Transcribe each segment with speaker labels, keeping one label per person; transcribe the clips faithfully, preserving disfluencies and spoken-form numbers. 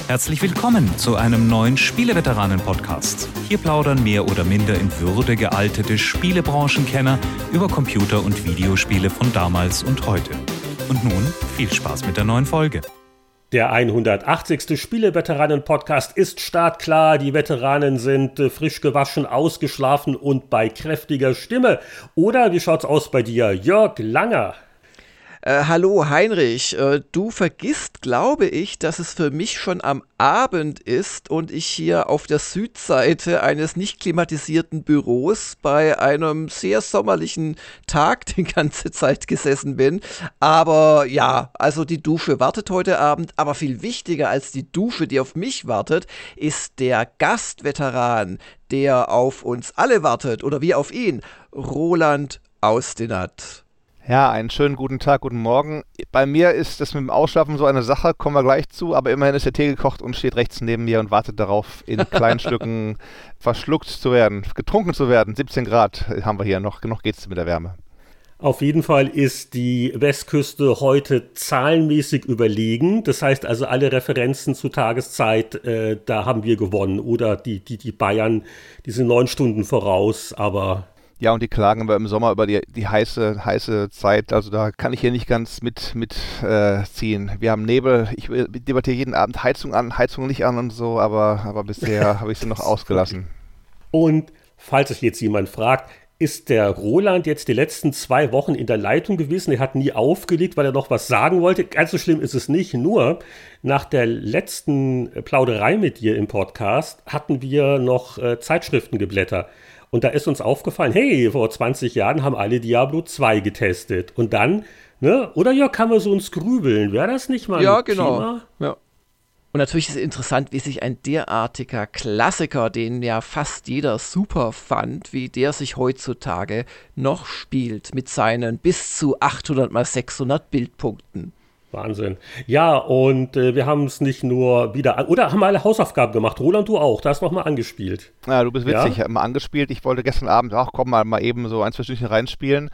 Speaker 1: Herzlich willkommen zu einem neuen Spieleveteranen-Podcast. Hier plaudern mehr oder minder in Würde gealtete Spielebranchenkenner über Computer- und Videospiele von damals und heute. Und nun viel Spaß mit der neuen Folge.
Speaker 2: Der hundertachtzigste Spieleveteranen-Podcast ist startklar. Die Veteranen sind äh, frisch gewaschen, ausgeschlafen und bei kräftiger Stimme. Oder wie schaut's aus bei dir, Jörg Langer?
Speaker 3: Äh, hallo Heinrich, äh, du vergisst, glaube ich, dass es für mich schon am Abend ist und ich hier auf der Südseite eines nicht klimatisierten Büros bei einem sehr sommerlichen Tag die ganze Zeit gesessen bin. Aber ja, also die Dusche wartet heute Abend, aber viel wichtiger als die Dusche, die auf mich wartet, ist der Gastveteran, der auf uns alle wartet oder wir auf ihn, Roland Austinat.
Speaker 4: Ja, einen schönen guten Tag, guten Morgen. Bei mir ist das mit dem Ausschlafen so eine Sache, kommen wir gleich zu, aber immerhin ist der Tee gekocht und steht rechts neben mir und wartet darauf, in kleinen Stücken verschluckt zu werden, getrunken zu werden. siebzehn Grad haben wir hier, noch, noch geht's mit der Wärme.
Speaker 2: Auf jeden Fall ist die Westküste heute zahlenmäßig überlegen. Das heißt also, alle Referenzen zur Tageszeit, äh, da haben wir gewonnen. Oder die, die, die Bayern, die sind neun Stunden voraus, aber...
Speaker 4: Ja, und die klagen immer im Sommer über die, die heiße, heiße Zeit. Also da kann ich hier nicht ganz mit, mit äh, ziehen. Wir haben Nebel. Ich debattiere jeden Abend Heizung an, Heizung nicht an und so, aber, aber bisher habe ich sie noch ausgelassen.
Speaker 2: Und falls sich jetzt jemand fragt, ist der Roland jetzt die letzten zwei Wochen in der Leitung gewesen? Er hat nie aufgelegt, weil er noch was sagen wollte. Ganz so schlimm ist es nicht. Nur nach der letzten Plauderei mit dir im Podcast hatten wir noch äh, Zeitschriften geblättert. Und da ist uns aufgefallen, hey, vor zwanzig Jahren haben alle Diablo zwei getestet. Und dann, ne, oder ja, kann man so uns grübeln. Wäre das nicht mal ein
Speaker 3: Ja, genau.
Speaker 2: Thema?
Speaker 3: Ja. Und natürlich ist es interessant, wie sich ein derartiger Klassiker, den ja fast jeder super fand, wie der sich heutzutage noch spielt mit seinen bis zu achthundert mal sechshundert Bildpunkten.
Speaker 2: Wahnsinn. Ja, und äh, wir haben es nicht nur wieder, an oder haben wir alle Hausaufgaben gemacht? Roland, du auch, da hast du noch mal angespielt.
Speaker 4: Ja, du bist witzig,
Speaker 2: Ja?
Speaker 4: ich habe mal angespielt. Ich wollte gestern Abend, ach komm mal, mal eben so ein, zwei Stündchen reinspielen.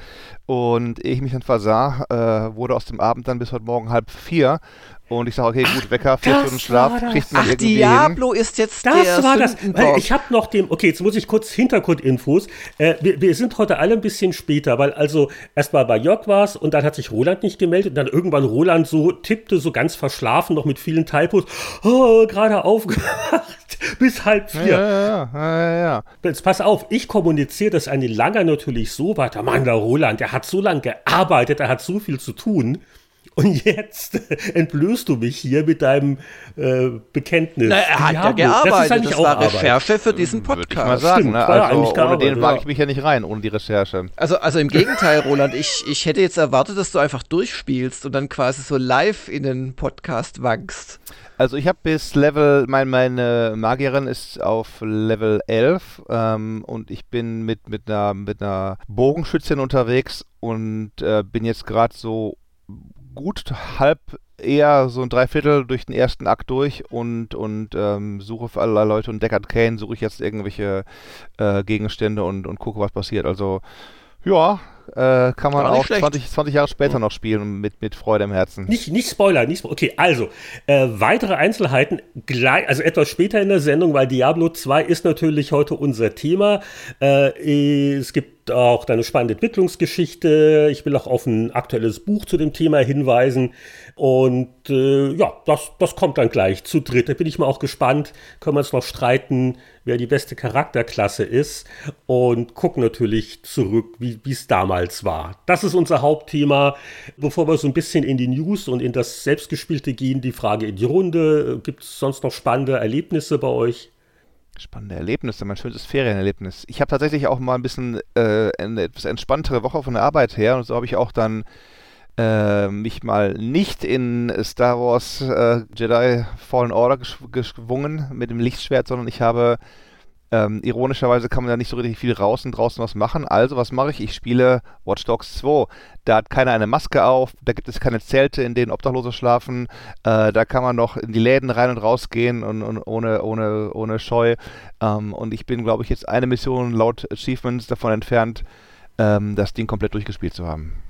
Speaker 4: Und ehe ich mich dann versah, äh, wurde aus dem Abend dann bis heute Morgen halb vier. Und ich sage, okay, gut, Wecker, vier
Speaker 2: das
Speaker 4: Stunden Schlaf,
Speaker 2: war das.
Speaker 4: kriegt man
Speaker 3: Ach,
Speaker 4: irgendwie
Speaker 3: Diablo
Speaker 4: hin.
Speaker 3: ist jetzt
Speaker 2: Das
Speaker 3: der
Speaker 2: war das.
Speaker 3: Sündenbock.
Speaker 2: Weil ich habe noch dem, okay, jetzt muss ich kurz Hintergrundinfos. Äh, wir, wir sind heute alle ein bisschen später, weil also erstmal bei Jörg war es und dann hat sich Roland nicht gemeldet und dann irgendwann Roland so tippte, so ganz verschlafen, noch mit vielen Typos, oh, gerade aufgewacht, bis halb vier.
Speaker 4: Ja, ja, ja, ja, ja.
Speaker 2: Jetzt pass auf, ich kommuniziere das an den Langer natürlich so weiter. Mann, der Roland, der hat so lange gearbeitet, er hat so viel zu tun. Und jetzt entblößt du mich hier mit deinem äh, Bekenntnis.
Speaker 3: Na, er hat ja
Speaker 2: Diablo.
Speaker 3: gearbeitet,
Speaker 2: Das, ist
Speaker 3: das,
Speaker 2: eigentlich auch
Speaker 3: war
Speaker 2: Arbeit.
Speaker 3: Recherche für diesen
Speaker 4: Würde ich mal
Speaker 3: Podcast.
Speaker 4: sagen,
Speaker 2: Stimmt,
Speaker 4: ne?
Speaker 2: war ja eigentlich
Speaker 4: Also ohne
Speaker 2: gearbeitet,
Speaker 4: den wage
Speaker 2: ja.
Speaker 4: ich mich ja nicht rein, ohne die Recherche.
Speaker 3: Also, also im Gegenteil, Roland, ich, ich hätte jetzt erwartet, dass du einfach durchspielst und dann quasi so live in den Podcast wankst.
Speaker 4: Also ich habe bis Level, mein, meine Magierin ist auf Level elf ähm, und ich bin mit, mit, einer, mit einer Bogenschützin unterwegs und äh, bin jetzt gerade so gut halb eher so ein Dreiviertel durch den ersten Akt durch und, und ähm, suche für allerlei Leute und Deckard Cain suche ich jetzt irgendwelche äh, Gegenstände und, und gucke, was passiert. Also ja, äh, kann man
Speaker 3: Gar nicht
Speaker 4: auch
Speaker 3: schlecht.
Speaker 4: zwanzig, zwanzig Jahre später noch spielen mit, mit Freude im Herzen.
Speaker 2: Nicht, nicht Spoiler, nicht Spoiler. Okay, also, äh, weitere Einzelheiten, gleich, also etwas später in der Sendung, weil Diablo zwei ist natürlich heute unser Thema. Äh, es gibt auch eine spannende Entwicklungsgeschichte. Ich will auch auf ein aktuelles Buch zu dem Thema hinweisen. Und äh, ja, das, das kommt dann gleich zu dritt. Da bin ich mal auch gespannt. Können wir uns noch streiten, wer die beste Charakterklasse ist. Und gucken natürlich zurück, wie es damals war. Das ist unser Hauptthema. Bevor wir so ein bisschen in die News und in das Selbstgespielte gehen, die Frage in die Runde. Gibt es sonst noch spannende Erlebnisse bei euch?
Speaker 4: Spannende Erlebnisse, mein schönstes Ferienerlebnis. Ich habe tatsächlich auch mal ein bisschen äh, eine etwas entspanntere Woche von der Arbeit her und so habe ich auch dann äh, mich mal nicht in Star Wars äh, Jedi Fallen Order gesch- geschwungen mit dem Lichtschwert, sondern ich habe Ähm, ironischerweise kann man da nicht so richtig viel raus und draußen was machen. Also, was mache ich? Ich spiele Watch Dogs zwei. Da hat keiner eine Maske auf, da gibt es keine Zelte, in denen Obdachlose schlafen. Äh, da kann man noch in die Läden rein und raus gehen und, und ohne, ohne, ohne Scheu. Ähm, und ich bin, glaube ich, jetzt eine Mission laut Achievements davon entfernt, ähm, das Ding komplett durchgespielt zu haben.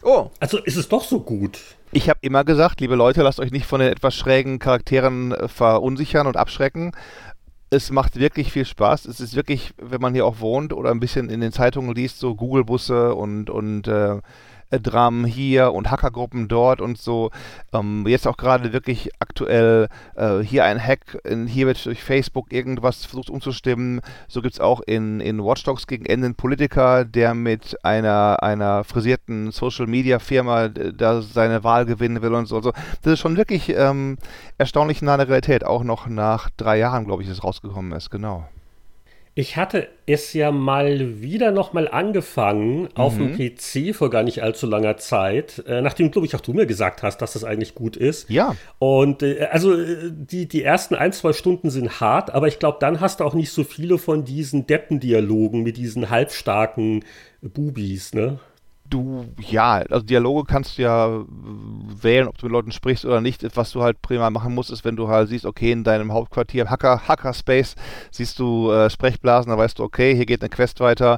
Speaker 2: Oh. Also ist es doch so gut.
Speaker 4: Ich habe immer gesagt, liebe Leute, lasst euch nicht von den etwas schrägen Charakteren äh, verunsichern und abschrecken. Es macht wirklich viel Spaß. Es ist wirklich, wenn man hier auch wohnt oder ein bisschen in den Zeitungen liest, so Google-Busse und, und äh, Dramen hier und Hackergruppen dort und so. Ähm, jetzt auch gerade wirklich aktuell äh, hier ein Hack, in, hier wird durch Facebook irgendwas versucht umzustimmen. So gibt es auch in, in Watch Dogs gegen Ende einen Politiker, der mit einer, einer frisierten Social-Media-Firma da seine Wahl gewinnen will und so. Also, das ist schon wirklich ähm, erstaunlich nah an der Realität. Auch noch nach drei Jahren, glaube ich, ist es rausgekommen ist. Genau.
Speaker 2: Ich hatte es ja mal wieder nochmal angefangen mhm. auf dem P C vor gar nicht allzu langer Zeit, äh, nachdem, glaube ich, auch du mir gesagt hast, dass das eigentlich gut ist.
Speaker 4: Ja.
Speaker 2: Und äh, also die, die ersten ein, zwei Stunden sind hart, aber ich glaube, dann hast du auch nicht so viele von diesen Deppendialogen mit diesen halbstarken Bubis, ne?
Speaker 4: Du, ja, also Dialoge kannst du ja wählen, ob du mit Leuten sprichst oder nicht. Was du halt prima machen musst, ist, wenn du halt siehst, okay, in deinem Hauptquartier, Hacker, Hackerspace, siehst du äh, Sprechblasen, da weißt du, okay, hier geht eine Quest weiter.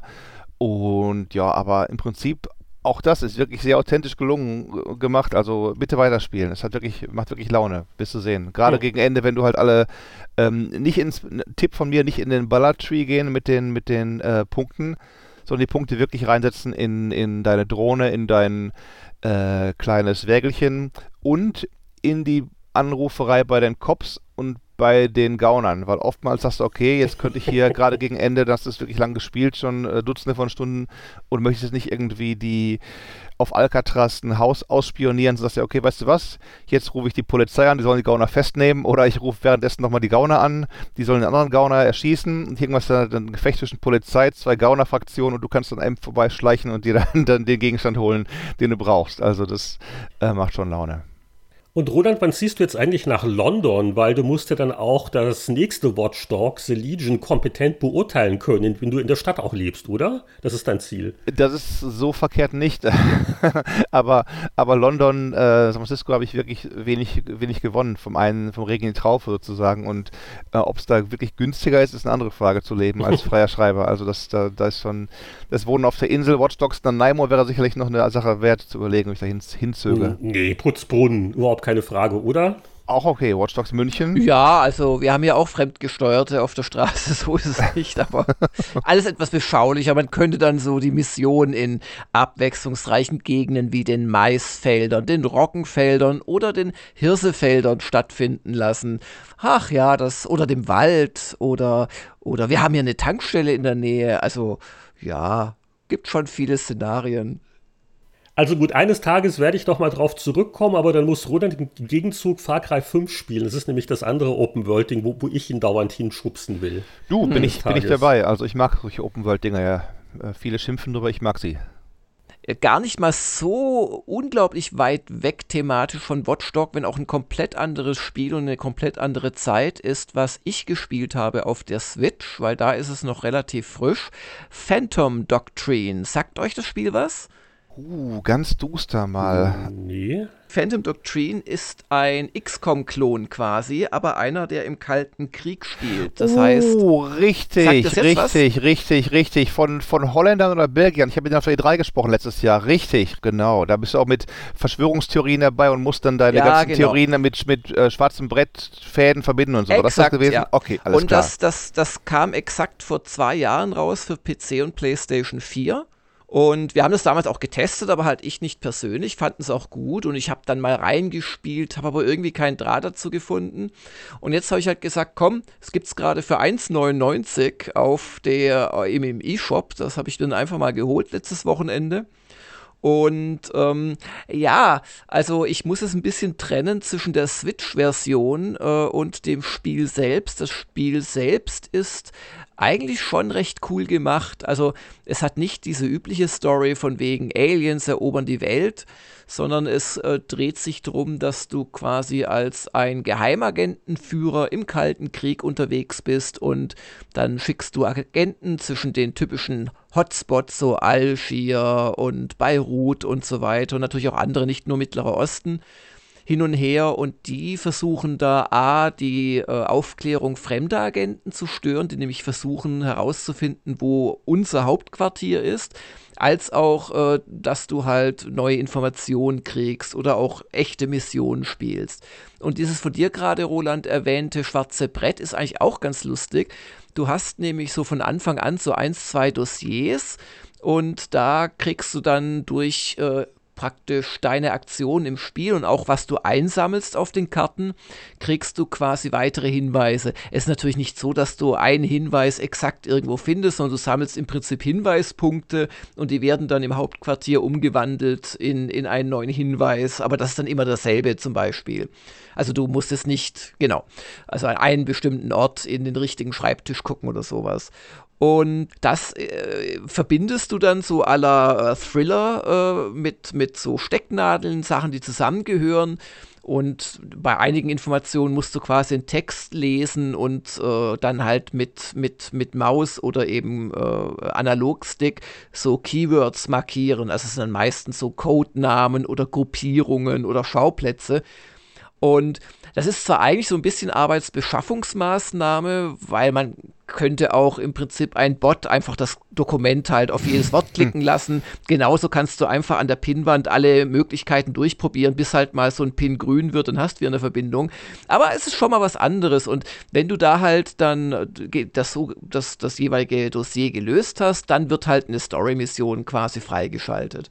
Speaker 4: Und ja, aber im Prinzip, auch das ist wirklich sehr authentisch gelungen gemacht. Also bitte weiterspielen. Es hat wirklich, macht wirklich Laune, wirst du sehen. Gerade ja. gegen Ende, wenn du halt alle ähm, nicht ins, Tipp von mir, nicht in den Ballard-Tree gehen mit den, mit den äh, Punkten, sondern die Punkte wirklich reinsetzen in, in deine Drohne, in dein äh, kleines Wägelchen und in die Anruferei bei den Cops und bei den Gaunern, weil oftmals sagst du, okay, jetzt könnte ich hier gerade gegen Ende, das ist wirklich lang gespielt, schon äh, Dutzende von Stunden und möchtest nicht irgendwie die auf Alcatraz ein Haus ausspionieren, so sagst du, okay, weißt du was, jetzt rufe ich die Polizei an, die sollen die Gauner festnehmen oder ich rufe währenddessen nochmal die Gauner an, die sollen den anderen Gauner erschießen und irgendwas dann ein Gefecht zwischen Polizei, zwei Gauner-Fraktionen und du kannst dann einem vorbeischleichen und dir dann, dann den Gegenstand holen, den du brauchst. Also das äh, macht schon Laune.
Speaker 2: Und Roland, wann ziehst du jetzt eigentlich nach London? Weil du musst ja dann auch das nächste Watch Dogs, The Legion, kompetent beurteilen können, wenn du in der Stadt auch lebst, oder? Das ist dein Ziel.
Speaker 4: Das ist so verkehrt nicht. aber, aber London, äh, San Francisco habe ich wirklich wenig, wenig gewonnen. Vom einen, vom Regen in die Traufe sozusagen. Und äh, ob es da wirklich günstiger ist, ist eine andere Frage zu leben als freier Schreiber. Also das, da, da ist schon, das Wohnen auf der Insel, Watch Dogs, Nanaimo wäre sicherlich noch eine Sache wert zu überlegen, ob ich da hin, hinzöge.
Speaker 2: Nee, Putzbrunnen, überhaupt keine Frage, oder?
Speaker 4: Auch okay, Watch Dogs München.
Speaker 3: Ja, also wir haben ja auch Fremdgesteuerte auf der Straße, so ist es nicht, aber alles etwas beschaulicher. Man könnte dann so die Mission in abwechslungsreichen Gegenden wie den Maisfeldern, den Roggenfeldern oder den Hirsefeldern stattfinden lassen. Ach ja, das, oder dem Wald oder, oder wir haben ja eine Tankstelle in der Nähe, also ja, gibt schon viele Szenarien.
Speaker 2: Also gut, eines Tages werde ich doch mal drauf zurückkommen, aber dann muss Roland im Gegenzug Far Cry fünf spielen. Das ist nämlich das andere Open-World-Ding, wo, wo ich ihn dauernd hinschubsen will.
Speaker 4: Du, bin, ich, bin ich dabei. Also ich mag solche Open-World-Dinger ja. Äh, viele schimpfen drüber, ich mag sie.
Speaker 3: Gar nicht mal so unglaublich weit weg thematisch von Watch Dogs, wenn auch ein komplett anderes Spiel und eine komplett andere Zeit ist, was ich gespielt habe auf der Switch, weil da ist es noch relativ frisch. Phantom Doctrine. Sagt euch das Spiel was?
Speaker 4: Uh, ganz duster mal.
Speaker 2: Nee.
Speaker 3: Phantom Doctrine ist ein X COM-Klon quasi, aber einer, der im Kalten Krieg spielt. Das
Speaker 4: oh,
Speaker 3: heißt...
Speaker 4: Oh, richtig, richtig, was? richtig, richtig. Von, von Holländern oder Belgiern. Ich habe mit denen auf der E drei gesprochen letztes Jahr. Richtig, genau. Da bist du auch mit Verschwörungstheorien dabei und musst dann deine ja, ganzen genau. Theorien mit, mit äh, schwarzem Brettfäden verbinden und so.
Speaker 3: Exakt,
Speaker 4: das ist das gewesen?
Speaker 3: Ja.
Speaker 4: Okay, alles
Speaker 3: und
Speaker 4: klar.
Speaker 3: Und das, das, das kam exakt vor zwei Jahren raus für P C und PlayStation vier. Und wir haben das damals auch getestet, aber halt ich nicht persönlich, fanden es auch gut und ich habe dann mal reingespielt, habe aber irgendwie keinen Draht dazu gefunden. Und jetzt habe ich halt gesagt, komm, es gibt es gerade für eins neunundneunzig auf der, im, im E-Shop, das habe ich dann einfach mal geholt letztes Wochenende. Und ähm, ja, also ich muss es ein bisschen trennen zwischen der Switch-Version äh, und dem Spiel selbst. Das Spiel selbst ist eigentlich schon recht cool gemacht. Also es hat nicht diese übliche Story von wegen Aliens erobern die Welt, sondern es äh, dreht sich darum, dass du quasi als ein Geheimagentenführer im Kalten Krieg unterwegs bist und dann schickst du Agenten zwischen den typischen Hotspots, so Algier und Beirut und so weiter und natürlich auch andere, nicht nur Mittlerer Osten. hin und her und die versuchen da A, die äh, Aufklärung fremder Agenten zu stören, die nämlich versuchen herauszufinden, wo unser Hauptquartier ist, als auch, äh, dass du halt neue Informationen kriegst oder auch echte Missionen spielst. Und dieses von dir gerade, Roland, erwähnte schwarze Brett ist eigentlich auch ganz lustig. Du hast nämlich so von Anfang an so eins, zwei Dossiers und da kriegst du dann durch äh, praktisch deine Aktion im Spiel und auch was du einsammelst auf den Karten, kriegst du quasi weitere Hinweise. Es ist natürlich nicht so, dass du einen Hinweis exakt irgendwo findest, sondern du sammelst im Prinzip Hinweispunkte und die werden dann im Hauptquartier umgewandelt in, in einen neuen Hinweis, aber das ist dann immer dasselbe zum Beispiel. Also du musst es nicht, genau, also an einen bestimmten Ort in den richtigen Schreibtisch gucken oder sowas. Und das äh, verbindest du dann so à la äh, Thriller äh, mit, mit so Stecknadeln, Sachen, die zusammengehören. Und bei einigen Informationen musst du quasi einen Text lesen und äh, dann halt mit, mit, mit Maus oder eben äh, Analogstick so Keywords markieren. Also es sind dann meistens so Codenamen oder Gruppierungen oder Schauplätze. Und das ist zwar eigentlich so ein bisschen Arbeitsbeschaffungsmaßnahme, weil man könnte auch im Prinzip ein Bot einfach das Dokument halt auf jedes Wort klicken lassen. Genauso kannst du einfach an der Pinnwand alle Möglichkeiten durchprobieren, bis halt mal so ein Pin grün wird und hast wieder eine Verbindung. Aber es ist schon mal was anderes und wenn du da halt dann das, das, das jeweilige Dossier gelöst hast, dann wird halt eine Story-Mission quasi freigeschaltet.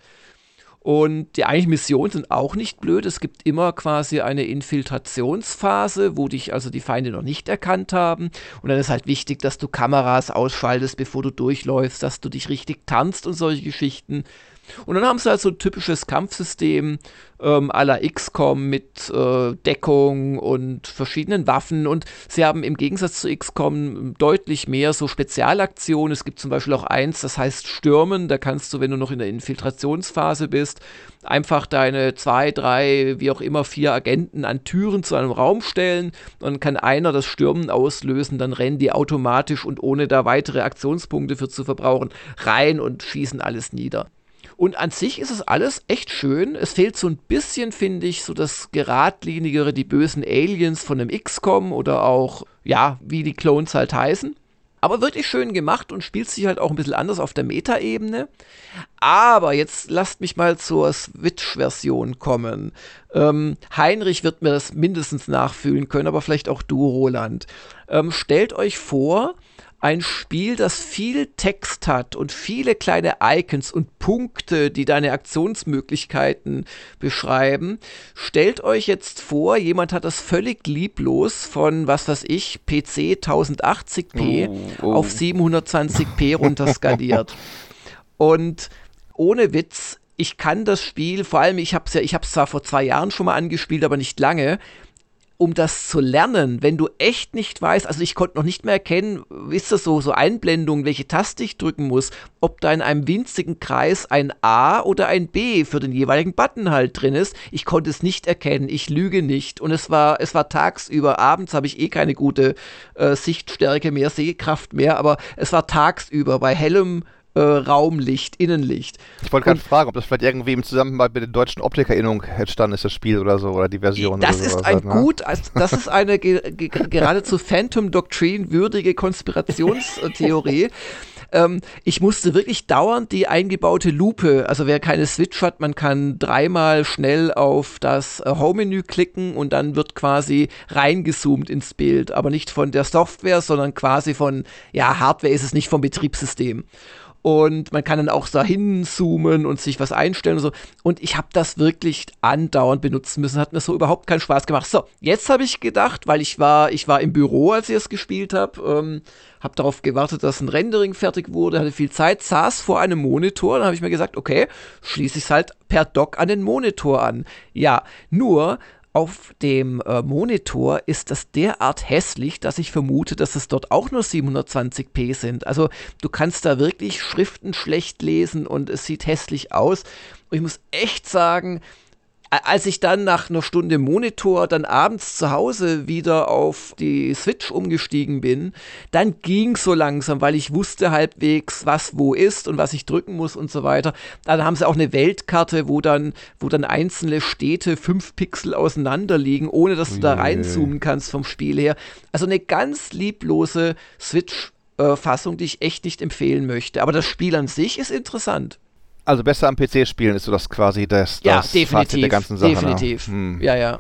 Speaker 3: Und die eigentlichen Missionen sind auch nicht blöd. Es gibt immer quasi eine Infiltrationsphase, wo dich also die Feinde noch nicht erkannt haben. Und dann ist halt wichtig, dass du Kameras ausschaltest, bevor du durchläufst, dass du dich richtig tanzt und solche Geschichten. Und dann haben sie halt so ein typisches Kampfsystem ähm, à la X COM mit äh, Deckung und verschiedenen Waffen und sie haben im Gegensatz zu X COM deutlich mehr so Spezialaktionen. Es gibt zum Beispiel auch eins, das heißt Stürmen, da kannst du, wenn du noch in der Infiltrationsphase bist, einfach deine zwei, drei, wie auch immer, vier Agenten an Türen zu einem Raum stellen und dann kann einer das Stürmen auslösen, dann rennen die automatisch und ohne da weitere Aktionspunkte für zu verbrauchen rein und schießen alles nieder. Und an sich ist es alles echt schön. Es fehlt so ein bisschen, finde ich, so das geradlinigere, die bösen Aliens von einem X COM oder auch, ja, wie die Clones halt heißen. Aber wirklich schön gemacht und spielt sich halt auch ein bisschen anders auf der Meta-Ebene. Aber jetzt lasst mich mal zur Switch-Version kommen. Ähm, Heinrich wird mir das mindestens nachfühlen können, aber vielleicht auch du, Roland. Ähm, stellt euch vor, ein Spiel, das viel Text hat und viele kleine Icons und Punkte, die deine Aktionsmöglichkeiten beschreiben. Stellt euch jetzt vor, jemand hat das völlig lieblos von, was weiß ich, P C tausend achtzig p oh, oh. auf siebenhundertzwanzig p runterskaliert. Und ohne Witz, ich kann das Spiel, vor allem, ich habe es ja, ich habe es zwar vor zwei Jahren schon mal angespielt, aber nicht lange, um das zu lernen, wenn du echt nicht weißt, also ich konnte noch nicht mehr erkennen, ist das so, so Einblendungen, welche Taste ich drücken muss, ob da in einem winzigen Kreis ein A oder ein B für den jeweiligen Button halt drin ist. Ich konnte es nicht erkennen, ich lüge nicht und es war, es war tagsüber, abends habe ich eh keine gute äh, Sichtstärke mehr, Sehkraft mehr, aber es war tagsüber bei hellem Äh, Raumlicht, Innenlicht.
Speaker 4: Ich wollte gerade fragen, ob das vielleicht irgendwie im Zusammenhang mit der deutschen Optikerinnung entstanden ist, das Spiel oder so, oder die Version.
Speaker 3: Das
Speaker 4: oder
Speaker 3: ist
Speaker 4: sowas,
Speaker 3: ein
Speaker 4: ne?
Speaker 3: gut, das ist eine ge- ge- geradezu Phantom Doctrine würdige Konspirationstheorie. ähm, ich musste wirklich dauernd die eingebaute Lupe, also wer keine Switch hat, man kann dreimal schnell auf das äh, Home-Menü klicken und dann wird quasi reingezoomt ins Bild, aber nicht von der Software, sondern quasi von, ja, Hardware ist es nicht, vom Betriebssystem. Und man kann dann auch da hinzoomen und sich was einstellen und so. Und ich habe das wirklich andauernd benutzen müssen. Hat mir so überhaupt keinen Spaß gemacht. So, jetzt habe ich gedacht, weil ich war, ich war im Büro, als ich es gespielt habe, ähm, habe darauf gewartet, dass ein Rendering fertig wurde, hatte viel Zeit, saß vor einem Monitor. Dann habe ich mir gesagt, okay, schließe ich es halt per Dock an den Monitor an. Ja, nur auf dem äh, Monitor ist das derart hässlich, dass ich vermute, dass es dort auch nur siebenhundertzwanzig p sind. Also du kannst da wirklich Schriften schlecht lesen und es sieht hässlich aus. Und ich muss echt sagen, als ich dann nach einer Stunde Monitor dann abends zu Hause wieder auf die Switch umgestiegen bin, dann ging so langsam, weil ich wusste halbwegs, was wo ist und was ich drücken muss und so weiter. Dann haben sie auch eine Weltkarte, wo dann, wo dann einzelne Städte fünf Pixel auseinander liegen, ohne dass du da reinzoomen kannst vom Spiel her. Also eine ganz lieblose Switch-Fassung, die ich echt nicht empfehlen möchte. Aber das Spiel an sich ist interessant.
Speaker 4: Also besser am P C spielen ist so das quasi das,
Speaker 3: ja,
Speaker 4: das
Speaker 3: definitiv,
Speaker 4: Fazit der ganzen Sache.
Speaker 3: Definitiv, hm. ja, ja.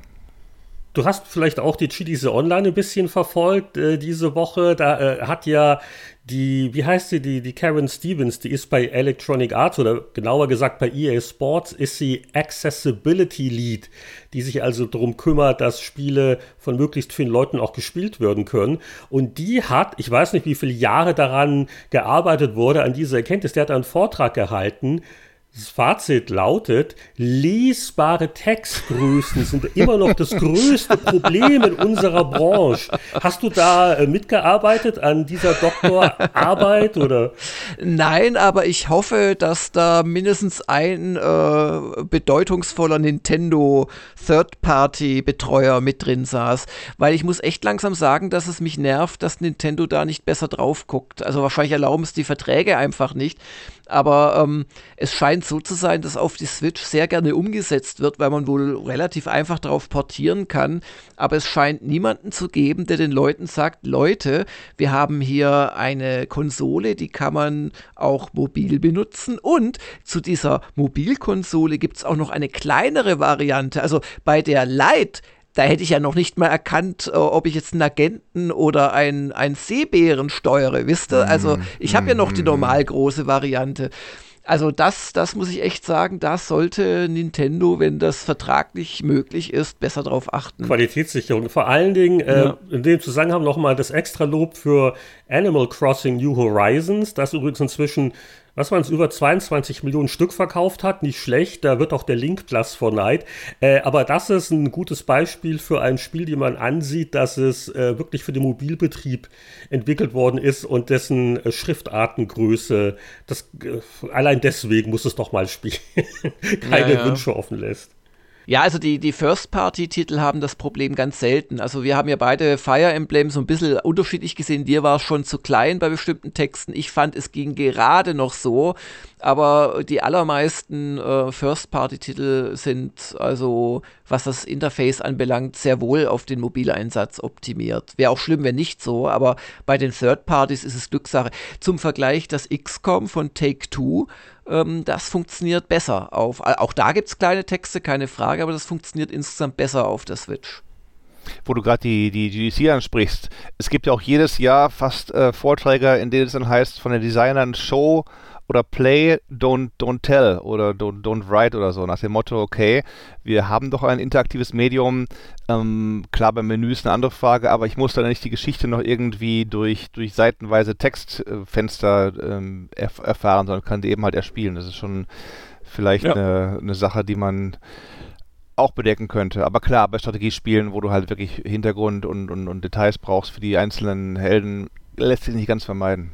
Speaker 2: Du hast vielleicht auch die G D C Online ein bisschen verfolgt äh, diese Woche. Da äh, hat ja die, wie heißt sie, die, die Karen Stevens, die ist bei Electronic Arts oder genauer gesagt bei E A Sports, ist sie Accessibility Lead, die sich also darum kümmert, dass Spiele von möglichst vielen Leuten auch gespielt werden können. Und die hat, ich weiß nicht, wie viele Jahre daran gearbeitet wurde, an dieser Erkenntnis, der hat einen Vortrag gehalten. Das Fazit lautet, lesbare Textgrößen sind immer noch das größte Problem in unserer Branche. Hast du da äh, mitgearbeitet an dieser Doktorarbeit, oder?
Speaker 3: Nein, aber ich hoffe, dass da mindestens ein äh, bedeutungsvoller Nintendo Third-Party-Betreuer mit drin saß, weil ich muss echt langsam sagen, dass es mich nervt, dass Nintendo da nicht besser drauf guckt. Also wahrscheinlich erlauben es die Verträge einfach nicht. Aber ähm, es scheint so zu sein, dass auf die Switch sehr gerne umgesetzt wird, weil man wohl relativ einfach darauf portieren kann. Aber es scheint niemanden zu geben, der den Leuten sagt, Leute, wir haben hier eine Konsole, die kann man auch mobil benutzen. Und zu dieser Mobilkonsole gibt es auch noch eine kleinere Variante. Also bei der Lite, da hätte ich ja noch nicht mal erkannt, äh, ob ich jetzt einen Agenten oder einen, einen Seebären steuere, wisst ihr? Also ich habe ja noch die normal große Variante. Also das, das muss ich echt sagen, da sollte Nintendo, wenn das vertraglich möglich ist, besser drauf achten.
Speaker 2: Qualitätssicherung. Vor allen Dingen äh, ja. in dem Zusammenhang nochmal das extra Lob für Animal Crossing New Horizons, das übrigens inzwischen, was man es über zweiundzwanzig Millionen Stück verkauft hat, nicht schlecht, da wird auch der Link Plus verneint. Äh, aber das ist ein gutes Beispiel für ein Spiel, die man ansieht, dass es äh, wirklich für den Mobilbetrieb entwickelt worden ist und dessen äh, Schriftartengröße, das, äh, allein deswegen muss es doch mal spielen, keine ja, ja. Wünsche offen lässt.
Speaker 3: Ja, also die, die First-Party-Titel haben das Problem ganz selten. Also wir haben ja beide Fire Emblem so ein bisschen unterschiedlich gesehen. Dir war es schon zu klein bei bestimmten Texten. Ich fand, es ging gerade noch so. Aber die allermeisten äh, First-Party-Titel sind also, was das Interface anbelangt, sehr wohl auf den Mobileinsatz optimiert. Wäre auch schlimm, wenn nicht so, aber bei den Third-Parties ist es Glückssache. Zum Vergleich, das X COM von Take-Two, ähm, das funktioniert besser auf. Auch da gibt es kleine Texte, keine Frage, aber das funktioniert insgesamt besser auf der Switch.
Speaker 4: Wo du gerade die, die G D C ansprichst, es gibt ja auch jedes Jahr fast äh, Vorträge, in denen es dann heißt, von den Designern Show oder Play, don't, don't tell oder don't, don't write oder so, nach dem Motto, okay, wir haben doch ein interaktives Medium, ähm, klar, beim Menü ist eine andere Frage, aber ich muss dann nicht die Geschichte noch irgendwie durch, durch seitenweise Textfenster ähm, erf- erfahren, sondern kann die eben halt erspielen. Das ist schon vielleicht eine ja. ne Sache, die man auch bedecken könnte. Aber klar, bei Strategiespielen, wo du halt wirklich Hintergrund und, und, und Details brauchst für die einzelnen Helden, lässt sich nicht ganz vermeiden.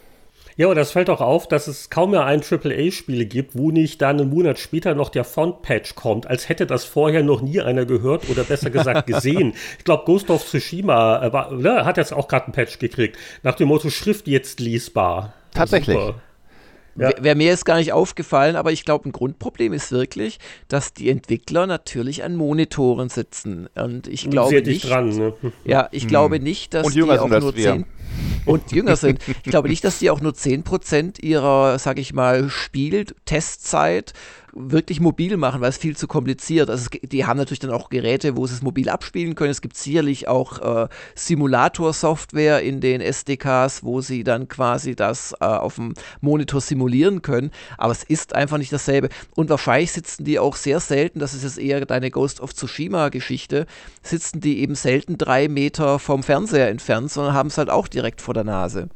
Speaker 2: Ja, aber das fällt auch auf, dass es kaum mehr ein Triple A-Spiel gibt, wo nicht dann einen Monat später noch der Font-Patch kommt, als hätte das vorher noch nie einer gehört oder besser gesagt gesehen. Ich glaube, Ghost of Tsushima äh, war, ne, hat jetzt auch gerade einen Patch gekriegt, nach dem Motto Schrift jetzt lesbar.
Speaker 4: Tatsächlich.
Speaker 2: Super.
Speaker 3: Ja. Wäre mir jetzt gar nicht aufgefallen, aber ich glaube, ein Grundproblem ist wirklich, dass die Entwickler natürlich an Monitoren sitzen. Und ich glaube
Speaker 2: sehr
Speaker 3: nicht,
Speaker 2: dicht dran, ne?
Speaker 3: Ja, ich hm. glaube nicht, dass
Speaker 4: und die auch
Speaker 3: nur zehn und jünger sind. Ich glaube nicht, dass die auch nur zehn Prozent ihrer, sag ich mal, Spiel-Testzeit wirklich mobil machen, weil es viel zu kompliziert. Also es, die haben natürlich dann auch Geräte, wo sie es mobil abspielen können. Es gibt sicherlich auch äh, Simulator-Software in den S D Ks, wo sie dann quasi das äh, auf dem Monitor simulieren können. Aber es ist einfach nicht dasselbe. Und wahrscheinlich sitzen die auch sehr selten, das ist jetzt eher deine Ghost of Tsushima-Geschichte, sitzen die eben selten drei Meter vom Fernseher entfernt, sondern haben es halt auch direkt vor der Nase.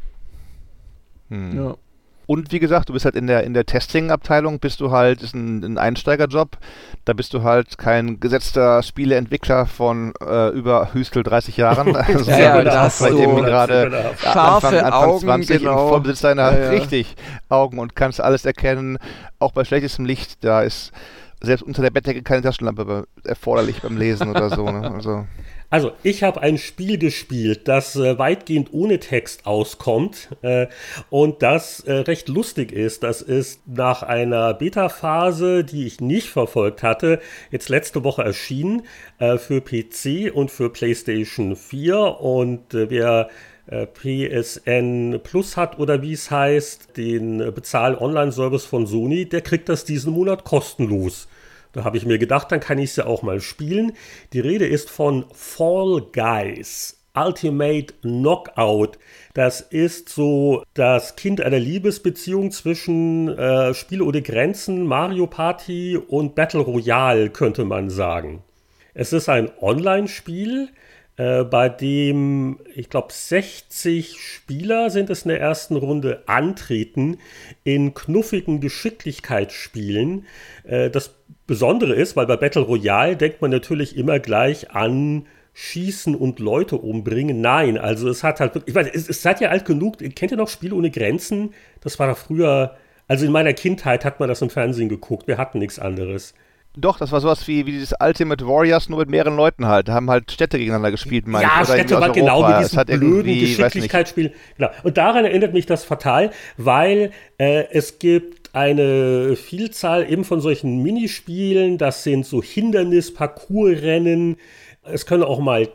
Speaker 4: Hm. Ja. Und wie gesagt, du bist halt in der in der Testing-Abteilung, bist du halt, ist ein, ein Einsteigerjob, da bist du halt kein gesetzter Spieleentwickler von äh, über Hüstel dreißig Jahren. Also
Speaker 3: ja, ja, das
Speaker 4: vielleicht
Speaker 3: so,
Speaker 4: irgendwie gerade
Speaker 3: scharfe
Speaker 4: Anfang, Anfang
Speaker 3: Augen,
Speaker 4: zwanzig
Speaker 3: genau.
Speaker 4: im Vollbesitz deiner
Speaker 3: ja, ja.
Speaker 4: richtig Augen und kannst alles erkennen, auch bei schlechtestem Licht, da ist selbst unter der Bettdecke keine Taschenlampe erforderlich beim Lesen oder so. Ne? Also.
Speaker 2: Also, ich habe ein Spiel gespielt, das äh, weitgehend ohne Text auskommt äh, und das äh, recht lustig ist. Das ist nach einer Beta-Phase, die ich nicht verfolgt hatte, jetzt letzte Woche erschienen äh, für P C und für PlayStation vier. Und äh, wer äh, P S N Plus hat oder wie es heißt, den äh, Bezahl-Online-Service von Sony, der kriegt das diesen Monat kostenlos. Da habe ich mir gedacht, dann kann ich es ja auch mal spielen. Die Rede ist von Fall Guys Ultimate Knockout. Das ist so das Kind einer Liebesbeziehung zwischen äh, Spiele ohne Grenzen, Mario Party und Battle Royale, könnte man sagen. Es ist ein Online-Spiel, äh, bei dem, ich glaube, sechzig Spieler sind es in der ersten Runde antreten in knuffigen Geschicklichkeitsspielen. Äh, das Besondere ist, weil bei Battle Royale denkt man natürlich immer gleich an Schießen und Leute umbringen. Nein, also es hat halt wirklich, ich weiß, es, es seid ja alt genug, kennt ihr noch Spiele ohne Grenzen? Das war da früher, also in meiner Kindheit hat man das im Fernsehen geguckt, wir hatten nichts anderes.
Speaker 4: Doch, das war sowas wie, wie dieses Ultimate Warriors, nur mit mehreren Leuten halt. Da haben halt Städte gegeneinander gespielt, meine
Speaker 2: ja,
Speaker 4: ich. Ja,
Speaker 2: Städte war genau mit diesem blöden Geschicklichkeitsspiel. Genau. Und daran erinnert mich das fatal, weil äh, es gibt eine Vielzahl eben von solchen Minispielen. Das sind so Hindernis-Parcours-Rennen. Es können auch mal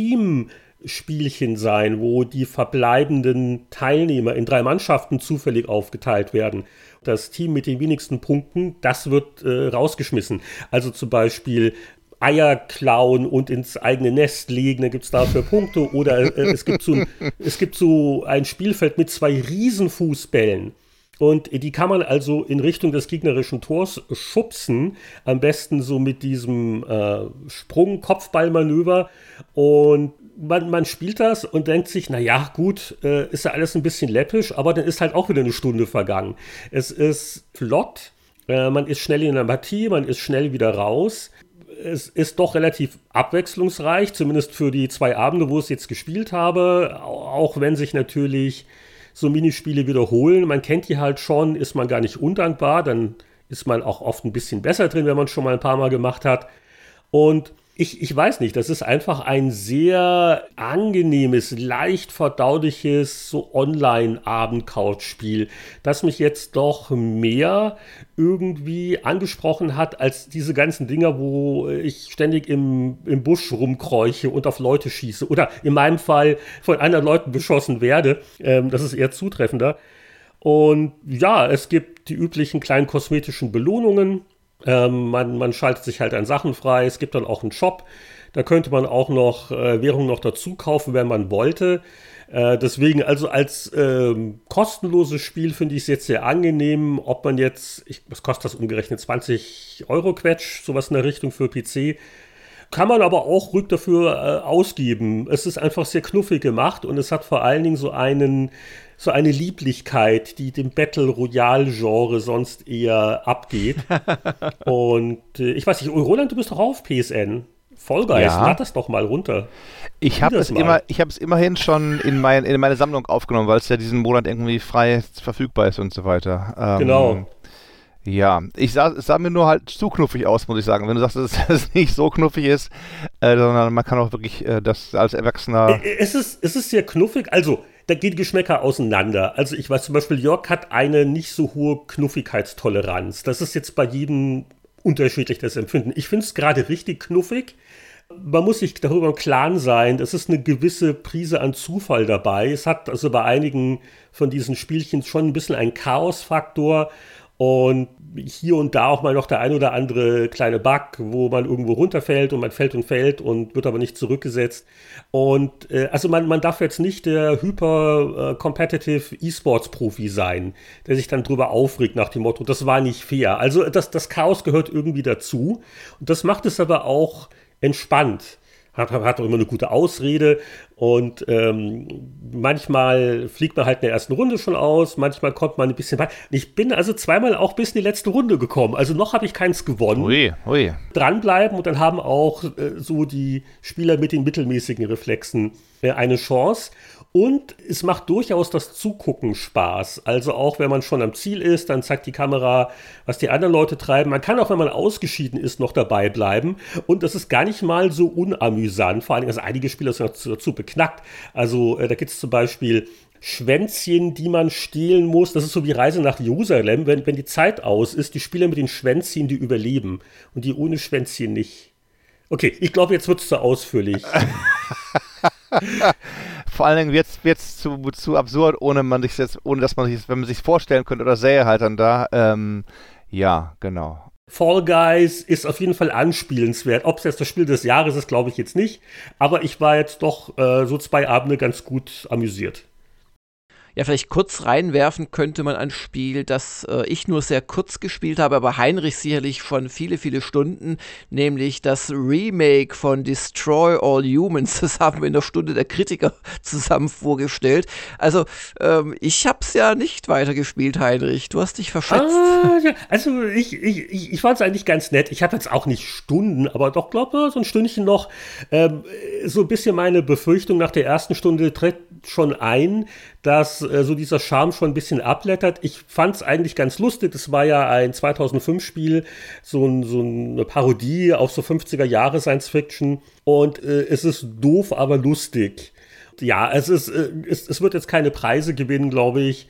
Speaker 2: Teamspielchen sein, wo die verbleibenden Teilnehmer in drei Mannschaften zufällig aufgeteilt werden. Das Team mit den wenigsten Punkten, das wird äh, rausgeschmissen. Also zum Beispiel Eier klauen und ins eigene Nest legen, dann gibt es dafür Punkte. Oder äh, es gibt so ein, es gibt so ein Spielfeld mit zwei Riesenfußbällen. Und die kann man also in Richtung des gegnerischen Tors schubsen, am besten so mit diesem äh, Sprung-Kopfballmanöver. Und man, man spielt das und denkt sich, naja, gut, äh, ist ja alles ein bisschen läppisch, aber dann ist halt auch wieder eine Stunde vergangen. Es ist flott, äh, man ist schnell in der Partie, man ist schnell wieder raus. Es ist doch relativ abwechslungsreich, zumindest für die zwei Abende, wo ich es jetzt gespielt habe, auch wenn sich natürlich so Minispiele wiederholen. Man kennt die halt schon, ist man gar nicht undankbar, dann ist man auch oft ein bisschen besser drin, wenn man schon mal ein paar Mal gemacht hat. Und ich, ich weiß nicht, das ist einfach ein sehr angenehmes, leicht verdauliches, so Online-Abend-Couch-Spiel, das mich jetzt doch mehr irgendwie angesprochen hat, als diese ganzen Dinger, wo ich ständig im, im Busch rumkreuche und auf Leute schieße oder in meinem Fall von anderen Leuten beschossen werde. Ähm, das ist eher zutreffender. Und ja, es gibt die üblichen kleinen kosmetischen Belohnungen. Ähm, man, man schaltet sich halt an Sachen frei. Es gibt dann auch einen Shop. Da könnte man auch noch äh, Währung noch dazu kaufen, wenn man wollte. Äh, deswegen also als ähm, kostenloses Spiel finde ich es jetzt sehr angenehm. Ob man jetzt, ich, was kostet das umgerechnet, zwanzig Euro Quetsch, sowas in der Richtung für P C. Kann man aber auch ruhig dafür äh, ausgeben. Es ist einfach sehr knuffig gemacht und es hat vor allen Dingen so einen so eine Lieblichkeit, die dem Battle Royale-Genre sonst eher abgeht. Und äh, ich weiß nicht, Roland, du bist doch auf P S N. Fall Guys, ja. Lad das doch mal runter.
Speaker 4: Ich habe es immer, ich habe es immerhin schon in, mein, in meine Sammlung aufgenommen, weil es ja diesen Monat irgendwie frei verfügbar ist und so weiter. Ähm,
Speaker 2: genau.
Speaker 4: Ja, ich sah, es sah mir nur halt zu knuffig aus, muss ich sagen. Wenn du sagst, dass es nicht so knuffig ist, äh, sondern man kann auch wirklich äh, das als Erwachsener...
Speaker 2: Es ist, es ist sehr knuffig, also da gehen Geschmäcker auseinander. Also ich weiß zum Beispiel, Jörg hat eine nicht so hohe Knuffigkeitstoleranz. Das ist jetzt bei jedem unterschiedlich, das Empfinden. Ich finde es gerade richtig knuffig. Man muss sich darüber im Klaren sein, es ist eine gewisse Prise an Zufall dabei. Es hat also bei einigen von diesen Spielchen schon ein bisschen einen Chaosfaktor. Und hier und da auch mal noch der ein oder andere kleine Bug, wo man irgendwo runterfällt und man fällt und fällt und wird aber nicht zurückgesetzt. Und äh, also man, man darf jetzt nicht der hyper-competitive äh, E-Sports-Profi sein, der sich dann drüber aufregt nach dem Motto, das war nicht fair. Also das, das Chaos gehört irgendwie dazu. Und das macht es aber auch entspannt. Hat, hat auch immer eine gute Ausrede und ähm, manchmal fliegt man halt in der ersten Runde schon aus, manchmal kommt man ein bisschen weiter. Ich bin also zweimal auch bis in die letzte Runde gekommen, also noch habe ich keins gewonnen.
Speaker 4: Ui, ui.
Speaker 2: Dranbleiben und dann haben auch äh, so die Spieler mit den mittelmäßigen Reflexen äh, eine Chance. Und es macht durchaus das Zugucken Spaß. Also auch wenn man schon am Ziel ist, dann zeigt die Kamera, was die anderen Leute treiben. Man kann auch, wenn man ausgeschieden ist, noch dabei bleiben. Und das ist gar nicht mal so unamüsant. Vor allem, also einige Spieler sind dazu, dazu beknackt. Also äh, da gibt es zum Beispiel Schwänzchen, die man stehlen muss. Das ist so wie Reise nach Jerusalem. Wenn, wenn die Zeit aus ist, die Spieler mit den Schwänzchen, die überleben. Und die ohne Schwänzchen nicht. Okay, ich glaube, jetzt wird es zu ausführlich.
Speaker 4: Vor allen Dingen wird es zu, zu absurd, ohne man sich jetzt, ohne dass man sich, wenn man sich vorstellen könnte oder sähe halt dann da. Ähm, ja, genau.
Speaker 2: Fall Guys ist auf jeden Fall anspielenswert. Ob es jetzt das Spiel des Jahres ist, glaube ich jetzt nicht. Aber ich war jetzt doch äh, so zwei Abende ganz gut amüsiert.
Speaker 3: Ja, vielleicht kurz reinwerfen könnte man ein Spiel, das äh, ich nur sehr kurz gespielt habe, aber Heinrich sicherlich schon viele, viele Stunden, nämlich das Remake von Destroy All Humans. Das haben wir in der Stunde der Kritiker zusammen vorgestellt. Also, ähm, ich hab's ja nicht weitergespielt, Heinrich. Du hast dich verschätzt.
Speaker 2: Ah, ja. Also, ich, ich, ich, ich fand es eigentlich ganz nett. Ich habe jetzt auch nicht Stunden, aber doch, glaube ich, so ein Stündchen noch. Ähm, so ein bisschen meine Befürchtung nach der ersten Stunde tritt schon ein, dass äh, so dieser Charme schon ein bisschen abblättert. Ich fand es eigentlich ganz lustig. Das war ja ein zweitausendfünf Spiel, so, ein, so eine Parodie auf so fünfziger Jahre Science Fiction. Und äh, es ist doof, aber lustig. Ja, es ist, äh, es, es wird jetzt keine Preise gewinnen, glaube ich,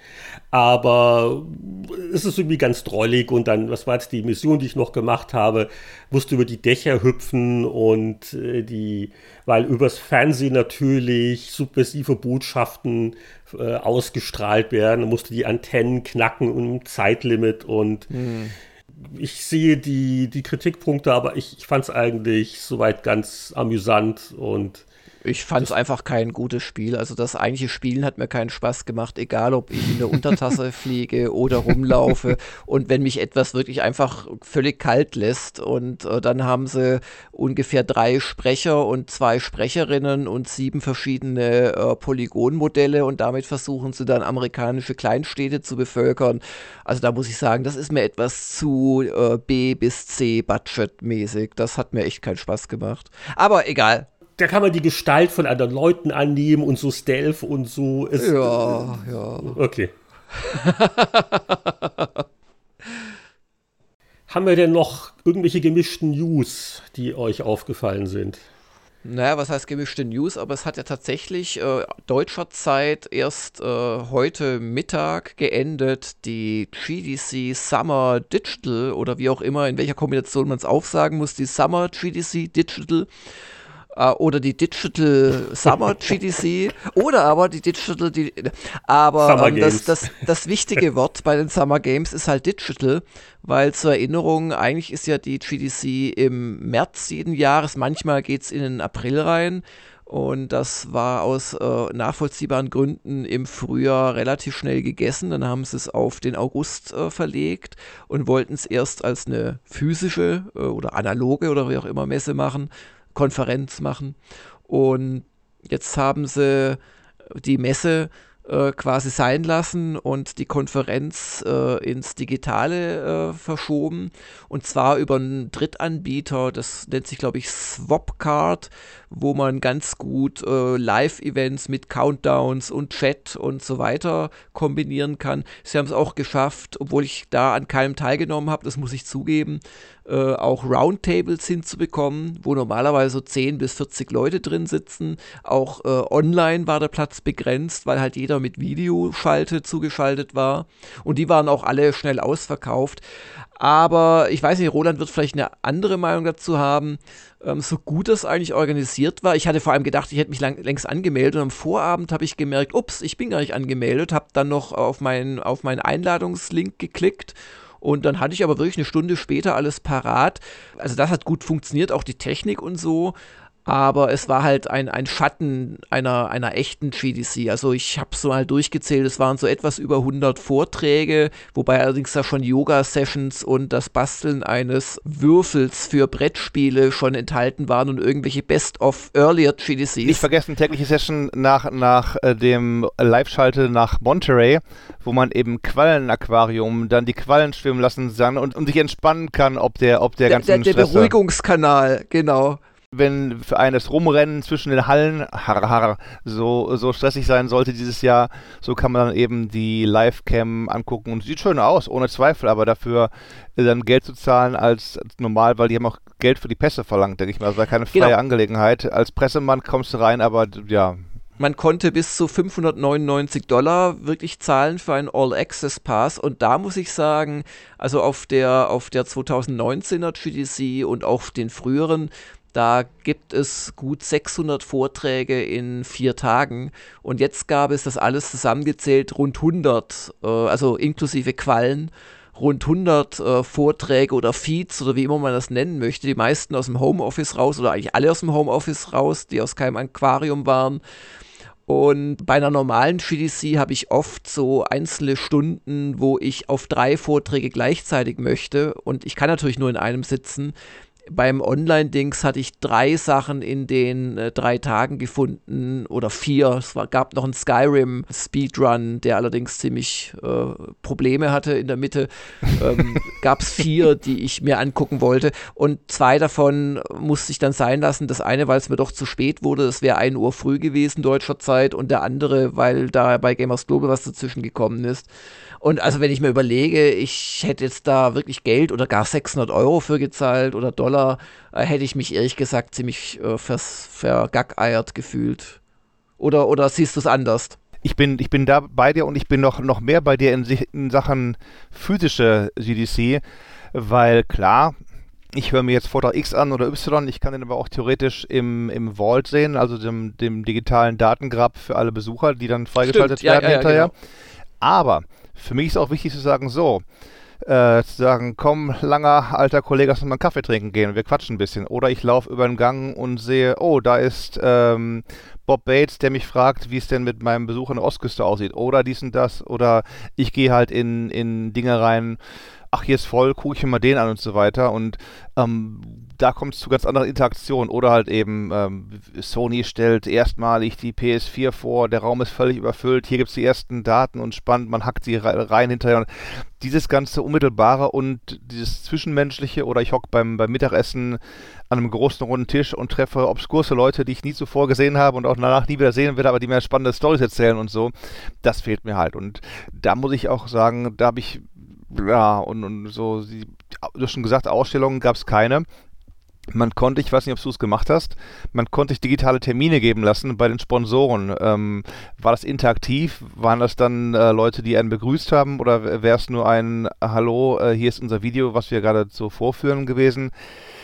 Speaker 2: aber es ist irgendwie ganz drollig. Und dann, was war jetzt die Mission, die ich noch gemacht habe, musste über die Dächer hüpfen und äh, die, weil übers Fernsehen natürlich subversive Botschaften äh, ausgestrahlt werden, musste die Antennen knacken um Zeitlimit und hm. Ich sehe die, die Kritikpunkte, aber ich, ich fand es eigentlich soweit ganz amüsant und
Speaker 3: ich fand es einfach kein gutes Spiel. Also das eigentliche Spielen hat mir keinen Spaß gemacht, egal ob ich in der Untertasse fliege oder rumlaufe. Und wenn mich etwas wirklich einfach völlig kalt lässt und äh, dann haben sie ungefähr drei Sprecher und zwei Sprecherinnen und sieben verschiedene äh, Polygonmodelle und damit versuchen sie dann amerikanische Kleinstädte zu bevölkern. Also da muss ich sagen, das ist mir etwas zu äh, B bis C Budget-mäßig. Das hat mir echt keinen Spaß gemacht. Aber egal.
Speaker 2: Da kann man die Gestalt von anderen Leuten annehmen und so Stealth und so. Es,
Speaker 3: ja, äh, ja.
Speaker 2: Okay. Haben wir denn noch irgendwelche gemischten News, die euch aufgefallen sind?
Speaker 3: Naja, was heißt gemischte News? Aber es hat ja tatsächlich äh, deutscher Zeit erst äh, heute Mittag geendet, die G D C Summer Digital oder wie auch immer, in welcher Kombination man es aufsagen muss, die Summer G D C Digital. Uh, oder die Digital Summer G D C oder aber die Digital, die, aber ähm, das, das, das wichtige Wort bei den Summer Games ist halt Digital, weil zur Erinnerung, eigentlich ist ja die G D C im März jeden Jahres, manchmal geht es in den April rein und das war aus äh, nachvollziehbaren Gründen im Frühjahr relativ schnell gegessen, dann haben sie es auf den August äh, verlegt und wollten es erst als eine physische äh, oder analoge oder wie auch immer Messe machen, Konferenz machen und jetzt haben sie die Messe äh, quasi sein lassen und die Konferenz äh, ins Digitale äh, verschoben und zwar über einen Drittanbieter, das nennt sich glaube ich Swapcard, wo man ganz gut äh, Live-Events mit Countdowns und Chat und so weiter kombinieren kann. Sie haben es auch geschafft, obwohl ich da an keinem teilgenommen habe, das muss ich zugeben, Äh, auch Roundtables hinzubekommen, wo normalerweise so zehn bis vierzig Leute drin sitzen. Auch äh, online war der Platz begrenzt, weil halt jeder mit Videoschalte zugeschaltet war. Und die waren auch alle schnell ausverkauft. Aber ich weiß nicht, Roland wird vielleicht eine andere Meinung dazu haben. Ähm, so gut das eigentlich organisiert war. Ich hatte vor allem gedacht, ich hätte mich lang, längst angemeldet. Und am Vorabend habe ich gemerkt, ups, ich bin gar nicht angemeldet. Habe dann noch auf, mein, auf meinen Einladungslink geklickt. Und dann hatte ich aber wirklich eine Stunde später alles parat. Also das hat gut funktioniert, auch die Technik und so. Aber es war halt ein, ein Schatten einer, einer echten G D C. Also ich habe so mal durchgezählt, es waren so etwas über hundert Vorträge, wobei allerdings da schon Yoga-Sessions und das Basteln eines Würfels für Brettspiele schon enthalten waren und irgendwelche Best-of-Earlier G D Cs.
Speaker 4: Nicht vergessen, tägliche Session nach, nach äh, dem Live-Schalte nach Monterey, wo man eben Quallenaquarium, dann die Quallen schwimmen lassen kann und, und sich entspannen kann, ob der, ob der, der ganzen
Speaker 3: Der, der, der Beruhigungskanal, genau.
Speaker 4: wenn für einen das Rumrennen zwischen den Hallen har, har, so, so stressig sein sollte dieses Jahr, so kann man dann eben die Livecam angucken und sieht schön aus, ohne Zweifel, aber dafür dann Geld zu zahlen als, als normal, weil die haben auch Geld für die Pässe verlangt, denke ich mal. Das war keine freie genau. Angelegenheit. Als Pressemann kommst du rein, aber ja...
Speaker 3: Man konnte bis zu fünfhundertneunundneunzig Dollar wirklich zahlen für einen All-Access-Pass und da muss ich sagen, also auf der, auf der zweitausendneunzehner G D C und auf den früheren, da gibt es gut sechshundert Vorträge in vier Tagen und jetzt gab es das alles zusammengezählt rund hundert, äh, also inklusive Quallen, rund hundert äh, Vorträge oder Feeds oder wie immer man das nennen möchte, die meisten aus dem Homeoffice raus oder eigentlich alle aus dem Homeoffice raus, die aus keinem Aquarium waren. Und bei einer normalen G D C habe ich oft so einzelne Stunden, wo ich auf drei Vorträge gleichzeitig möchte und ich kann natürlich nur in einem sitzen. Beim Online-Dings hatte ich drei Sachen in den äh, drei Tagen gefunden oder vier. Es war, gab noch einen Skyrim-Speedrun, der allerdings ziemlich äh, Probleme hatte in der Mitte. Ähm, gab es vier, die ich mir angucken wollte und zwei davon musste ich dann sein lassen. Das eine, weil es mir doch zu spät wurde, das wäre ein Uhr früh gewesen deutscher Zeit und der andere, weil da bei Gamers Global was dazwischen gekommen ist. Und also wenn ich mir überlege, ich hätte jetzt da wirklich Geld oder gar sechshundert Euro für gezahlt oder Dollar, äh, hätte ich mich ehrlich gesagt ziemlich äh, vers- vergackeiert gefühlt. Oder, oder siehst du es anders?
Speaker 4: Ich bin, ich bin da bei dir und ich bin noch, noch mehr bei dir in, in Sachen physische G D C, weil klar, ich höre mir jetzt Vortrag X an oder Y, ich kann den aber auch theoretisch im, im Vault sehen, also dem, dem digitalen Datengrab für alle Besucher, die dann freigeschaltet
Speaker 3: Stimmt,
Speaker 4: werden
Speaker 3: ja, ja,
Speaker 4: hinterher.
Speaker 3: Genau.
Speaker 4: Aber für mich ist auch wichtig zu sagen, so, äh, zu sagen, komm, langer alter Kollege, lass uns mal einen Kaffee trinken gehen und wir quatschen ein bisschen. Oder ich laufe über den Gang und sehe, oh, da ist ähm, Bob Bates, der mich fragt, wie es denn mit meinem Besuch an der Ostküste aussieht. Oder dies und das. Oder ich gehe halt in, in Dinge rein, ach, hier ist voll, gucke ich mir mal den an und so weiter. Und ähm, da kommt es zu ganz anderen Interaktionen. Oder halt eben, ähm, Sony stellt erstmalig die P S vier vor, der Raum ist völlig überfüllt, hier gibt es die ersten Daten und spannend, man hackt sie rein hinterher. Und dieses ganze Unmittelbare und dieses Zwischenmenschliche, oder ich hocke beim, beim Mittagessen an einem großen runden Tisch und treffe obskurse Leute, die ich nie zuvor gesehen habe und auch danach nie wieder sehen werde, aber die mir spannende Storys erzählen und so, das fehlt mir halt. Und da muss ich auch sagen, da habe ich, ja, und, und so, die, du hast schon gesagt, Ausstellungen gab es keine. Man konnte, ich weiß nicht, ob du es gemacht hast, man konnte sich digitale Termine geben lassen bei den Sponsoren. Ähm, war das interaktiv? Waren das dann äh, Leute, die einen begrüßt haben? Oder wäre es nur ein Hallo, äh, hier ist unser Video, was wir gerade so vorführen gewesen?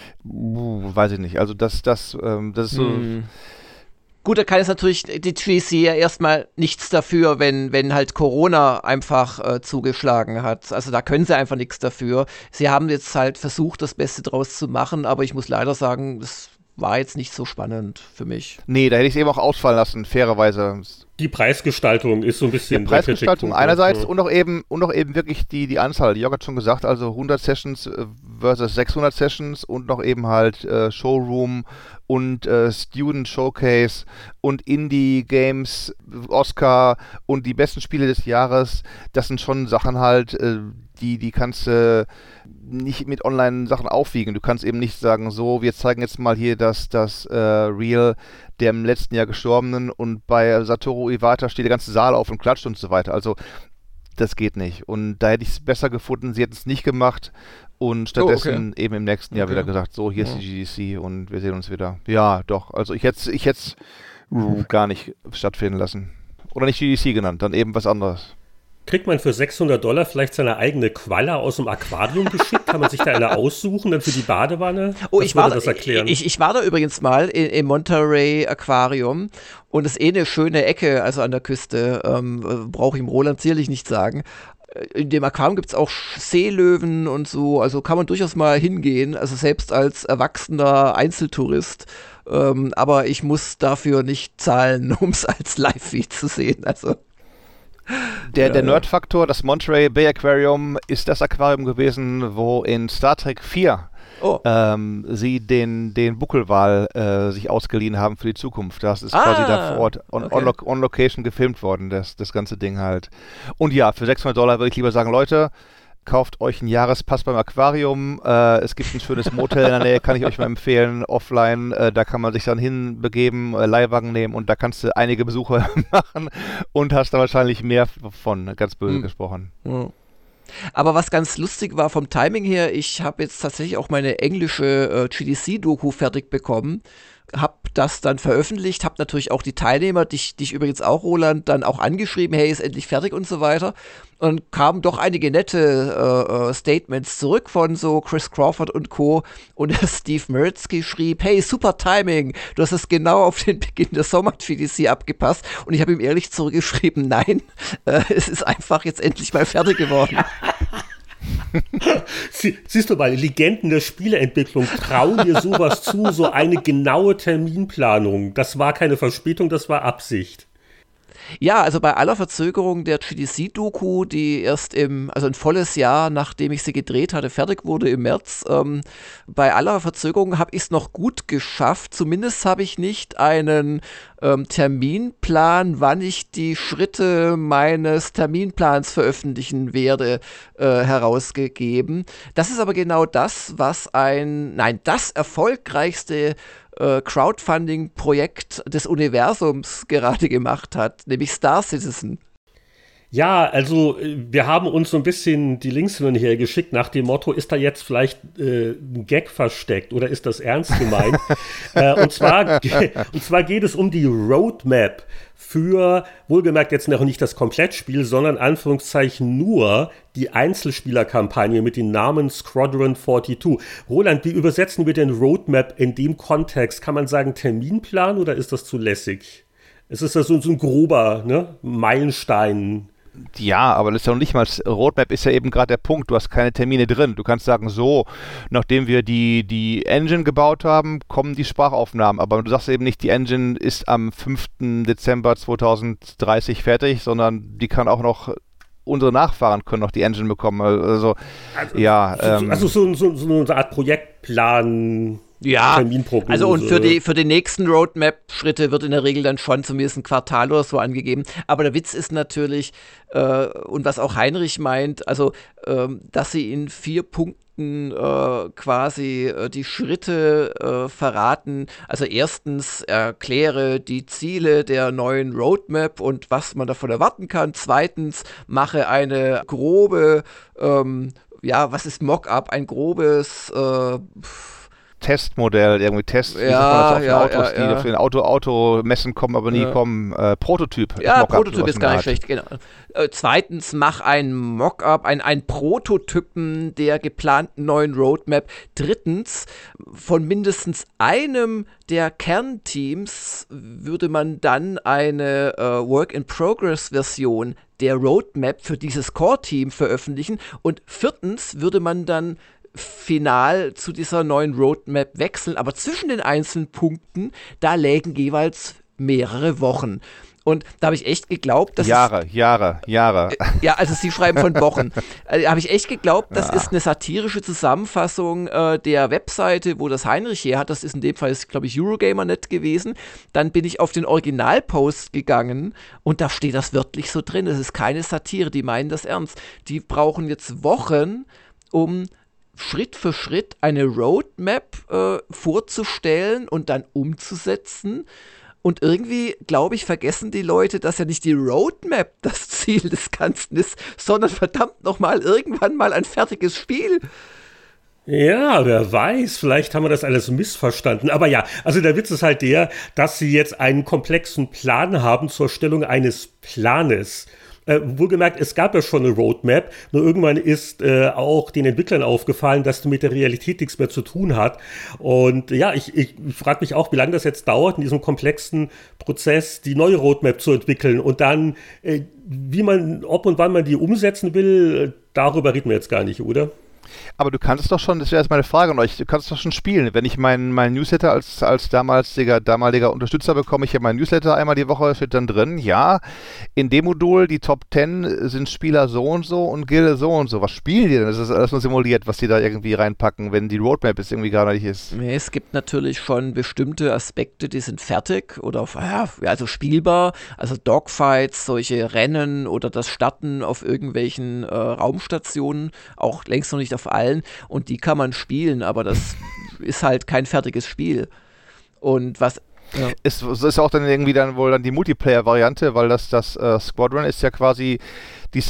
Speaker 4: Uh, weiß ich nicht. Also das, das, ähm, das ist so...
Speaker 3: Hm. Gut, da kann es natürlich die G D C ja erstmal nichts dafür, wenn, wenn halt Corona einfach äh, zugeschlagen hat. Also da können sie einfach nichts dafür. Sie haben jetzt halt versucht, das Beste draus zu machen, aber ich muss leider sagen, das war jetzt nicht so spannend für mich.
Speaker 4: Nee, da hätte ich es eben auch ausfallen lassen, fairerweise.
Speaker 2: Die Preisgestaltung ist so ein bisschen...
Speaker 4: Die Preisgestaltung einerseits und auch eben und auch eben wirklich die, die Anzahl. Jörg hat schon gesagt, also hundert Sessions versus sechshundert Sessions und noch eben halt äh, Showroom und äh, Student Showcase und Indie Games, Oscar und die besten Spiele des Jahres. Das sind schon Sachen halt, äh, die, die kannst du äh, nicht mit Online-Sachen aufwiegen. Du kannst eben nicht sagen, so, wir zeigen jetzt mal hier das, das äh, Reel der im letzten Jahr Gestorbenen und bei Satoru Iwata steht der ganze Saal auf und klatscht und so weiter. Also das geht nicht. Und da hätte ich es besser gefunden, sie hätten es nicht gemacht und stattdessen oh, okay. eben im nächsten Jahr okay. wieder gesagt, so, hier ja. ist die G D C und wir sehen uns wieder. Ja, doch. Also ich hätte es ich hätt's, uh, gar nicht stattfinden lassen. Oder nicht G D C genannt, dann eben was anderes.
Speaker 2: Kriegt man für sechshundert Dollar vielleicht seine eigene Qualle aus dem Aquarium geschickt? Kann man sich da eine aussuchen, dann für die Badewanne?
Speaker 3: Oh, ich war, das erklären? Ich, ich war da übrigens mal im, im Monterey Aquarium und es ist eh eine schöne Ecke, also an der Küste, ähm, brauche ich im Roland sicherlich nicht sagen. In dem Aquarium gibt es auch Seelöwen und so, also kann man durchaus mal hingehen, also selbst als erwachsener Einzeltourist. Ähm, aber ich muss dafür nicht zahlen, um es als Live-Feed zu sehen, also...
Speaker 4: Der,
Speaker 3: ja,
Speaker 4: der
Speaker 3: ja.
Speaker 4: Nerd-Faktor, das Monterey Bay Aquarium ist das Aquarium gewesen, wo in Star Trek vier oh. ähm, sie den, den Buckelwal äh, sich ausgeliehen haben für die Zukunft. Das ist ah, quasi da vor Ort on, okay. on, lo- on Location gefilmt worden, das, das ganze Ding halt. Und ja, für sechshundert Dollar würde ich lieber sagen, Leute, kauft euch einen Jahrespass beim Aquarium. Äh, es gibt ein schönes Motel in der Nähe, kann ich euch mal empfehlen, offline. Äh, da kann man sich dann hinbegeben, äh, Leihwagen nehmen und da kannst du einige Besuche machen und hast da wahrscheinlich mehr von, ganz böse mhm. gesprochen.
Speaker 3: Mhm. Aber was ganz lustig war vom Timing her, ich habe jetzt tatsächlich auch meine englische äh, G D C-Doku fertig bekommen, habe das dann veröffentlicht, habe natürlich auch die Teilnehmer, dich, dich übrigens auch, Roland, dann auch angeschrieben, hey, ist endlich fertig und so weiter. Und kamen doch einige nette äh, Statements zurück von so Chris Crawford und Co. Und der Steve Merzke schrieb, hey, super Timing, du hast es genau auf den Beginn der Sommer-G D C abgepasst. Und ich habe ihm ehrlich zurückgeschrieben, nein, äh, es ist einfach jetzt endlich mal fertig geworden.
Speaker 2: Sie, siehst du mal, Legenden der Spieleentwicklung trauen dir sowas zu, so eine genaue Terminplanung. Das war keine Verspätung, das war Absicht.
Speaker 3: Ja, also bei aller Verzögerung der G D C-Doku, die erst im, also ein volles Jahr, nachdem ich sie gedreht hatte, fertig wurde im März, ähm, bei aller Verzögerung habe ich es noch gut geschafft. Zumindest habe ich nicht einen ähm, Terminplan, wann ich die Schritte meines Terminplans veröffentlichen werde, äh, herausgegeben. Das ist aber genau das, was ein, nein, das erfolgreichste Crowdfunding-Projekt des Universums gerade gemacht hat, nämlich Star Citizen.
Speaker 2: Ja, also wir haben uns so ein bisschen die Links hin und her geschickt nach dem Motto, ist da jetzt vielleicht äh, ein Gag versteckt oder ist das ernst gemeint? äh, und, zwar, und zwar geht es um die Roadmap für, wohlgemerkt jetzt noch nicht das Komplettspiel, sondern Anführungszeichen nur die Einzelspielerkampagne mit dem Namen Squadron zweiundvierzig. Roland, wie übersetzen wir denn Roadmap in dem Kontext? Kann man sagen Terminplan oder ist das zu lässig? Es ist ja so, so ein grober, ne, Meilenstein.
Speaker 4: Ja, aber das ist ja noch nicht mal, Roadmap ist ja eben gerade der Punkt, du hast keine Termine drin. Du kannst sagen, so, nachdem wir die, die Engine gebaut haben, kommen die Sprachaufnahmen. Aber du sagst eben nicht, die Engine ist am fünften Dezember zweitausenddreißig fertig, sondern die kann auch noch, unsere Nachfahren können noch die Engine bekommen. Also, also ja.
Speaker 2: So, ähm, also so, so, so eine Art Projektplan.
Speaker 3: Ja, also und für die, für die nächsten Roadmap-Schritte wird in der Regel dann schon zumindest ein Quartal oder so angegeben. Aber der Witz ist natürlich, äh, und was auch Heinrich meint, also ähm, dass sie in vier Punkten äh, quasi äh, die Schritte äh, verraten. Also erstens erkläre die Ziele der neuen Roadmap und was man davon erwarten kann. Zweitens mache eine grobe, ähm, ja, was ist Mock-up? Ein grobes äh,
Speaker 4: Testmodell, irgendwie Test,
Speaker 3: wie ja,
Speaker 4: auf
Speaker 3: ja,
Speaker 4: Autos,
Speaker 3: ja,
Speaker 4: die
Speaker 3: ja.
Speaker 4: auf den Auto, Automessen kommen, aber nie
Speaker 3: ja.
Speaker 4: kommen. Äh, Prototyp.
Speaker 3: Ja, Prototyp ist gar nicht schlecht, genau. Äh, zweitens, mach ein Mockup, ein, ein Prototypen der geplanten neuen Roadmap. Drittens, von mindestens einem der Kernteams würde man dann eine äh, Work-in-Progress-Version der Roadmap für dieses Core-Team veröffentlichen. Und viertens würde man dann final zu dieser neuen Roadmap wechseln, aber zwischen den einzelnen Punkten, da lägen jeweils mehrere Wochen. Und da habe ich echt geglaubt, dass
Speaker 4: Jahre,
Speaker 3: es,
Speaker 4: Jahre, Jahre.
Speaker 3: Äh, ja, also sie schreiben von Wochen. äh, habe ich echt geglaubt, das ja. ist eine satirische Zusammenfassung äh, der Webseite, wo das Heinrich her hat. Das ist in dem Fall, glaube ich, Eurogamer Punkt net gewesen. Dann bin ich auf den Originalpost gegangen und da steht das wörtlich so drin. Das ist keine Satire, die meinen das ernst. Die brauchen jetzt Wochen, um Schritt für Schritt eine Roadmap äh, vorzustellen und dann umzusetzen. Und irgendwie, glaube ich, vergessen die Leute, dass ja nicht die Roadmap das Ziel des Ganzen ist, sondern verdammt nochmal irgendwann mal ein fertiges Spiel.
Speaker 2: Ja, wer weiß, vielleicht haben wir das alles missverstanden. Aber ja, also der Witz ist halt der, dass sie jetzt einen komplexen Plan haben zur Stellung eines Planes. Äh, wohlgemerkt, es gab ja schon eine Roadmap, nur irgendwann ist äh, auch den Entwicklern aufgefallen, dass die mit der Realität nichts mehr zu tun hat. Und ja, ich, ich frage mich auch, wie lange das jetzt dauert, in diesem komplexen Prozess die neue Roadmap zu entwickeln. Und dann, äh, wie man, ob und wann man die umsetzen will, darüber reden wir jetzt gar nicht, oder?
Speaker 4: Aber du kannst es doch schon, das wäre jetzt meine Frage an euch, du kannst es doch schon spielen. Wenn ich meinen mein Newsletter als, als damaliger, damaliger Unterstützer bekomme, ich habe meinen Newsletter einmal die Woche, steht dann drin, ja, in dem Modul, die Top zehn sind Spieler so und so und Gilde so und so. Was spielen die denn? Das ist alles nur simuliert, was die da irgendwie reinpacken, wenn die Roadmap jetzt irgendwie gar nicht ist.
Speaker 3: Nee, es gibt natürlich schon bestimmte Aspekte, die sind fertig oder ja, also spielbar, also Dogfights, solche Rennen oder das Starten auf irgendwelchen äh, Raumstationen, auch längst noch nicht auf allen, und die kann man spielen, aber das ist halt kein fertiges Spiel. Und was ja.
Speaker 4: Ist, ist auch dann irgendwie dann wohl dann die Multiplayer-Variante, weil das, das äh, Squadron ist ja quasi die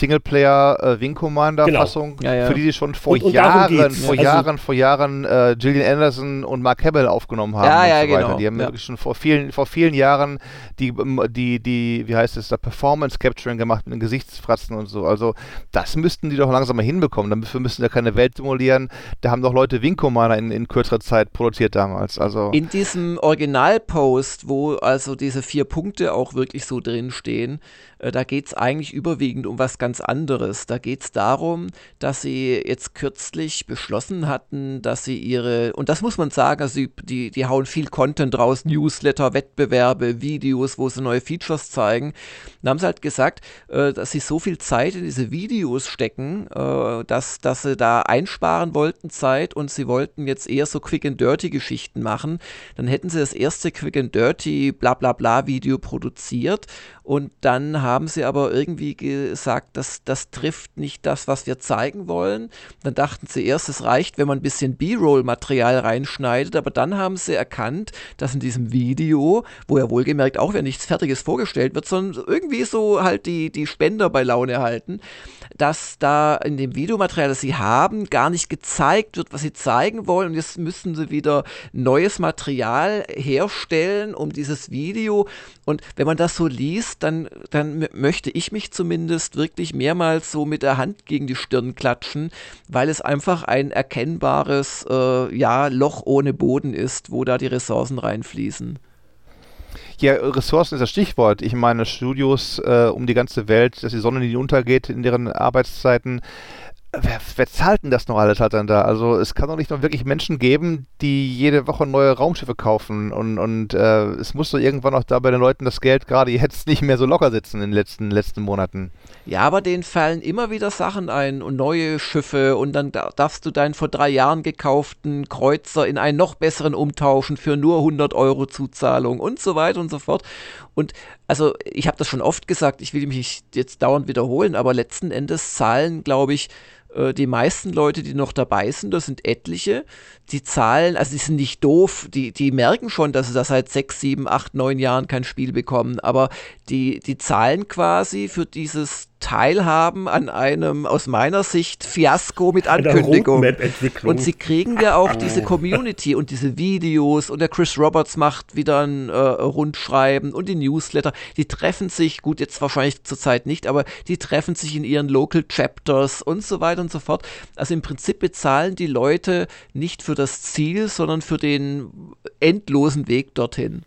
Speaker 4: Singleplayer-Wing-Commander-Fassung,
Speaker 2: genau.
Speaker 3: ja, ja.
Speaker 4: für die sie schon vor
Speaker 2: und, und
Speaker 4: Jahren, vor
Speaker 2: also,
Speaker 4: Jahren, vor Jahren äh, Gillian Anderson und Mark Hamill aufgenommen haben
Speaker 3: ja,
Speaker 4: und
Speaker 3: ja,
Speaker 4: so weiter.
Speaker 3: genau.
Speaker 4: Die haben
Speaker 3: ja.
Speaker 4: wirklich schon vor vielen, vor vielen Jahren die, die, die, wie heißt es, da Performance-Capturing gemacht mit den Gesichtsfratzen und so. Also das müssten die doch langsam mal hinbekommen. Dafür müssen wir keine Welt simulieren. Da haben doch Leute Wing-Commander in, in kürzerer Zeit produziert damals. Also
Speaker 3: in diesem Originalpost, wo also diese vier Punkte auch wirklich so drin stehen, äh, da geht es eigentlich überwiegend um was ganz anderes. Da geht es darum, dass sie jetzt kürzlich beschlossen hatten, dass sie ihre, und das muss man sagen, also die, die hauen viel Content raus, Newsletter, Wettbewerbe, Videos, wo sie neue Features zeigen. Dann haben sie halt gesagt, äh, dass sie so viel Zeit in diese Videos stecken, äh, dass, dass sie da einsparen wollten Zeit, und sie wollten jetzt eher so Quick-and-Dirty-Geschichten machen. Dann hätten sie das erste Quick-and-Dirty Bla-Bla-Bla-Video produziert, und dann haben sie aber irgendwie gesagt, dass das trifft nicht das, was wir zeigen wollen. Dann dachten sie erst, es reicht, wenn man ein bisschen B-Roll-Material reinschneidet, aber dann haben sie erkannt, dass in diesem Video, wo ja wohlgemerkt auch wieder nichts Fertiges vorgestellt wird, sondern irgendwie so halt die, die Spender bei Laune halten, dass da in dem Videomaterial, das sie haben, gar nicht gezeigt wird, was sie zeigen wollen, und jetzt müssen sie wieder neues Material herstellen, um dieses Video, und wenn man das so liest, dann, dann m- möchte ich mich zumindest wirklich mehrmals so mit der Hand gegen die Stirn klatschen, weil es einfach ein erkennbares äh, ja, Loch ohne Boden ist, wo da die Ressourcen reinfließen.
Speaker 4: Ja, Ressourcen ist das Stichwort. Ich meine, Studios äh, um die ganze Welt, dass die Sonne nie untergeht in deren Arbeitszeiten. Wer, wer zahlt denn das noch alles halt dann da? Also es kann doch nicht noch wirklich Menschen geben, die jede Woche neue Raumschiffe kaufen, und, und äh, es muss doch irgendwann auch da bei den Leuten das Geld gerade jetzt nicht mehr so locker sitzen in den letzten, letzten Monaten.
Speaker 3: Ja, aber denen fallen immer wieder Sachen ein und neue Schiffe, und dann da- darfst du deinen vor drei Jahren gekauften Kreuzer in einen noch besseren umtauschen für nur hundert Euro Zuzahlung und so weiter und so fort. Und also ich habe das schon oft gesagt, ich will mich nicht jetzt dauernd wiederholen, aber letzten Endes zahlen, glaube ich, äh, die meisten Leute, die noch dabei sind, das sind etliche, die zahlen, also die sind nicht doof, die, die merken schon, dass sie da seit sechs, sieben, acht, neun Jahren kein Spiel bekommen, aber die, die zahlen quasi für dieses Teilhaben an einem, aus meiner Sicht, Fiasko mit Ankündigung. Und sie kriegen ja auch diese Community und diese Videos, und der Chris Roberts macht wieder ein äh, Rundschreiben und die Newsletter, die treffen sich, gut, jetzt wahrscheinlich zurzeit nicht, aber die treffen sich in ihren Local Chapters und so weiter und so fort. Also im Prinzip bezahlen die Leute nicht für das Ziel, sondern für den endlosen Weg dorthin.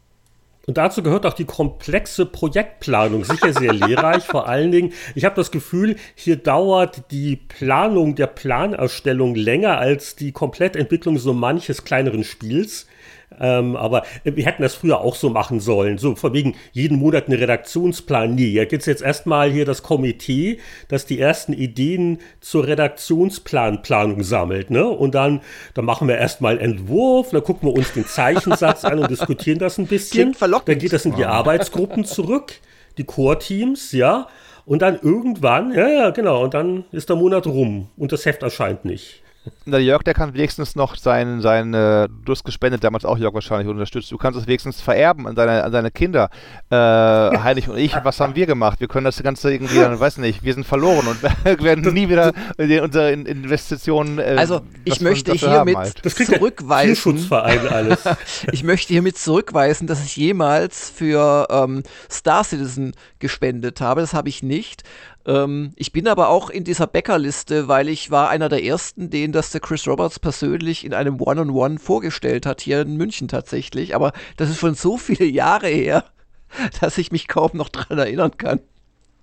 Speaker 2: Und dazu gehört auch die komplexe Projektplanung, sicher sehr lehrreich. Vor allen Dingen, ich habe das Gefühl, hier dauert die Planung der Planerstellung länger als die Komplettentwicklung so manches kleineren Spiels. Ähm, aber wir hätten das früher auch so machen sollen. So, von wegen jeden Monat einen Redaktionsplan. Nee, da gibt es jetzt erstmal hier das Komitee, das die ersten Ideen zur Redaktionsplanplanung sammelt. Ne? Und dann, dann machen wir erstmal einen Entwurf, dann gucken wir uns den Zeichensatz an und diskutieren das ein bisschen.
Speaker 3: Klingt verlockend.
Speaker 2: Dann geht das in die Arbeitsgruppen zurück, die Core-Teams, ja. Und dann irgendwann, ja, ja, genau, und dann ist der Monat rum und das Heft erscheint nicht.
Speaker 4: Na, Jörg, der kann wenigstens noch sein, sein äh, du hast gespendet, damals auch Jörg wahrscheinlich unterstützt, du kannst es wenigstens vererben an deine, an deine Kinder. Äh, Heinrich und ich, was haben wir gemacht? Wir können das Ganze irgendwie, dann, weiß nicht, wir sind verloren und werden nie wieder unsere Investitionen äh,
Speaker 3: Also ich möchte
Speaker 4: dafür
Speaker 3: hiermit
Speaker 4: haben halt.
Speaker 2: Das kriegt der
Speaker 3: zurückweisen,
Speaker 2: Tierschutzverein alles.
Speaker 3: ich möchte hiermit zurückweisen, dass ich jemals für ähm, Star Citizen gespendet habe. Das habe ich nicht. Ähm, ich bin aber auch in dieser Bäckerliste, weil ich war einer der ersten, denen das der Chris Roberts persönlich in einem One-on-One vorgestellt hat, hier in München tatsächlich. Aber das ist schon so viele Jahre her, dass ich mich kaum noch dran erinnern kann.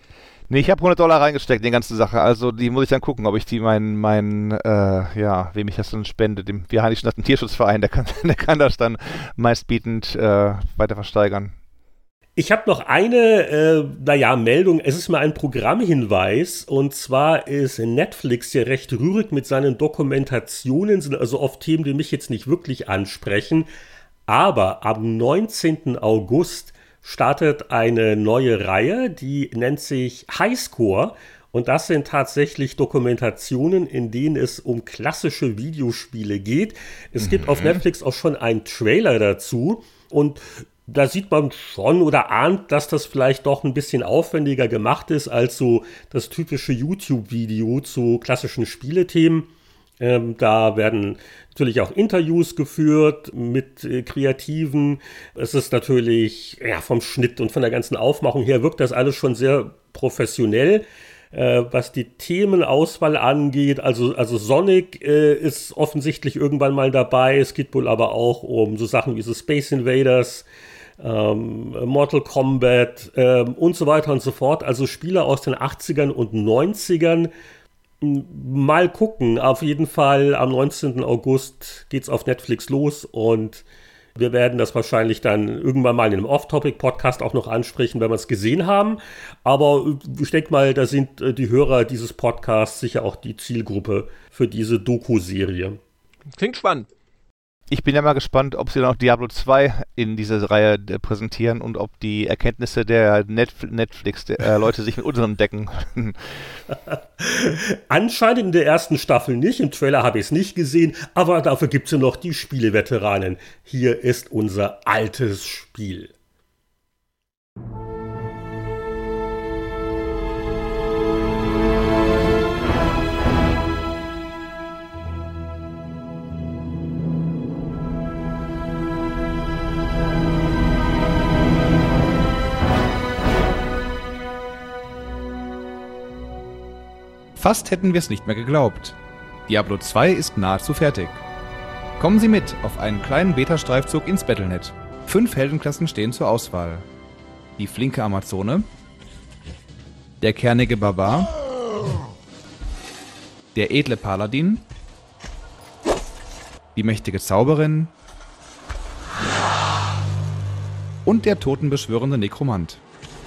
Speaker 4: Nee, ich habe hundert Dollar reingesteckt in die ganze Sache. Also die muss ich dann gucken, ob ich die meinen, mein, äh, ja, wem ich das dann spende, dem Vereinigten Staaten Tierschutzverein, der kann, der kann das dann meistbietend äh, weiter versteigern.
Speaker 2: Ich habe noch eine, äh, naja, Meldung. Es ist mal ein Programmhinweis. Und zwar ist Netflix ja recht rührig mit seinen Dokumentationen, sind also oft Themen, die mich jetzt nicht wirklich ansprechen. Aber am neunzehnten August startet eine neue Reihe, die nennt sich Highscore. Und das sind tatsächlich Dokumentationen, in denen es um klassische Videospiele geht. Es mhm. gibt auf Netflix auch schon einen Trailer dazu. Und da sieht man schon oder ahnt, dass das vielleicht doch ein bisschen aufwendiger gemacht ist als so das typische YouTube-Video zu klassischen Spielethemen. Ähm, da werden natürlich auch Interviews geführt mit äh, Kreativen. Es ist natürlich, ja, vom Schnitt und von der ganzen Aufmachung her wirkt das alles schon sehr professionell. Äh, was die Themenauswahl angeht, also, also Sonic äh, ist offensichtlich irgendwann mal dabei. Es geht wohl aber auch um so Sachen wie so Space Invaders, ähm, Mortal Kombat ähm, und so weiter und so fort. Also Spiele aus den achtzigern und neunzigern. Mal gucken, auf jeden Fall am neunzehnten August geht's auf Netflix los und wir werden das wahrscheinlich dann irgendwann mal in einem Off-Topic-Podcast auch noch ansprechen, wenn wir es gesehen haben. Aber ich denke mal, da sind die Hörer dieses Podcasts sicher auch die Zielgruppe für diese Doku-Serie.
Speaker 3: Klingt spannend.
Speaker 4: Ich bin ja mal gespannt, ob sie dann auch Diablo zwei in dieser Reihe äh, präsentieren und ob die Erkenntnisse der Netf- Netflix-Leute äh, sich mit unseren decken.
Speaker 2: Anscheinend in der ersten Staffel nicht. Im Trailer habe ich es nicht gesehen, aber dafür gibt es ja noch die Spieleveteranen. Hier ist unser altes Spiel.
Speaker 5: Fast hätten wir es nicht mehr geglaubt. Diablo zwei ist nahezu fertig. Kommen Sie mit auf einen kleinen Beta-Streifzug ins Battle Punkt net. Fünf Heldenklassen stehen zur Auswahl. Die flinke Amazone, der kernige Barbar, der edle Paladin, die mächtige Zauberin und der totenbeschwörende Nekromant.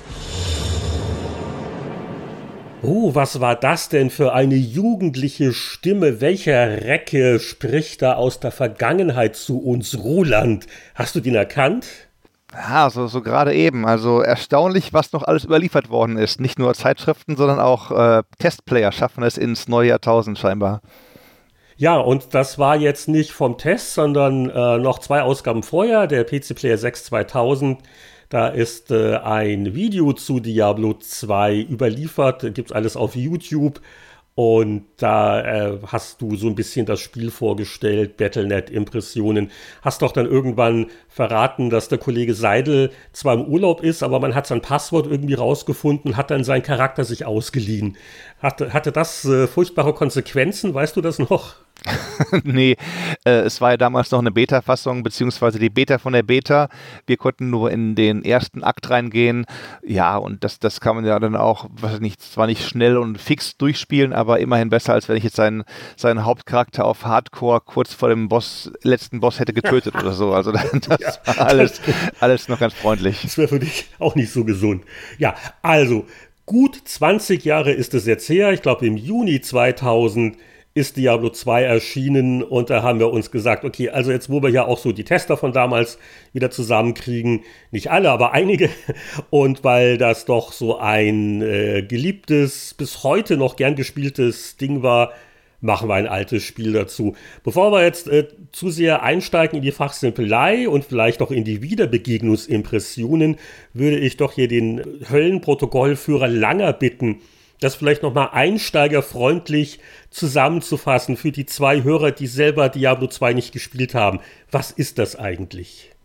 Speaker 2: Oh, was war das denn für eine jugendliche Stimme? Welcher Recke spricht da aus der Vergangenheit zu uns? Roland, hast du den erkannt?
Speaker 4: Ja, so, so gerade eben. Also erstaunlich, was noch alles überliefert worden ist. Nicht nur Zeitschriften, sondern auch äh, Testplayer schaffen es ins neue Jahrtausend scheinbar.
Speaker 2: Ja, und das war jetzt nicht vom Test, sondern äh, noch zwei Ausgaben vorher, der P C Player sechs zweitausend. Da ist äh, ein Video zu Diablo zwei überliefert, gibt's alles auf YouTube und da äh, hast du so ein bisschen das Spiel vorgestellt, Battle Punkt net, Impressionen. Hast doch dann irgendwann verraten, dass der Kollege Seidel zwar im Urlaub ist, aber man hat sein Passwort irgendwie rausgefunden, hat dann seinen Charakter sich ausgeliehen. Hatte, hatte das äh, furchtbare Konsequenzen, weißt du das noch?
Speaker 4: Nee, äh, es war ja damals noch eine Beta-Fassung, beziehungsweise die Beta von der Beta. Wir konnten nur in den ersten Akt reingehen. Ja, und das, das kann man ja dann auch, weiß nicht, zwar nicht schnell und fix durchspielen, aber immerhin besser, als wenn ich jetzt seinen, seinen Hauptcharakter auf Hardcore kurz vor dem Boss, letzten Boss hätte getötet oder so. Also das
Speaker 2: Ja,
Speaker 4: war alles, alles noch ganz freundlich.
Speaker 2: Das wäre für dich auch nicht so gesund. Ja, also gut zwanzig Jahre ist es jetzt her. Ich glaube, im Juni zweitausend ist Diablo zwei erschienen und da haben wir uns gesagt, okay, also jetzt, wo wir ja auch so die Tester von damals wieder zusammenkriegen, nicht alle, aber einige, und weil das doch so ein äh, geliebtes, bis heute noch gern gespieltes Ding war, machen wir ein altes Spiel dazu. Bevor wir jetzt äh, zu sehr einsteigen in die Fachsimpelei und vielleicht auch in die Wiederbegegnungsimpressionen, würde ich doch hier den Höllenprotokollführer Langer bitten, das vielleicht nochmal einsteigerfreundlich zusammenzufassen für die zwei Hörer, die selber Diablo zwei nicht gespielt haben. Was ist das eigentlich?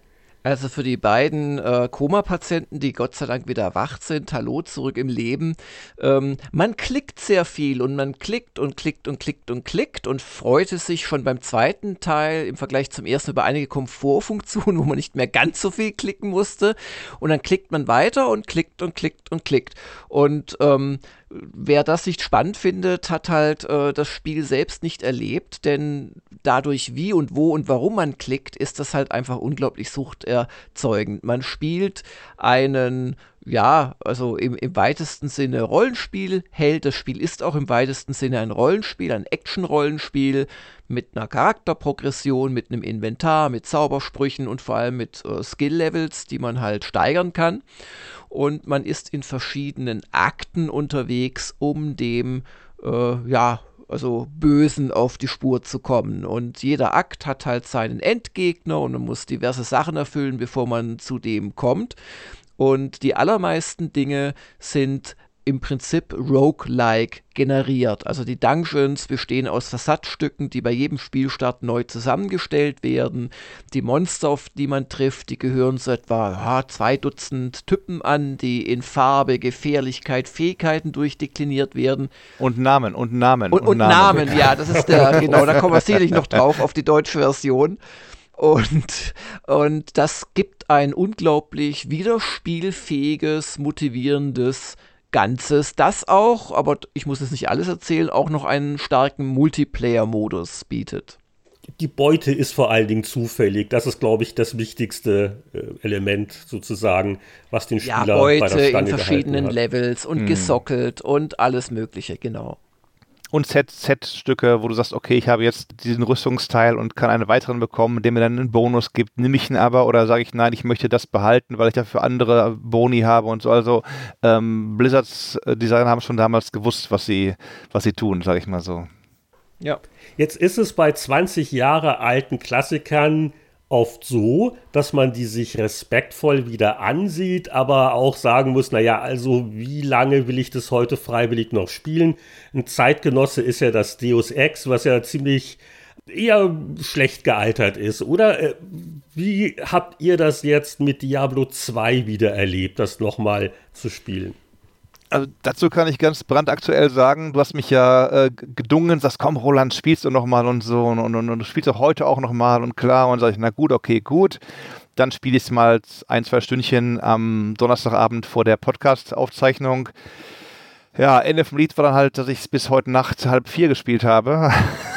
Speaker 3: Also für die beiden äh, Koma-Patienten, die Gott sei Dank wieder wach sind, hallo, zurück im Leben. Ähm, man klickt sehr viel und man klickt und klickt und klickt und klickt und freute sich schon beim zweiten Teil im Vergleich zum ersten über einige Komfortfunktionen, wo man nicht mehr ganz so viel klicken musste. Und dann klickt man weiter und klickt und klickt und klickt. Und ähm, wer das nicht spannend findet, hat halt äh, das Spiel selbst nicht erlebt, denn dadurch, wie und wo und warum man klickt, ist das halt einfach unglaublich suchterzeugend. Man spielt einen, ja, also im, im weitesten Sinne Rollenspielheld. Das Spiel ist auch im weitesten Sinne ein Rollenspiel, ein Action-Rollenspiel mit einer Charakterprogression, mit einem Inventar, mit Zaubersprüchen und vor allem mit äh, Skill-Levels, die man halt steigern kann. Und man ist in verschiedenen Akten unterwegs, um dem, äh, ja, also Bösen auf die Spur zu kommen. Und jeder Akt hat halt seinen Endgegner und man muss diverse Sachen erfüllen, bevor man zu dem kommt. Und die allermeisten Dinge sind im Prinzip roguelike generiert. Also die Dungeons bestehen aus Versatzstücken, die bei jedem Spielstart neu zusammengestellt werden. Die Monster, auf die man trifft, die gehören so etwa ja, zwei Dutzend Typen an, die in Farbe, Gefährlichkeit, Fähigkeiten durchdekliniert werden.
Speaker 4: Und Namen, und Namen.
Speaker 3: Und, und, und Namen. Namen, ja, das ist der, genau, da kommen wir sicherlich noch drauf, auf die deutsche Version. Und, und das gibt ein unglaublich wiederspielfähiges, motivierendes Ganzes, das auch, aber ich muss jetzt nicht alles erzählen, auch noch einen starken Multiplayer-Modus bietet.
Speaker 2: Die Beute ist vor allen Dingen zufällig. Das ist, glaube ich, das wichtigste äh, Element sozusagen, was den Spieler
Speaker 3: ja, Beute
Speaker 2: bei der Stange
Speaker 3: in verschiedenen
Speaker 2: hat.
Speaker 3: Levels und hm. gesockelt und alles Mögliche, genau.
Speaker 4: Und Set-Stücke, wo du sagst, okay, ich habe jetzt diesen Rüstungsteil und kann einen weiteren bekommen, der mir dann einen Bonus gibt. Nimm ich ihn aber oder sage ich, nein, ich möchte das behalten, weil ich dafür andere Boni habe und so. Also ähm, Blizzards Designer haben schon damals gewusst, was sie, was sie tun, sage ich mal so.
Speaker 2: Ja. Jetzt ist es bei zwanzig Jahre alten Klassikern oft so, dass man die sich respektvoll wieder ansieht, aber auch sagen muss, naja, also wie lange will ich das heute freiwillig noch spielen? Ein Zeitgenosse ist ja das Deus Ex, was ja ziemlich eher schlecht gealtert ist. Oder äh, wie habt ihr das jetzt mit Diablo zwei wieder erlebt, das nochmal zu spielen?
Speaker 4: Also dazu kann ich ganz brandaktuell sagen, du hast mich ja äh, gedungen, sagst, komm Roland, spielst du nochmal und so und, und, und, und du spielst auch heute auch nochmal und klar und sag ich, na gut, okay, gut. Dann spiele ich es mal ein, zwei Stündchen am Donnerstagabend vor der Podcast-Aufzeichnung. Ja, Ende vom Lied war dann halt, dass ich es bis heute Nacht halb vier gespielt habe.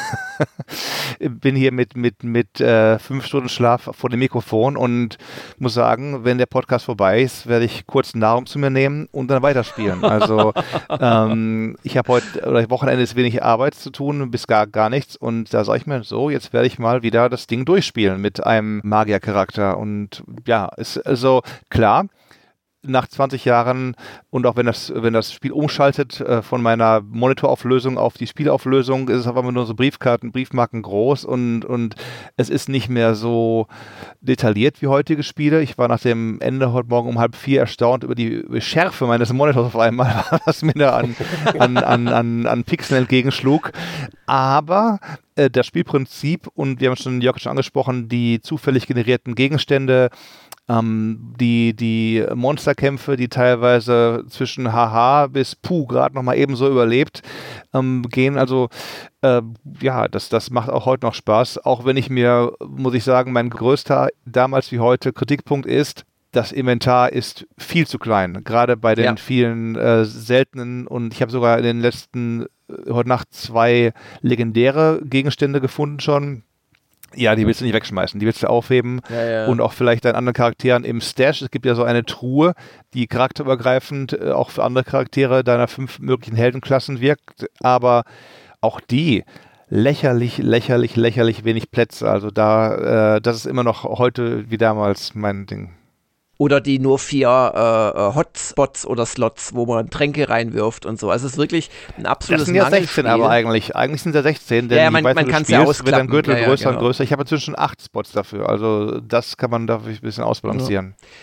Speaker 4: Bin hier mit, mit, mit äh, fünf Stunden Schlaf vor dem Mikrofon und muss sagen, wenn der Podcast vorbei ist, werde ich kurz Nahrung zu mir nehmen und dann weiterspielen. Also ähm, ich habe heute, oder Wochenende ist wenig Arbeit zu tun, bis gar, gar nichts und da sage ich mir so, jetzt werde ich mal wieder das Ding durchspielen mit einem Magiercharakter und ja, ist also klar, nach zwanzig Jahren und auch wenn das, wenn das Spiel umschaltet äh, von meiner Monitorauflösung auf die Spielauflösung, ist es auf einmal nur so Briefkarten, Briefmarken groß und, und es ist nicht mehr so detailliert wie heutige Spiele. Ich war nach dem Ende heute Morgen um halb vier erstaunt über die Schärfe meines Monitors auf einmal, was mir da an, an, an, an, an Pixeln entgegenschlug. Aber äh, das Spielprinzip und wir haben schon, Jörg schon angesprochen, die zufällig generierten Gegenstände, Ähm, die, die Monsterkämpfe, die teilweise zwischen Haha bis Puh gerade nochmal ebenso überlebt, ähm, gehen. Also äh, ja, das, das macht auch heute noch Spaß. Auch wenn ich mir, muss ich sagen, mein größter damals wie heute Kritikpunkt ist, das Inventar ist viel zu klein. Gerade bei den ja. vielen äh, seltenen und ich habe sogar in den letzten, äh, heute Nacht zwei legendäre Gegenstände gefunden schon. Ja, die willst du nicht wegschmeißen, die willst du aufheben ja, ja. und auch vielleicht deinen anderen Charakteren im Stash. Es gibt ja so eine Truhe, die charakterübergreifend äh, auch für andere Charaktere deiner fünf möglichen Heldenklassen wirkt, aber auch die lächerlich, lächerlich, lächerlich wenig Plätze. Also da, äh, das ist immer noch heute wie damals mein Ding.
Speaker 3: Oder die nur vier äh, Hotspots oder Slots, wo man Tränke reinwirft und so. Also es ist wirklich ein absolutes
Speaker 4: Mangelspiel. Das sind ja sechzehn aber eigentlich. Eigentlich sind es ja sechzehn, denn
Speaker 3: ja, man,
Speaker 4: je
Speaker 3: man kann es ja ausklappen.
Speaker 4: Wird dein Gürtel
Speaker 3: ja, ja,
Speaker 4: größer
Speaker 3: genau.
Speaker 4: und größer. Ich habe inzwischen Spots dafür. Also das kann man da ein bisschen ausbalancieren.
Speaker 3: Ja.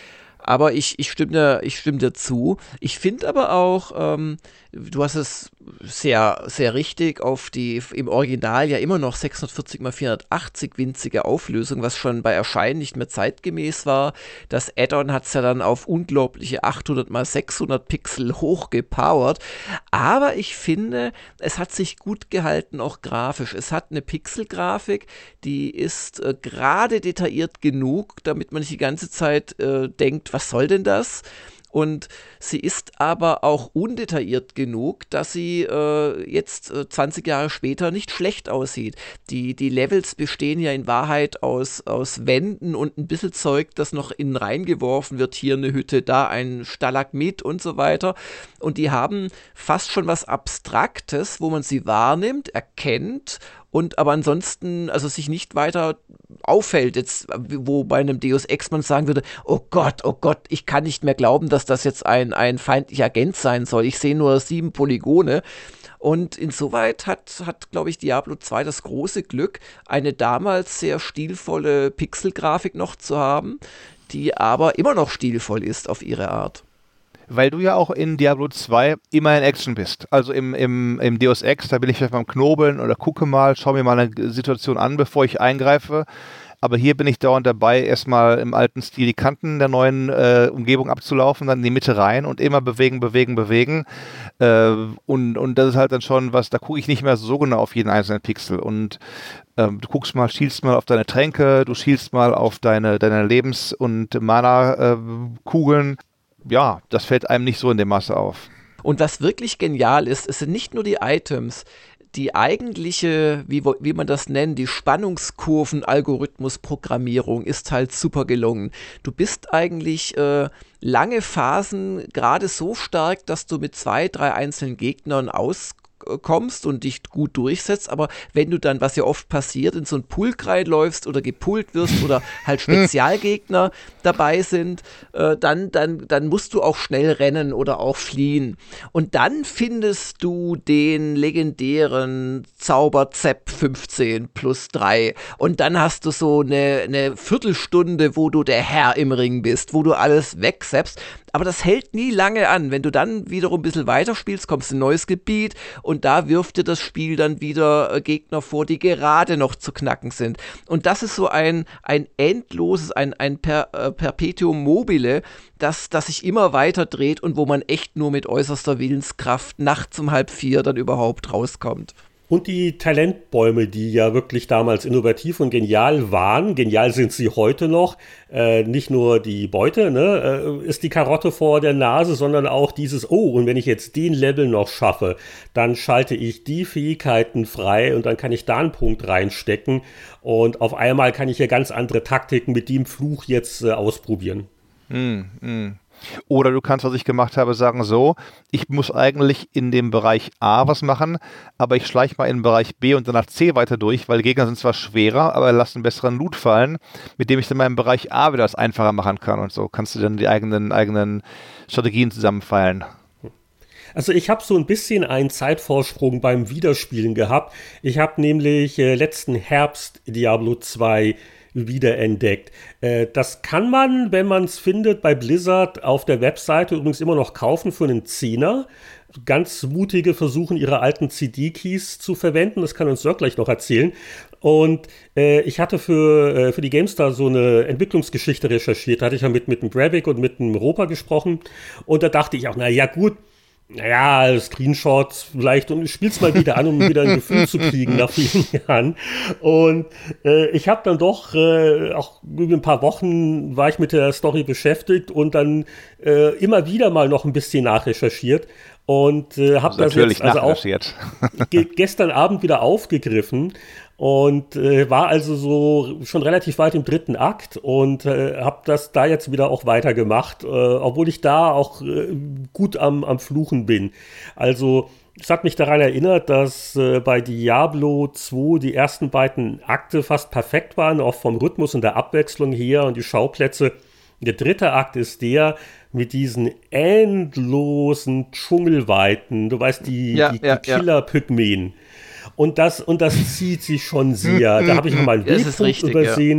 Speaker 3: Aber ich, ich stimme dir, ich stimme dir zu. Ich finde aber auch, ähm, du hast es sehr, sehr richtig auf die im Original ja immer noch sechshundertvierzig mal vierhundertachtzig winzige Auflösung, was schon bei Erscheinen nicht mehr zeitgemäß war. Das Add-on hat es ja dann auf unglaubliche achthundert mal sechshundert Pixel hochgepowert. Aber ich finde, es hat sich gut gehalten, auch grafisch. Es hat eine Pixelgrafik, die ist äh, gerade detailliert genug, damit man nicht die ganze Zeit äh, denkt, was soll denn das? Und sie ist aber auch undetailliert genug, dass sie äh, jetzt äh, zwanzig Jahre später nicht schlecht aussieht. Die, die Levels bestehen ja in Wahrheit aus, aus Wänden und ein bisschen Zeug, das noch innen reingeworfen wird. Hier eine Hütte, da ein Stalagmit und so weiter. Und die haben fast schon was Abstraktes, wo man sie wahrnimmt, erkennt und aber ansonsten, also sich nicht weiter auffällt, jetzt, wo bei einem Deus Ex man sagen würde, oh Gott, oh Gott, ich kann nicht mehr glauben, dass das jetzt ein, ein feindlicher Agent sein soll. Ich sehe nur sieben Polygone. Und insoweit hat, hat glaube ich, Diablo zwei das große Glück, eine damals sehr stilvolle Pixelgrafik noch zu haben, die aber immer noch stilvoll ist auf ihre Art.
Speaker 4: Weil du ja auch in Diablo zwei immer in Action bist. Also im, im, im Deus Ex, da bin ich vielleicht beim Knobeln oder gucke mal, schaue mir mal eine Situation an, bevor ich eingreife. Aber hier bin ich dauernd dabei, erstmal im alten Stil die Kanten der neuen äh, Umgebung abzulaufen, dann in die Mitte rein und immer bewegen, bewegen, bewegen. Äh, und, und das ist halt dann schon was, da gucke ich nicht mehr so genau auf jeden einzelnen Pixel. Und ähm, du guckst mal, schielst mal auf deine Tränke, du schielst mal auf deine, deine Lebens- und Mana-Kugeln. Ja, das fällt einem nicht so in dem Maße auf.
Speaker 3: Und was wirklich genial ist, es sind nicht nur die Items, die eigentliche, wie, wie man das nennt, die Spannungskurven-Algorithmus-Programmierung ist halt super gelungen. Du bist eigentlich äh, lange Phasen gerade so stark, dass du mit zwei, drei einzelnen Gegnern auskommst und dich gut durchsetzt, aber wenn du dann, was ja oft passiert, in so einen Pulk reinläufst oder gepullt wirst oder halt Spezialgegner dabei sind, äh, dann, dann, dann musst du auch schnell rennen oder auch fliehen. Und dann findest du den legendären Zauber-Zepp fünfzehn plus drei und dann hast du so eine, eine Viertelstunde, wo du der Herr im Ring bist, wo du alles wegseppst. Aber das hält nie lange an. Wenn du dann wiederum ein bisschen weiterspielst, kommst in ein neues Gebiet und da wirft dir das Spiel dann wieder äh, Gegner vor, die gerade noch zu knacken sind. Und das ist so ein, ein endloses, ein, ein per, äh, Perpetuum mobile, das, das sich immer weiter dreht und wo man echt nur mit äußerster Willenskraft nachts um halb vier dann überhaupt rauskommt.
Speaker 2: Und die Talentbäume, die ja wirklich damals innovativ und genial waren, genial sind sie heute noch, äh, nicht nur die Beute, ne, äh, ist die Karotte vor der Nase, sondern auch dieses, oh, und wenn ich jetzt den Level noch schaffe, dann schalte ich die Fähigkeiten frei und dann kann ich da einen Punkt reinstecken und auf einmal kann ich ja ganz andere Taktiken mit dem Fluch jetzt äh, ausprobieren.
Speaker 4: Mm, mm. Oder du kannst, was ich gemacht habe, sagen so, ich muss eigentlich in dem Bereich A was machen, aber ich schleiche mal in den Bereich B und danach C weiter durch, weil die Gegner sind zwar schwerer, aber lassen besseren Loot fallen, mit dem ich dann mal im Bereich A wieder das einfacher machen kann und so kannst du dann die eigenen, eigenen Strategien zusammenfeilen.
Speaker 2: Also ich habe so ein bisschen einen Zeitvorsprung beim Wiederspielen gehabt. Ich habe nämlich äh, letzten Herbst Diablo zwei wiederentdeckt. Äh, das kann man, wenn man es findet, bei Blizzard auf der Webseite übrigens immer noch kaufen für einen Zehner. Ganz mutige versuchen, ihre alten C D-Keys zu verwenden. Das kann uns Jörg gleich noch erzählen. Und äh, ich hatte für, äh, für die GameStar so eine Entwicklungsgeschichte recherchiert. Da hatte ich ja mit, mit dem Gravik und mit dem Roper gesprochen. Und da dachte ich auch, na ja gut, naja, Screenshots vielleicht und spiel's mal wieder an, um wieder ein Gefühl zu kriegen nach vielen Jahren. Und äh, ich habe dann doch, äh, auch über ein paar Wochen war ich mit der Story beschäftigt und dann äh, immer wieder mal noch ein bisschen nachrecherchiert und äh, habe das jetzt also auch ge- gestern Abend wieder aufgegriffen. Und äh, war also so schon relativ weit im dritten Akt und äh, habe das da jetzt wieder auch weitergemacht, äh, obwohl ich da auch äh, gut am, am Fluchen bin. Also es hat mich daran erinnert, dass äh, bei Diablo zwei die ersten beiden Akte fast perfekt waren, auch vom Rhythmus und der Abwechslung her und die Schauplätze. Der dritte Akt ist der mit diesen endlosen Dschungelweiten, du weißt, die,
Speaker 3: ja,
Speaker 2: die,
Speaker 3: ja,
Speaker 2: die Killer-Pygmäen. Ja. Und das, und das zieht sich schon sehr. Da habe ich mal einen Wegpunkt übersehen. Ja.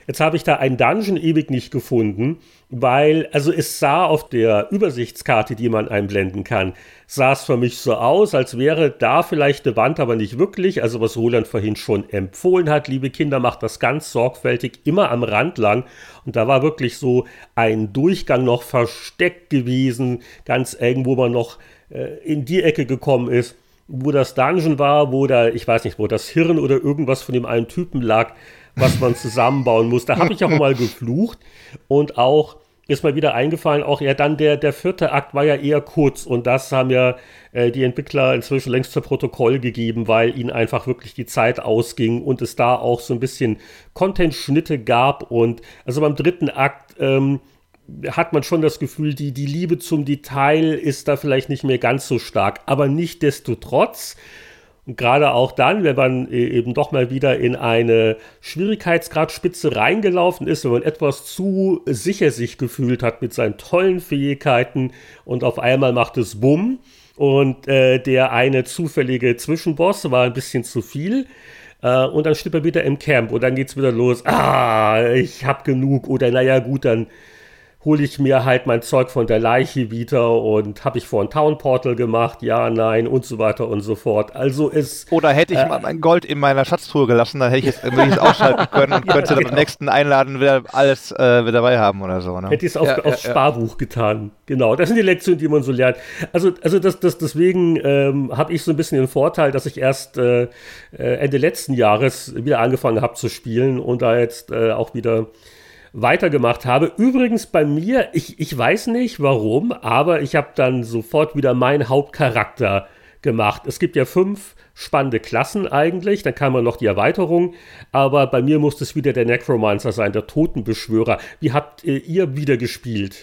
Speaker 2: Jetzt habe ich da einen Dungeon ewig nicht gefunden, weil, also es sah auf der Übersichtskarte, die man einblenden kann, sah es für mich so aus, als wäre da vielleicht eine Wand, aber nicht wirklich. Also was Roland vorhin schon empfohlen hat, liebe Kinder, macht das ganz sorgfältig immer am Rand lang. Und da war wirklich so ein Durchgang noch versteckt gewesen, ganz eng, wo man noch äh, in die Ecke gekommen ist, wo das Dungeon war, wo da, ich weiß nicht, wo das Hirn oder irgendwas von dem einen Typen lag, was man zusammenbauen muss. Da habe ich auch mal geflucht und auch ist mal wieder eingefallen, auch ja dann der, der vierte Akt war ja eher kurz und das haben ja äh, die Entwickler inzwischen längst zu Protokoll gegeben, weil ihnen einfach wirklich die Zeit ausging und es da auch so ein bisschen Content-Schnitte gab und also beim dritten Akt ähm, hat man schon das Gefühl, die, die Liebe zum Detail ist da vielleicht nicht mehr ganz so stark, aber nichtsdestotrotz. Und gerade auch dann, wenn man eben doch mal wieder in eine Schwierigkeitsgradspitze reingelaufen ist, wenn man etwas zu sicher sich gefühlt hat mit seinen tollen Fähigkeiten und auf einmal macht es Bumm und äh, der eine zufällige Zwischenboss war ein bisschen zu viel äh, und dann steht man wieder im Camp und dann geht's wieder los, ah, ich hab genug oder naja gut, dann hole ich mir halt mein Zeug von der Leiche wieder und habe ich vor ein Town Portal gemacht, ja, nein und so weiter und so fort. Also es
Speaker 4: Oder hätte ich äh, mal mein Gold in meiner Schatztruhe gelassen, dann hätte ich es, würde ich es ausschalten können und ja, könnte dann genau. beim nächsten Einladen wieder alles äh, wieder dabei haben oder so. Ne?
Speaker 2: Hätte ich es auf, ja, aufs ja, Sparbuch ja. getan. Genau, das sind die Lektionen, die man so lernt. Also, also das, das, deswegen ähm, habe ich so ein bisschen den Vorteil, dass ich erst äh, Ende letzten Jahres wieder angefangen habe zu spielen und da jetzt äh, auch wieder weitergemacht habe. Übrigens bei mir, ich, ich weiß nicht warum, aber ich habe dann sofort wieder meinen Hauptcharakter gemacht. Es gibt ja fünf spannende Klassen eigentlich, dann kann man noch die Erweiterung, aber bei mir muss es wieder der Necromancer sein, der Totenbeschwörer. Wie habt äh, ihr wieder gespielt?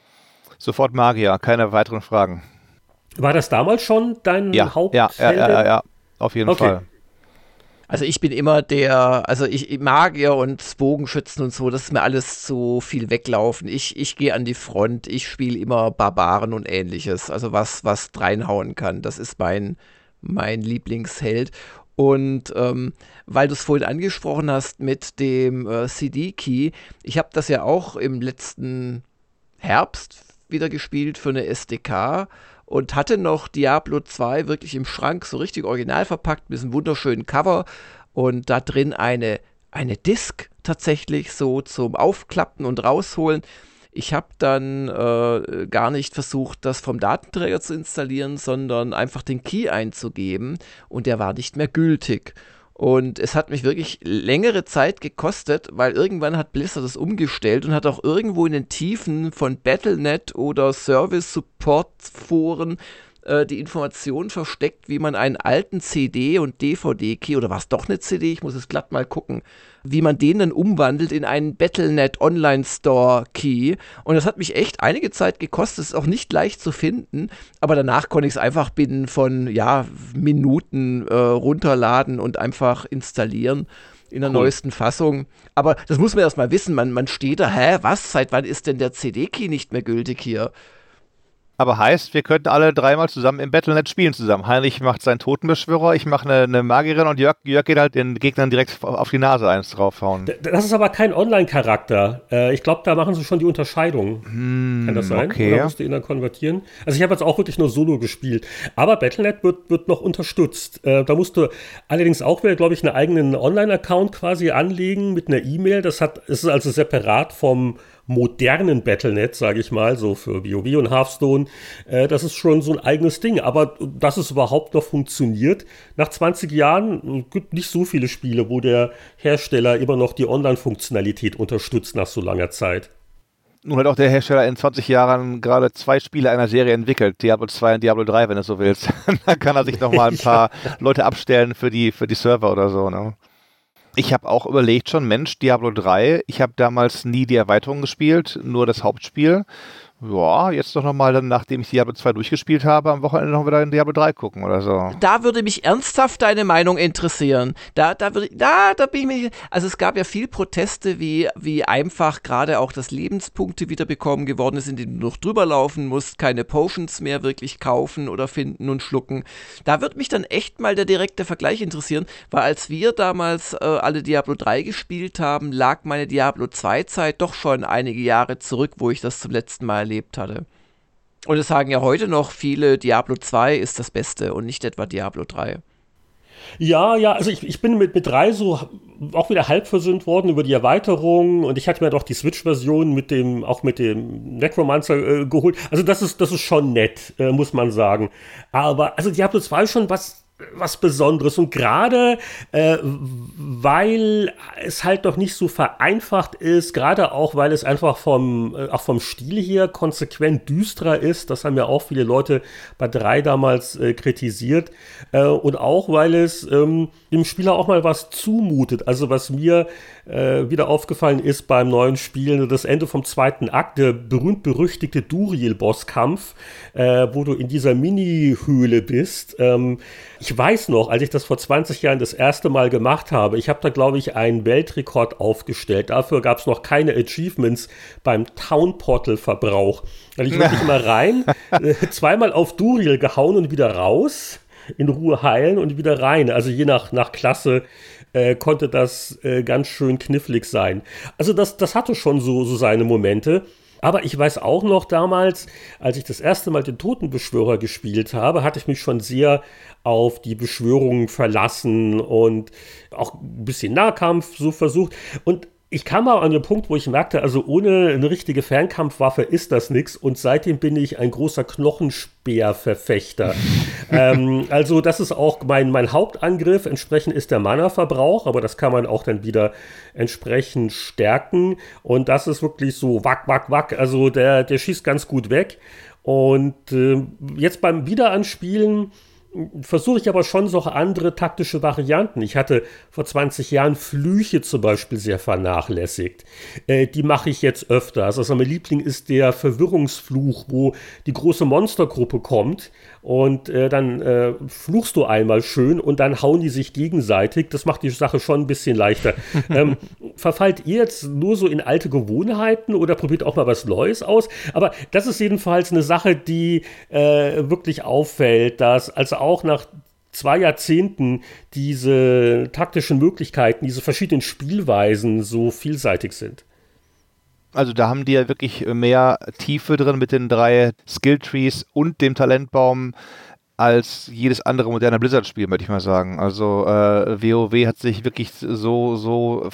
Speaker 4: Sofort Magier, keine weiteren Fragen.
Speaker 2: War das damals schon dein
Speaker 4: ja,
Speaker 2: Hauptheld?
Speaker 4: Ja, ja, ja, ja, auf jeden
Speaker 2: okay.
Speaker 4: Fall.
Speaker 3: Also ich bin immer der, also ich Magier und Bogenschützen und so, das ist mir alles zu viel weglaufen. Ich, ich gehe an die Front, ich spiele immer Barbaren und ähnliches, also was, was reinhauen kann. Das ist mein, mein Lieblingsheld. Und ähm, weil du es vorhin angesprochen hast mit dem äh, C D-Key, ich habe das ja auch im letzten Herbst wieder gespielt für eine S D K und hatte noch Diablo zwei wirklich im Schrank, so richtig original verpackt, mit einem wunderschönen Cover und da drin eine, eine Disc tatsächlich so zum Aufklappen und rausholen. Ich habe dann äh, gar nicht versucht, das vom Datenträger zu installieren, sondern einfach den Key einzugeben und der war nicht mehr gültig. Und es hat mich wirklich längere Zeit gekostet, weil irgendwann hat Blizzard das umgestellt und hat auch irgendwo in den Tiefen von Battle Punkt net oder Service-Support-Foren äh, die Information versteckt, wie man einen alten C D- und D V D-Key, oder war es doch eine C D, ich muss es glatt mal gucken, wie man den dann umwandelt in einen Battle Punkt net Online-Store-Key. Und das hat mich echt einige Zeit gekostet, es ist auch nicht leicht zu finden, aber danach konnte ich es einfach binnen von ja, Minuten äh, runterladen und einfach installieren in der cool. neuesten Fassung. Aber das muss man erst mal wissen, man, man steht da, hä, was, seit wann ist denn der C D-Key nicht mehr gültig hier?
Speaker 4: Aber heißt, wir könnten alle dreimal zusammen im Battle Punkt net spielen zusammen. Heinrich macht seinen Totenbeschwörer, ich mache eine, eine Magierin und Jörg, Jörg geht halt den Gegnern direkt auf die Nase eins draufhauen.
Speaker 2: Das ist aber kein Online-Charakter. Äh, ich glaube, da machen sie schon die Unterscheidung. Hm, Kann das sein?
Speaker 4: Okay.
Speaker 2: Oder musst du ihn dann konvertieren? Also ich habe jetzt auch wirklich nur Solo gespielt. Aber Battle Punkt net wird, wird noch unterstützt. Äh, da musst du allerdings auch wieder, glaube ich, einen eigenen Online-Account quasi anlegen mit einer E-Mail. Das hat, ist also separat vom modernen Battle Punkt net, sage ich mal, so für WoW und Hearthstone, äh, das ist schon so ein eigenes Ding. Aber dass es überhaupt noch funktioniert, nach zwanzig Jahren gibt nicht so viele Spiele, wo der Hersteller immer noch die Online-Funktionalität unterstützt nach so langer Zeit.
Speaker 4: Nun hat auch der Hersteller in zwanzig Jahren gerade zwei Spiele einer Serie entwickelt, Diablo zwei und Diablo drei, wenn du so willst. Da kann er sich noch mal ein paar Leute abstellen für die, für die Server oder so, ne? Ich habe auch überlegt schon, Mensch, Diablo drei, ich habe damals nie die Erweiterung gespielt, nur das Hauptspiel. Ja, jetzt doch nochmal, dann, nachdem ich Diablo zwei durchgespielt habe, am Wochenende noch wieder in Diablo drei gucken oder so.
Speaker 3: Da würde mich ernsthaft deine Meinung interessieren. Da, da würde da, da bin ich mir, also es gab ja viel Proteste, wie, wie einfach gerade auch das Lebenspunkte wiederbekommen geworden ist, indem du noch drüber laufen musst, keine Potions mehr wirklich kaufen oder finden und schlucken. Da würde mich dann echt mal der direkte Vergleich interessieren, weil als wir damals äh, alle Diablo drei gespielt haben, lag meine Diablo zwei Zeit doch schon einige Jahre zurück, wo ich das zum letzten Mal erlebt hatte. Und es sagen ja heute noch viele, Diablo zwei ist das Beste und nicht etwa Diablo drei.
Speaker 2: Ja, ja, also ich, ich bin mit, mit drei so auch wieder halb versöhnt worden über die Erweiterung und ich hatte mir doch die Switch-Version mit dem, auch mit dem Necromancer äh, geholt. Also das ist, das ist schon nett, äh, muss man sagen. Aber also Diablo zwei ist schon was was Besonderes und gerade äh, weil es halt noch nicht so vereinfacht ist, gerade auch weil es einfach vom äh, auch vom Stil her konsequent düsterer ist, das haben ja auch viele Leute bei drei damals äh, kritisiert äh, und auch weil es ähm, dem Spieler auch mal was zumutet, also was mir äh, wieder aufgefallen ist beim neuen Spiel, das Ende vom zweiten Akt, der berühmt-berüchtigte Duriel-Bosskampf, äh, wo du in dieser Mini-Höhle bist. Ähm, ich weiß noch, als ich das vor zwanzig Jahren das erste Mal gemacht habe, ich habe da, glaube ich, einen Weltrekord aufgestellt. Dafür gab es noch keine Achievements beim Town-Portal-Verbrauch. Da bin ich wirklich mal rein, äh, zweimal auf Duriel gehauen und wieder raus, in Ruhe heilen und wieder rein. Also je nach, nach Klasse äh, konnte das äh, ganz schön knifflig sein. Also das, das hatte schon so, so seine Momente. Aber ich weiß auch noch damals, als ich das erste Mal den Totenbeschwörer gespielt habe, hatte ich mich schon sehr auf die Beschwörungen verlassen und auch ein bisschen Nahkampf so versucht. Und ich kam mal an den Punkt, wo ich merkte, also ohne eine richtige Fernkampfwaffe ist das nichts. Und seitdem bin ich ein großer Knochenspeer-Verfechter. ähm, also das ist auch mein, mein Hauptangriff. Entsprechend ist der Mana-Verbrauch, aber das kann man auch dann wieder entsprechend stärken. Und das ist wirklich so wack, wack, wack. Also der, der schießt ganz gut weg. Und äh, jetzt beim Wiederanspielen versuche ich aber schon so andere taktische Varianten. Ich hatte vor zwanzig Jahren Flüche zum Beispiel sehr vernachlässigt. Äh, die mache ich jetzt öfter. Also mein Liebling ist der Verwirrungsfluch, wo die große Monstergruppe kommt und äh, dann äh, fluchst du einmal schön und dann hauen die sich gegenseitig. Das macht die Sache schon ein bisschen leichter. ähm, verfallt ihr jetzt nur so in alte Gewohnheiten oder probiert auch mal was Neues aus? Aber das ist jedenfalls eine Sache, die äh, wirklich auffällt, dass also auch nach zwei Jahrzehnten diese taktischen Möglichkeiten, diese verschiedenen Spielweisen so vielseitig sind.
Speaker 4: Also da haben die ja wirklich mehr Tiefe drin mit den drei Skilltrees und dem Talentbaum als jedes andere moderne Blizzard-Spiel, würde ich mal sagen. Also äh, WoW hat sich wirklich so, so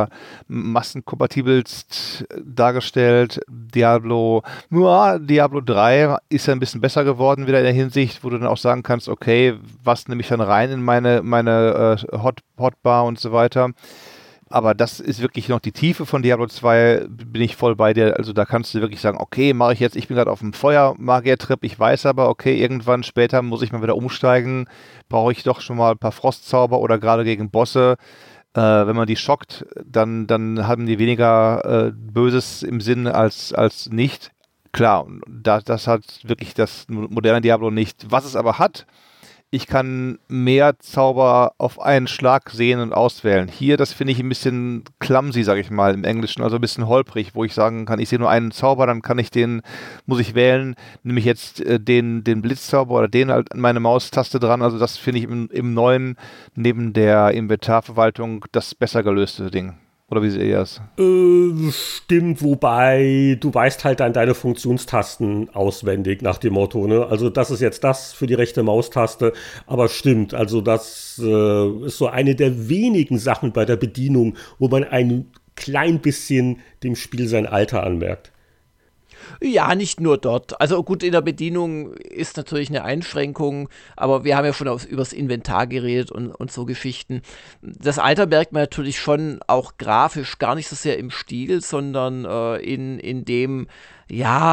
Speaker 4: vermassenkompatibelst dargestellt. Diablo, ja, Diablo drei ist ja ein bisschen besser geworden wieder in der Hinsicht, wo du dann auch sagen kannst, okay, was nehme ich dann rein in meine, meine äh, Hot, Hotbar und so weiter. Aber das ist wirklich noch die Tiefe von Diablo zwei, bin ich voll bei dir. Also da kannst du wirklich sagen, okay, mache ich jetzt, ich bin gerade auf dem Feuermagier-Trip, ich weiß aber, okay, irgendwann später muss ich mal wieder umsteigen, brauche ich doch schon mal ein paar Frostzauber oder gerade gegen Bosse. Äh, wenn man die schockt, dann, dann haben die weniger äh, Böses im Sinn als, als nicht. Klar, da, das hat wirklich das moderne Diablo nicht. Was es aber hat, ich kann mehr Zauber auf einen Schlag sehen und auswählen. Hier, das finde ich ein bisschen clumsy, sage ich mal, im Englischen, also ein bisschen holprig, wo ich sagen kann, ich sehe nur einen Zauber, dann kann ich den, muss ich wählen, nehme ich jetzt äh, den, den Blitzzauber oder den halt an meine Maustaste dran. Also das finde ich im, im Neuen, neben der Inventarverwaltung, das besser gelöste Ding. Oder wie seht ihr das?
Speaker 2: Äh, stimmt, wobei du weißt halt dann deine Funktionstasten auswendig nach dem Motto, ne? Also das ist jetzt das für die rechte Maustaste, aber stimmt, also das äh, ist so eine der wenigen Sachen bei der Bedienung, wo man ein klein bisschen dem Spiel sein Alter anmerkt.
Speaker 3: Ja, nicht nur dort. Also gut, in der Bedienung ist natürlich eine Einschränkung, aber wir haben ja schon aufs, übers Inventar geredet und, und so Geschichten. Das Alter merkt man natürlich schon auch grafisch, gar nicht so sehr im Stil, sondern äh, in, in dem, ja,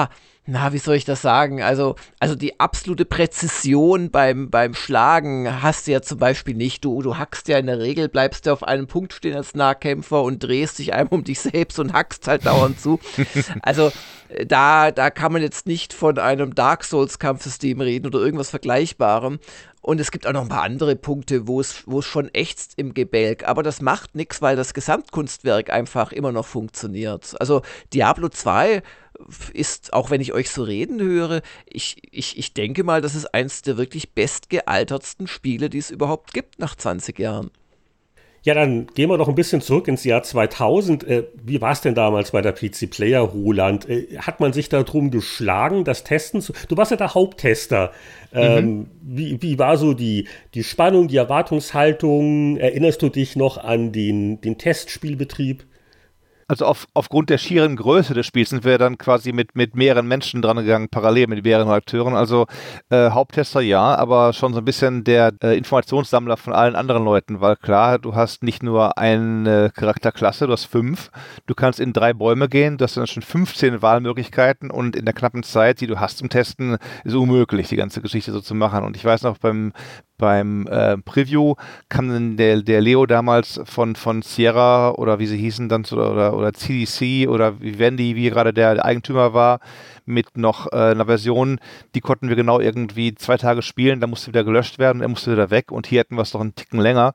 Speaker 3: Na, wie soll ich das sagen? Also, also die absolute Präzision beim, beim Schlagen hast du ja zum Beispiel nicht. Du, du hackst ja in der Regel, bleibst du auf einem Punkt stehen als Nahkämpfer und drehst dich einmal um dich selbst und hackst halt dauernd zu. Also da, da kann man jetzt nicht von einem Dark Souls-Kampfsystem reden oder irgendwas Vergleichbarem. Und es gibt auch noch ein paar andere Punkte, wo es, wo es schon ächzt im Gebälk. Aber das macht nichts, weil das Gesamtkunstwerk einfach immer noch funktioniert. Also Diablo zwei ist, auch wenn ich euch so reden höre, ich, ich, ich denke mal, das ist eins der wirklich bestgealtertsten Spiele, die es überhaupt gibt nach zwanzig Jahren.
Speaker 2: Ja, dann gehen wir doch ein bisschen zurück ins Jahr zweitausend. Äh, wie war es denn damals bei der P C Player, Roland? Äh, hat man sich darum geschlagen, das Testen zu... Du warst ja der Haupttester. Ähm, mhm. wie, wie war so die, die Spannung, die Erwartungshaltung? Erinnerst du dich noch an den, den Testspielbetrieb?
Speaker 4: Also auf, aufgrund der schieren Größe des Spiels sind wir dann quasi mit, mit mehreren Menschen dran gegangen, parallel mit mehreren Akteuren. Also äh, Haupttester ja, aber schon so ein bisschen der äh, Informationssammler von allen anderen Leuten, weil klar, du hast nicht nur eine Charakterklasse, du hast fünf. Du kannst in drei Bäume gehen, du hast dann schon fünfzehn Wahlmöglichkeiten und in der knappen Zeit, die du hast zum Testen, ist unmöglich, die ganze Geschichte so zu machen. Und ich weiß noch, beim Beim äh, Preview kam dann der, der Leo damals von, von Sierra oder wie sie hießen dann oder, oder C D C oder Vivendi, wie gerade der Eigentümer war, mit noch äh, einer Version, die konnten wir genau irgendwie zwei Tage spielen, dann musste wieder gelöscht werden, er musste wieder weg und hier hätten wir es doch einen Ticken länger.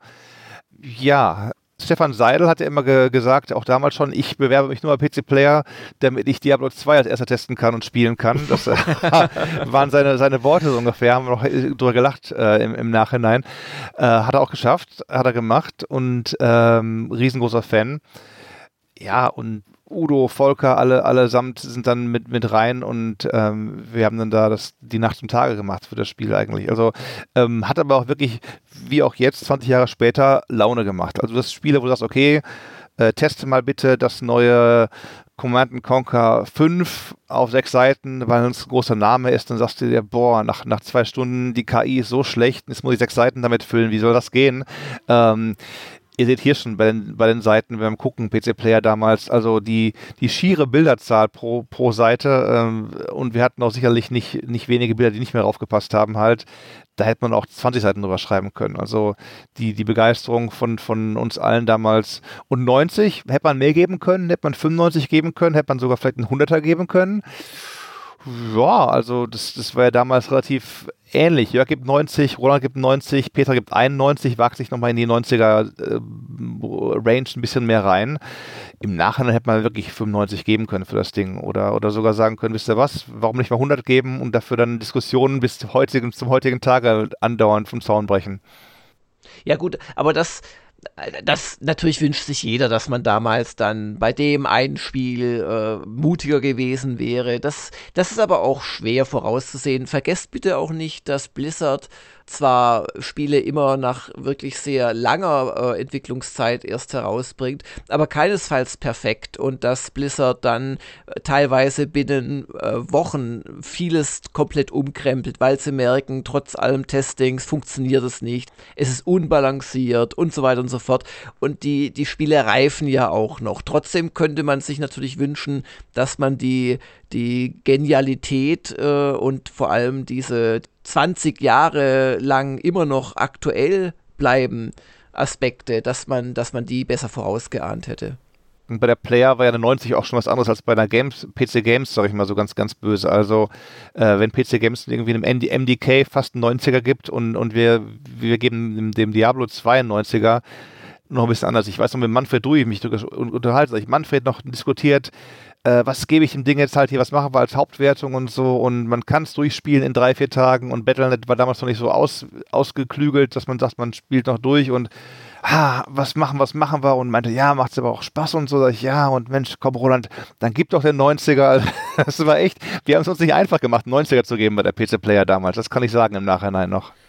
Speaker 4: Ja, Stefan Seidel hat ja immer ge- gesagt, auch damals schon, ich bewerbe mich nur bei P C Player, damit ich Diablo zwei als erster testen kann und spielen kann. Das äh, waren seine, seine Worte so ungefähr, haben wir noch drüber gelacht äh, im, im Nachhinein. Äh, hat er auch geschafft, hat er gemacht und ähm, riesengroßer Fan. Ja, und Udo, Volker, alle allesamt sind dann mit, mit rein und ähm, wir haben dann da das, die Nacht zum Tage gemacht für das Spiel eigentlich. Also ähm, hat aber auch wirklich, wie auch jetzt, zwanzig Jahre später, Laune gemacht. Also das Spiel, wo du sagst, okay, äh, teste mal bitte das neue Command and Conquer fünf auf sechs Seiten, weil es ein großer Name ist, dann sagst du dir, boah, nach, nach zwei Stunden, die K I ist so schlecht, jetzt muss ich sechs Seiten damit füllen, wie soll das gehen? Ähm, Ihr seht hier schon bei den, bei den Seiten, wenn wir gucken, P C Player damals, also die, die schiere Bilderzahl pro, pro Seite ähm, und wir hatten auch sicherlich nicht, nicht wenige Bilder, die nicht mehr draufgepasst haben halt. Da hätte man auch zwanzig Seiten drüber schreiben können. Also die, die Begeisterung von, von uns allen damals. Und neunzig hätte man mehr geben können, hätte man fünfundneunzig geben können, hätte man sogar vielleicht einen Hunderter geben können. Ja, also das, das war ja damals relativ ähnlich. Jörg gibt neunzig, Roland gibt neunzig, Peter gibt einundneunzig, wagt sich nochmal in die neunziger-Range äh, ein bisschen mehr rein. Im Nachhinein hätte man wirklich fünfundneunzig geben können für das Ding. Oder, oder sogar sagen können, wisst ihr was, warum nicht mal hundert geben und dafür dann Diskussionen bis zum heutigen, zum heutigen Tage andauernd vom Zaun brechen.
Speaker 3: Ja gut, aber das... Das natürlich wünscht sich jeder, dass man damals dann bei dem einen Spiel äh, mutiger gewesen wäre. Das, das ist aber auch schwer vorauszusehen. Vergesst bitte auch nicht, dass Blizzard zwar Spiele immer nach wirklich sehr langer äh, Entwicklungszeit erst herausbringt, aber keinesfalls perfekt und dass Blizzard dann äh, teilweise binnen äh, Wochen vieles komplett umkrempelt, weil sie merken, trotz allem Testings funktioniert es nicht, es ist unbalanciert und so weiter und so fort und die, die Spiele reifen ja auch noch. Trotzdem könnte man sich natürlich wünschen, dass man die, die Genialität äh, und vor allem diese zwanzig Jahre lang immer noch aktuell bleiben Aspekte, dass man, dass man die besser vorausgeahnt hätte.
Speaker 4: Und bei der Player war ja eine neunzig auch schon was anderes als bei einer Games, P C Games, sag ich mal so ganz, ganz böse. Also äh, wenn P C Games irgendwie einem M D K fast einen neunziger gibt und, und wir, wir geben dem, dem Diablo zwei einen neunziger, noch ein bisschen anders. Ich weiß noch, mit Manfred Dui mich unterhalten, ich Manfred noch diskutiert, äh, was gebe ich dem Ding jetzt halt hier, was machen wir als Hauptwertung und so und man kann es durchspielen in drei, vier Tagen und Battle Punkt net war damals noch nicht so aus, ausgeklügelt, dass man sagt, man spielt noch durch und ah, was machen, was machen wir und meinte, ja, macht's aber auch Spaß und so, sag ich, ja und Mensch, komm Roland, dann gib doch den neunziger, das war echt, wir haben es uns nicht einfach gemacht, neunziger zu geben bei der P C Player damals, das kann ich sagen im Nachhinein noch.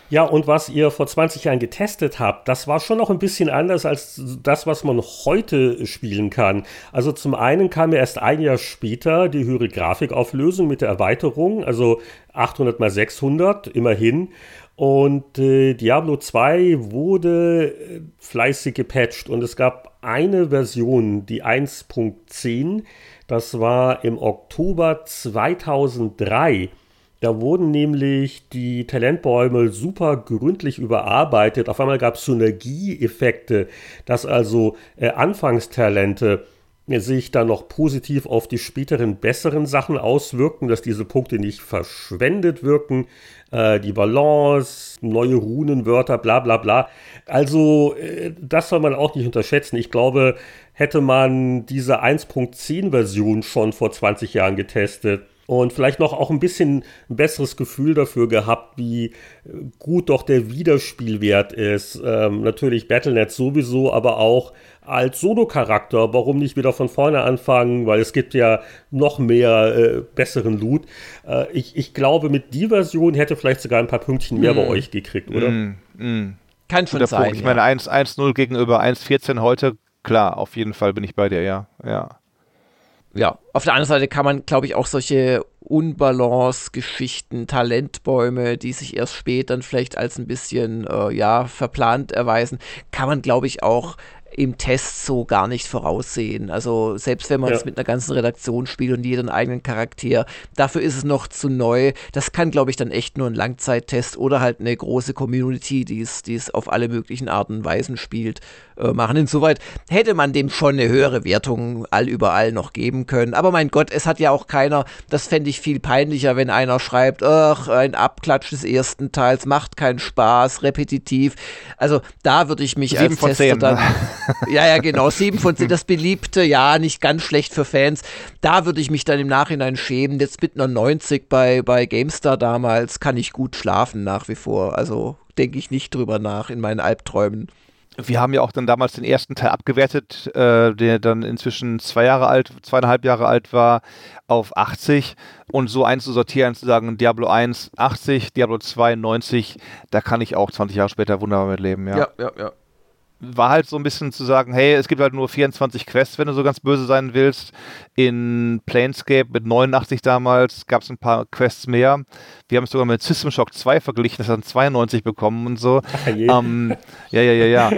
Speaker 2: Ja, und was ihr vor zwanzig Jahren getestet habt, das war schon noch ein bisschen anders als das, was man heute spielen kann. Also zum einen kam ja erst ein Jahr später die höhere Grafikauflösung mit der Erweiterung, also achthundert mal sechshundert, immerhin. Und äh, Diablo zwei wurde äh, fleißig gepatcht und es gab eine Version, die eins Punkt zehn, das war im Oktober zweitausenddrei. Da wurden nämlich die Talentbäume super gründlich überarbeitet. Auf einmal gab es Synergieeffekte, dass also äh, Anfangstalente äh, sich dann noch positiv auf die späteren besseren Sachen auswirken, dass diese Punkte nicht verschwendet wirken. Äh, die Balance, neue Runenwörter, bla bla bla. Also äh, das soll man auch nicht unterschätzen. Ich glaube, hätte man diese eins Punkt zehn Version schon vor zwanzig Jahren getestet, und vielleicht noch auch ein bisschen ein besseres Gefühl dafür gehabt, wie gut doch der Wiederspielwert ist. Ähm, natürlich Battle Punkt net sowieso, aber auch als Solo-Charakter. Warum nicht wieder von vorne anfangen? Weil es gibt ja noch mehr äh, besseren Loot. Äh, ich, ich glaube, mit die Version hätte vielleicht sogar ein paar Pünktchen mehr mm. bei euch gekriegt, oder?
Speaker 4: Mm, mm.
Speaker 3: Kann schon sein,
Speaker 4: Punkt. Ich meine, eins null gegenüber eins vierzehn heute, klar, auf jeden Fall bin ich bei dir, ja. ja.
Speaker 3: Ja, auf der anderen Seite kann man, glaube ich, auch solche Unbalance-Geschichten, Talentbäume, die sich erst später dann vielleicht als ein bisschen, äh, ja, verplant erweisen, kann man, glaube ich, auch im Test so gar nicht voraussehen. Also selbst wenn man es ja. mit einer ganzen Redaktion spielt und jeder einen eigenen Charakter, dafür ist es noch zu neu. Das kann, glaube ich, dann echt nur ein Langzeittest oder halt eine große Community, die es auf alle möglichen Arten und Weisen spielt, äh, machen. Insoweit hätte man dem schon eine höhere Wertung allüberall noch geben können. Aber mein Gott, es hat ja auch keiner, das fände ich viel peinlicher, wenn einer schreibt, ach, ein Abklatsch des ersten Teils, macht keinen Spaß, repetitiv. Also da würde ich mich als Tester dann... Ja, ja, genau, sieben von zehn, das beliebte, ja, nicht ganz schlecht für Fans. Da würde ich mich dann im Nachhinein schämen. Jetzt mit einer neunzig bei, bei GameStar damals kann ich gut schlafen nach wie vor. Also denke ich nicht drüber nach in meinen Albträumen.
Speaker 4: Wir haben ja auch dann damals den ersten Teil abgewertet, äh, der dann inzwischen zwei Jahre alt, zweieinhalb Jahre alt war, auf achtzig. Und so einzusortieren, zu sagen, Diablo eins achtzig, Diablo zwei neunzig, da kann ich auch zwanzig Jahre später wunderbar mit leben, ja.
Speaker 3: Ja, ja, ja.
Speaker 4: War halt so ein bisschen zu sagen, hey, es gibt halt nur vierundzwanzig Quests, wenn du so ganz böse sein willst. In Planescape mit neunundachtzig damals gab es ein paar Quests mehr. Wir haben es sogar mit System Shock zwei verglichen, das hat zweiundneunzig bekommen und so.
Speaker 2: Ach, je.
Speaker 4: Ähm, ja, ja, ja, ja.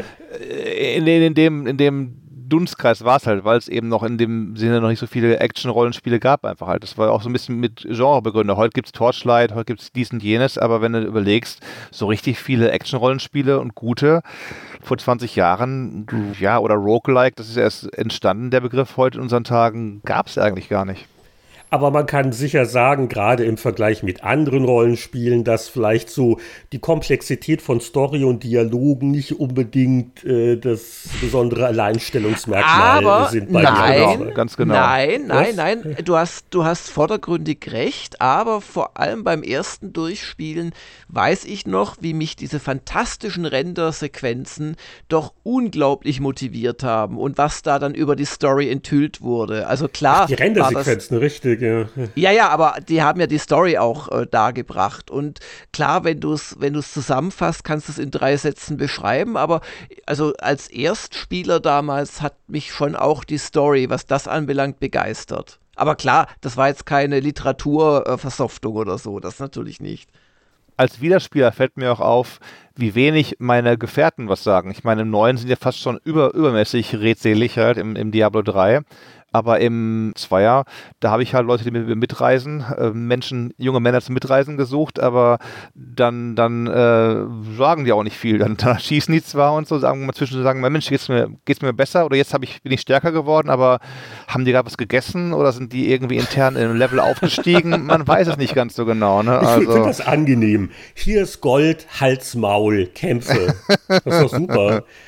Speaker 4: In, in, in dem, in dem Dunstkreis war es halt, weil es eben noch in dem Sinne noch nicht so viele Action-Rollenspiele gab einfach halt. Das war auch so ein bisschen mit Genre begründet. Heute gibt es Torchlight, heute gibt es dies und jenes, aber wenn du überlegst, so richtig viele Action-Rollenspiele und gute vor zwanzig Jahren, ja, oder Roguelike, das ist erst entstanden, der Begriff heute in unseren Tagen, gab es eigentlich gar nicht.
Speaker 2: Aber man kann sicher sagen, gerade im Vergleich mit anderen Rollenspielen, dass vielleicht so die Komplexität von Story und Dialogen nicht unbedingt äh, das besondere Alleinstellungsmerkmal
Speaker 3: Aber
Speaker 2: sind. Bei
Speaker 3: nein,
Speaker 2: genau,
Speaker 4: ganz genau.
Speaker 3: Nein, nein,
Speaker 2: Was?
Speaker 3: nein, du hast, du hast vordergründig recht, aber vor allem beim ersten Durchspielen weiß ich noch, wie mich diese fantastischen Render-Sequenzen doch unglaublich motiviert haben und was da dann über die Story enthüllt wurde. Also klar,
Speaker 2: Ach, die Render-Sequenzen, richtig. Ja.
Speaker 3: Ja, ja, aber die haben ja die Story auch äh, dargebracht. Und klar, wenn du es wenn du es zusammenfasst, kannst du es in drei Sätzen beschreiben. Aber also als Erstspieler damals hat mich schon auch die Story, was das anbelangt, begeistert. Aber klar, das war jetzt keine Literaturversoftung äh, oder so, das natürlich nicht.
Speaker 4: Als Wiederspieler fällt mir auch auf, wie wenig meine Gefährten was sagen. Ich meine, im neuen sind ja fast schon über, übermäßig redselig halt im, im Diablo drei. Aber im Zweier, da habe ich halt Leute, die mit mir mitreisen, äh, Menschen, junge Männer zum Mitreisen gesucht, aber dann, dann äh, sagen die auch nicht viel. Dann, dann schießen die zwar und so, sagen mal zwischendurch, sagen, Mensch, geht's mir, geht's mir besser oder jetzt hab ich, bin ich stärker geworden, aber haben die gerade was gegessen oder sind die irgendwie intern im Level aufgestiegen? Man weiß es nicht ganz so genau. Ne? Also,
Speaker 2: ich finde das angenehm. Hier ist Gold, Hals, Maul, Kämpfe. Das ist doch super.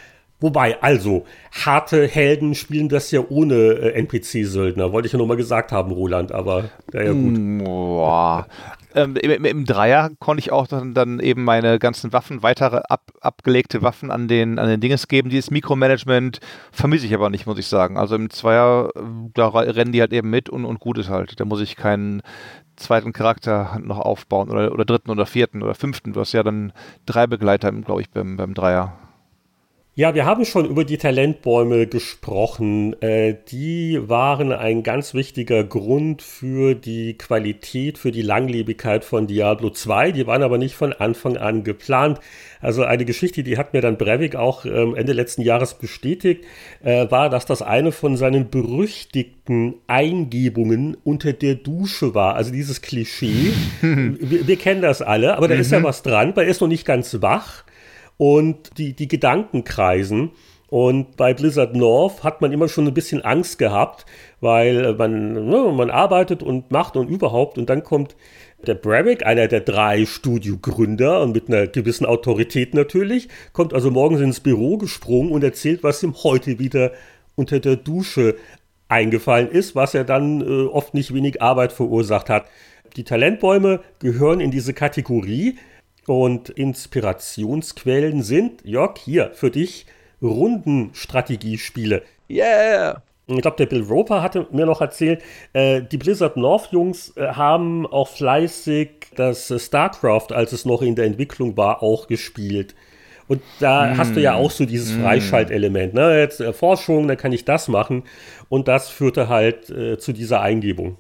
Speaker 2: Wobei, also, harte Helden spielen das ja ohne äh, N P C-Söldner. Wollte ich ja nur mal gesagt haben, Roland, aber ja, ja gut.
Speaker 4: Boah. Ähm, im, Im Dreier konnte ich auch dann, dann eben meine ganzen Waffen, weitere ab, abgelegte Waffen an den, an den Dinges geben. Dieses Mikromanagement vermisse ich aber nicht, muss ich sagen. Also im Zweier, da rennen die halt eben mit und, und gut ist halt. Da muss ich keinen zweiten Charakter noch aufbauen oder, oder dritten oder vierten oder fünften. Du hast ja dann drei Begleiter, glaube ich, beim, beim Dreier.
Speaker 2: Ja, wir haben schon über die Talentbäume gesprochen. Äh, die waren ein ganz wichtiger Grund für die Qualität, für die Langlebigkeit von Diablo zwei. Die waren aber nicht von Anfang an geplant. Also eine Geschichte, die hat mir dann Breivik auch ähm, Ende letzten Jahres bestätigt, äh, war, dass das eine von seinen berüchtigten Eingebungen unter der Dusche war. Also dieses Klischee. wir, wir kennen das alle, aber da mhm. ist ja was dran, weil er ist noch nicht ganz wach. Und die, die Gedanken kreisen. Und bei Blizzard North hat man immer schon ein bisschen Angst gehabt, weil man, ne, man arbeitet und macht und überhaupt. Und dann kommt der Breivik, einer der drei Studiogründer und mit einer gewissen Autorität natürlich, kommt also morgens ins Büro gesprungen und erzählt, was ihm heute wieder unter der Dusche eingefallen ist, was er dann äh, oft nicht wenig Arbeit verursacht hat. Die Talentbäume gehören in diese Kategorie. Und Inspirationsquellen sind, Jörg, hier für dich Rundenstrategiespiele.
Speaker 3: Yeah!
Speaker 2: Ich glaube, der Bill Roper hatte mir noch erzählt, äh, die Blizzard North-Jungs äh, haben auch fleißig das äh, StarCraft, als es noch in der Entwicklung war, auch gespielt. Und da mm. hast du ja auch so dieses mm. Freischaltelement. Ne? Jetzt äh, Forschung, dann kann ich das machen. Und das führte halt äh, zu dieser Eingebung.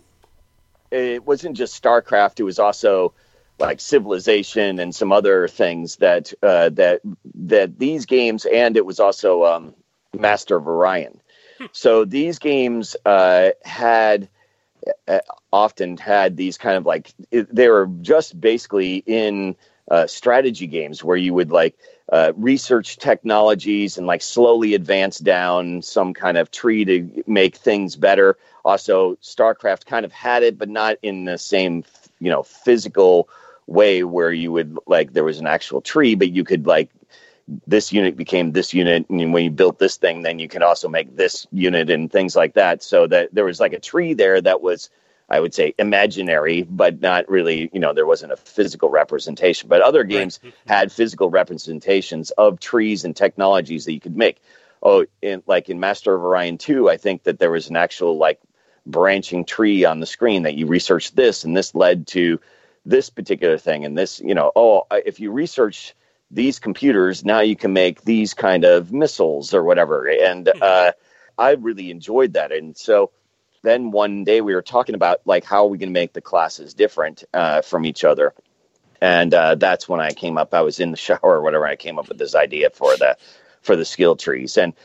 Speaker 6: It wasn't just StarCraft, it was also like Civilization and some other things that uh, that that these games, and it was also um, Master of Orion. So these games uh, had uh, often had these kind of like it, they were just basically in uh, strategy games where you would like uh, research technologies and like slowly advance down some kind of tree to make things better. Also, StarCraft kind of had it, but not in the same, you know, physical way where you would like there was an actual tree, but you could like this unit became this unit, and when you built this thing, then you can also make this unit and things like that. So that there was like a tree there that was, I would say, imaginary, but not really, you know, there wasn't a physical representation. But other games right. had physical representations of trees and technologies that you could make. Oh, in, like in Master of Orion two, I think that there was an actual like branching tree on the screen that you researched this, and this led to this particular thing. And this, you know, oh, if you research these computers, now you can make these kind of missiles or whatever. And uh, I really enjoyed that. And so then one day we were talking about like, how are we going to make the classes different uh, from each other? And uh, that's when I came up, I was in the shower or whatever, I came up with this idea for the, for the skill trees. And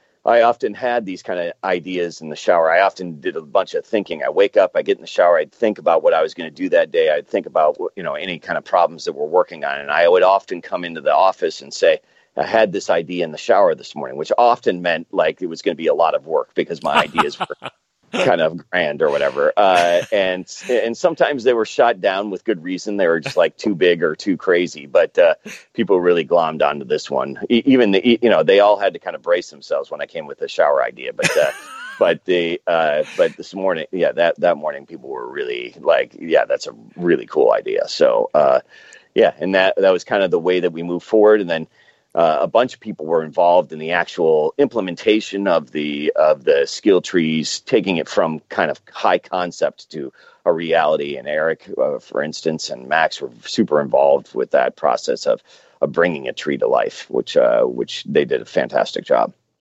Speaker 6: I often had these kind of ideas in the shower. I often did a bunch of thinking. I wake up, I get in the shower, I'd think about what I was going to do that day. I'd think about, you know, any kind of problems that we're working on. And I would often come into the office and say, I had this idea in the shower this morning, which often meant like it was going to be a lot of work because my ideas were kind of grand or whatever. Uh, and and sometimes they were shot down with good reason. They were just like too big or too crazy. But uh, people really glommed onto this one. E- even the you know they all had to kind of brace themselves when I came with the shower idea. But uh, but the uh, but this morning, yeah, that that morning people were really like, yeah, that's a really cool idea. So uh, yeah, and that that was kind of the way that we moved forward. And then Uh, a bunch of people were involved in the actual implementation of the of the skill trees, taking it from kind of high concept to a reality. And Eric, uh, for instance, and Max were super involved with that process of of bringing a tree to life, which uh, which they did a fantastic job.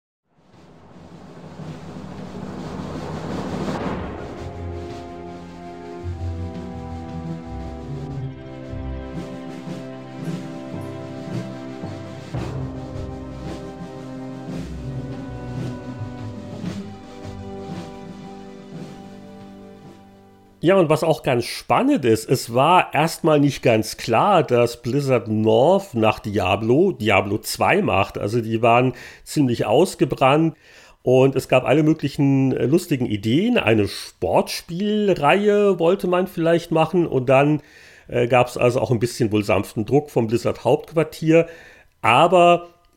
Speaker 2: Ja, und was auch ganz spannend ist, es war erstmal nicht ganz klar, dass Blizzard North nach Diablo Diablo zwei macht. Also die waren ziemlich ausgebrannt und es gab alle möglichen äh, lustigen Ideen. Eine Sportspielreihe wollte man vielleicht machen und dann äh, gab es also auch ein bisschen wohl sanften Druck vom Blizzard Hauptquartier. Aber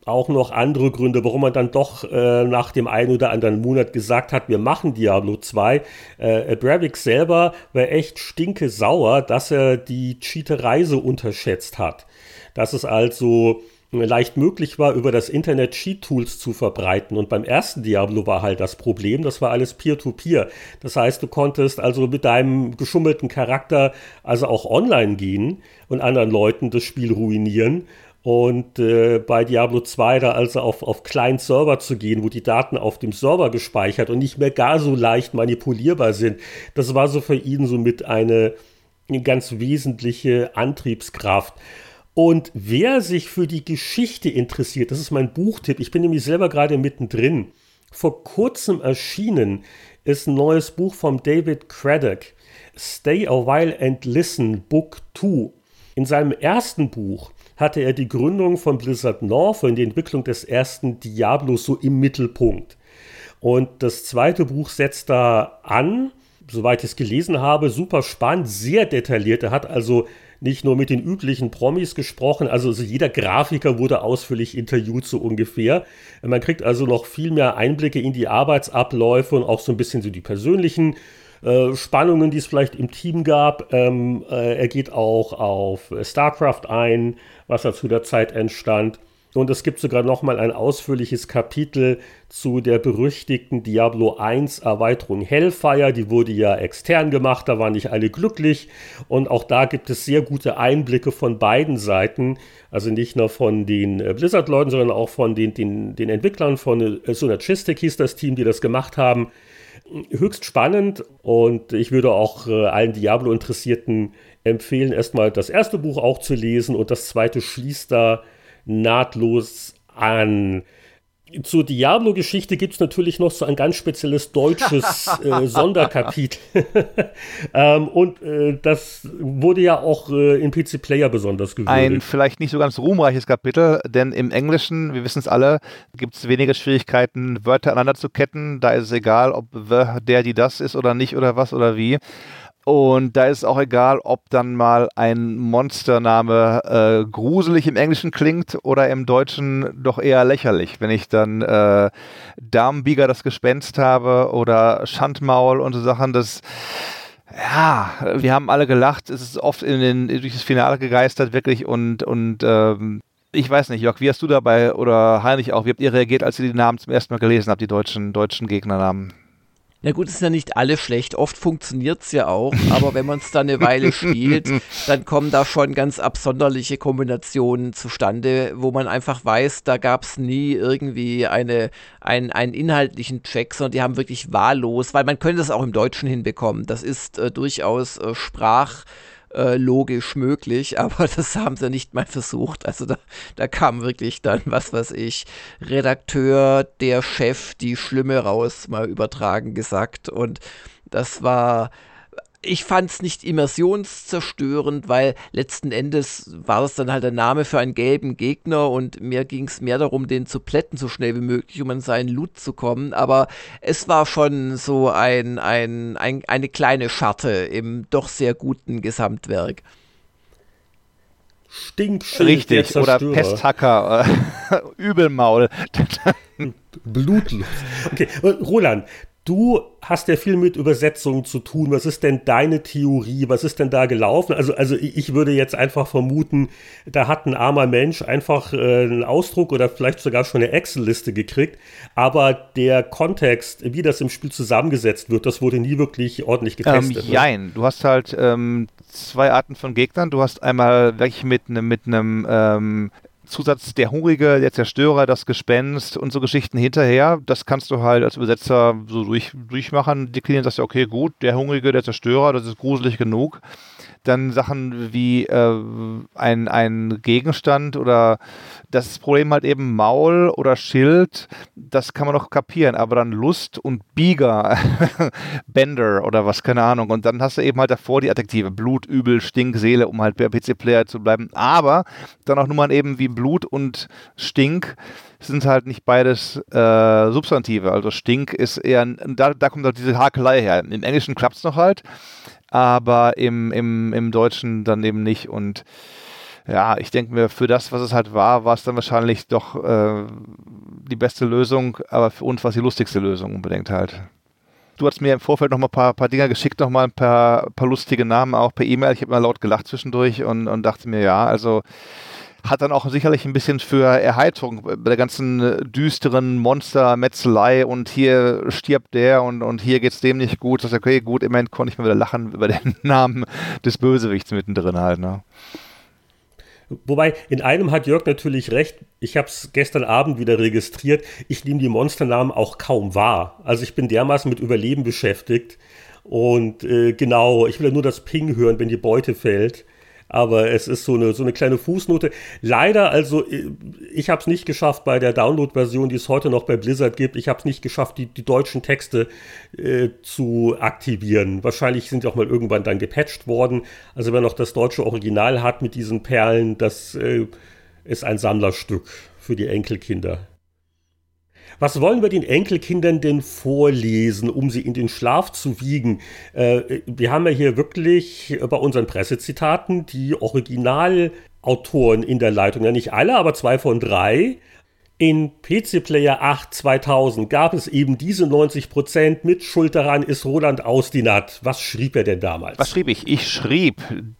Speaker 2: auch noch andere Gründe, warum man dann doch äh, nach dem einen oder anderen Monat gesagt hat, wir machen Diablo zwei. Äh, Bravik selber war echt stinke sauer, dass er die Cheaterei so unterschätzt hat. Dass es also leicht möglich war, über das Internet Cheat-Tools zu verbreiten. Und beim ersten Diablo war halt das Problem, das war alles Peer-to-Peer. Das heißt, du konntest also mit deinem geschummelten Charakter also auch online gehen und anderen Leuten das Spiel ruinieren. Und äh, bei Diablo zwei da also auf, auf Client-Server zu gehen, wo die Daten auf dem Server gespeichert und nicht mehr gar so leicht manipulierbar sind, das war so für ihn somit eine, eine ganz wesentliche Antriebskraft. Und wer sich für die Geschichte interessiert, das ist mein Buchtipp, ich bin nämlich selber gerade mittendrin, vor kurzem erschienen ist ein neues Buch von David Craddock, Stay a While and Listen, Book zwei. In seinem ersten Buch hatte er die Gründung von Blizzard North und die Entwicklung des ersten Diablos so im Mittelpunkt. Und das zweite Buch setzt da an, soweit ich es gelesen habe, super spannend, sehr detailliert. Er hat also nicht nur mit den üblichen Promis gesprochen, also, also jeder Grafiker wurde ausführlich interviewt, so ungefähr. Man kriegt also noch viel mehr Einblicke in die Arbeitsabläufe und auch so ein bisschen so die persönlichen äh, Spannungen, die es vielleicht im Team gab. Ähm, äh, er geht auch auf StarCraft ein, was da zu der Zeit entstand. Und es gibt sogar noch mal ein ausführliches Kapitel zu der berüchtigten Diablo eins Erweiterung Hellfire. Die wurde ja extern gemacht, da waren nicht alle glücklich. Und auch da gibt es sehr gute Einblicke von beiden Seiten. Also nicht nur von den äh, Blizzard-Leuten, sondern auch von den, den, den Entwicklern von äh, Synergistic hieß das Team, die das gemacht haben. Höchst spannend, und ich würde auch äh, allen Diablo-Interessierten empfehlen, erstmal das erste Buch auch zu lesen, und das zweite schließt da nahtlos an. Zur Diablo-Geschichte gibt es natürlich noch so ein ganz spezielles deutsches äh, Sonderkapitel. ähm, und äh, das wurde ja auch äh, im P C Player besonders gewürdigt.
Speaker 4: Ein vielleicht nicht so ganz ruhmreiches Kapitel, denn im Englischen, wir wissen es alle, gibt es weniger Schwierigkeiten, Wörter aneinander zu ketten. Da ist es egal, ob der, die, das ist oder nicht oder was oder wie. Und da ist es auch egal, ob dann mal ein Monstername äh, gruselig im Englischen klingt oder im Deutschen doch eher lächerlich. Wenn ich dann äh, Darmbieger, das Gespenst habe, oder Schandmaul und so Sachen, das, ja, wir haben alle gelacht. Es ist oft in den, durch das Finale gegeistert, wirklich. Und, und ähm, ich weiß nicht, Jörg, wie hast du dabei, oder Heinrich auch, wie habt ihr reagiert, als ihr die Namen zum ersten Mal gelesen habt, die deutschen, deutschen Gegnernamen?
Speaker 3: Na gut, es ist ja nicht alles schlecht, oft funktioniert es ja auch, aber wenn man es dann eine Weile spielt, dann kommen da schon ganz absonderliche Kombinationen zustande, wo man einfach weiß, da gab es nie irgendwie eine, ein, einen inhaltlichen Check, sondern die haben wirklich wahllos, weil man könnte es auch im Deutschen hinbekommen, das ist äh, durchaus äh, Sprach... Äh, logisch möglich, aber das haben sie nicht mal versucht. Also da, da kam wirklich dann, was weiß ich, Redakteur, der Chef, die Schlimme raus, mal übertragen gesagt. Und das war, ich fand es nicht immersionszerstörend, weil letzten Endes war das dann halt der Name für einen gelben Gegner, und mir ging es mehr darum, den zu plätten, so schnell wie möglich, um an seinen Loot zu kommen. Aber es war schon so ein, ein, ein, eine kleine Scharte im doch sehr guten Gesamtwerk.
Speaker 2: Stinkschild,
Speaker 4: richtig, oder Pesthacker, äh, Übelmaul.
Speaker 2: Blutlos. Okay, Roland, du hast ja viel mit Übersetzungen zu tun. Was ist denn deine Theorie? Was ist denn da gelaufen? Also, also ich würde jetzt einfach vermuten, da hat ein armer Mensch einfach äh, einen Ausdruck oder vielleicht sogar schon eine Excel-Liste gekriegt. Aber der Kontext, wie das im Spiel zusammengesetzt wird, das wurde nie wirklich ordentlich getestet.
Speaker 4: Ähm, jein, du hast halt ähm, zwei Arten von Gegnern. Du hast einmal welche mit einem mit einem ähm, Zusatz, der Hungrige, der Zerstörer, das Gespenst und so Geschichten hinterher. Das kannst du halt als Übersetzer so durch, durchmachen. Deklinieren, sagst du, okay, gut, der Hungrige, der Zerstörer, das ist gruselig genug. Dann Sachen wie äh, ein, ein Gegenstand oder das Problem halt eben Maul oder Schild, das kann man noch kapieren, aber dann Lust und Bieger, Bender oder was, keine Ahnung. Und dann hast du eben halt davor die Adjektive Blut, Übel, Stink, Seele, um halt bei P C-Player zu bleiben. Aber dann auch Nummern eben wie Blut und Stink sind halt nicht beides äh, Substantive. Also Stink ist eher, da, da kommt halt diese Hakelei her. Im Englischen klappt es noch halt, aber im, im, im Deutschen dann eben nicht. Und Ja, ich denke mir, für das, was es halt war, war es dann wahrscheinlich doch äh, die beste Lösung, aber für uns war es die lustigste Lösung unbedingt halt. Du hast mir im Vorfeld noch mal ein paar, paar Dinger geschickt, noch mal ein paar, paar lustige Namen auch per E-Mail. Ich habe mal laut gelacht zwischendurch und, und dachte mir, ja, also hat dann auch sicherlich ein bisschen für Erheiterung bei der ganzen düsteren Monster-Metzelei und hier stirbt der und, und hier geht's dem nicht gut. Das ist okay, gut, immerhin konnte ich mal wieder lachen über den Namen des Bösewichts mittendrin halt, ne?
Speaker 2: Wobei, in einem hat Jörg natürlich recht, ich habe es gestern Abend wieder registriert, ich nehme die Monsternamen auch kaum wahr. Also ich bin dermaßen mit Überleben beschäftigt und äh, genau, ich will ja nur das Ping hören, wenn die Beute fällt. Aber es ist so eine, so eine kleine Fußnote. Leider, also ich habe es nicht geschafft bei der Download-Version, die es heute noch bei Blizzard gibt. Ich habe es nicht geschafft, die, die deutschen Texte äh, zu aktivieren. Wahrscheinlich sind die auch mal irgendwann dann gepatcht worden. Also wer noch das deutsche Original hat mit diesen Perlen, das äh, ist ein Sammlerstück für die Enkelkinder. Was wollen wir den Enkelkindern denn vorlesen, um sie in den Schlaf zu wiegen? Äh, wir haben ja hier wirklich bei unseren Pressezitaten die Originalautoren in der Leitung. Ja, nicht alle, aber zwei von drei. In P C Player acht zweitausend gab es eben diese neunzig Prozent. Mit Schuld daran ist Roland Austinat. Was schrieb er denn damals?
Speaker 4: Was schrieb ich? Ich schrieb,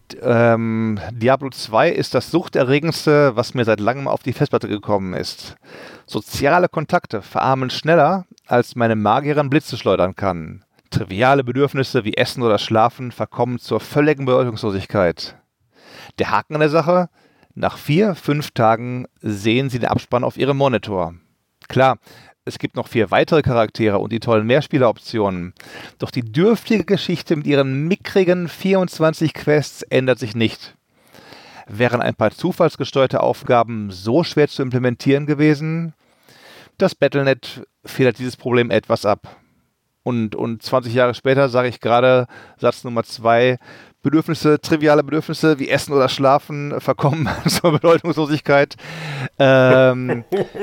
Speaker 4: ähm, Diablo zwei ist das Suchterregendste, was mir seit langem auf die Festplatte gekommen ist. Soziale Kontakte verarmen schneller, als meine Magierin Blitze schleudern kann. Triviale Bedürfnisse wie Essen oder Schlafen verkommen zur völligen Bedeutungslosigkeit. Der Haken an der Sache: Nach vier, fünf Tagen sehen Sie den Abspann auf Ihrem Monitor. Klar, es gibt noch vier weitere Charaktere und die tollen Mehrspieleroptionen. Doch die dürftige Geschichte mit ihren mickrigen vierundzwanzig Quests ändert sich nicht. Wären ein paar zufallsgesteuerte Aufgaben so schwer zu implementieren gewesen? Das Battle Punkt net federt dieses Problem etwas ab. Und, und zwanzig Jahre später sage ich gerade Satz Nummer zwei, Bedürfnisse, triviale Bedürfnisse wie Essen oder Schlafen verkommen zur Bedeutungslosigkeit. Ähm,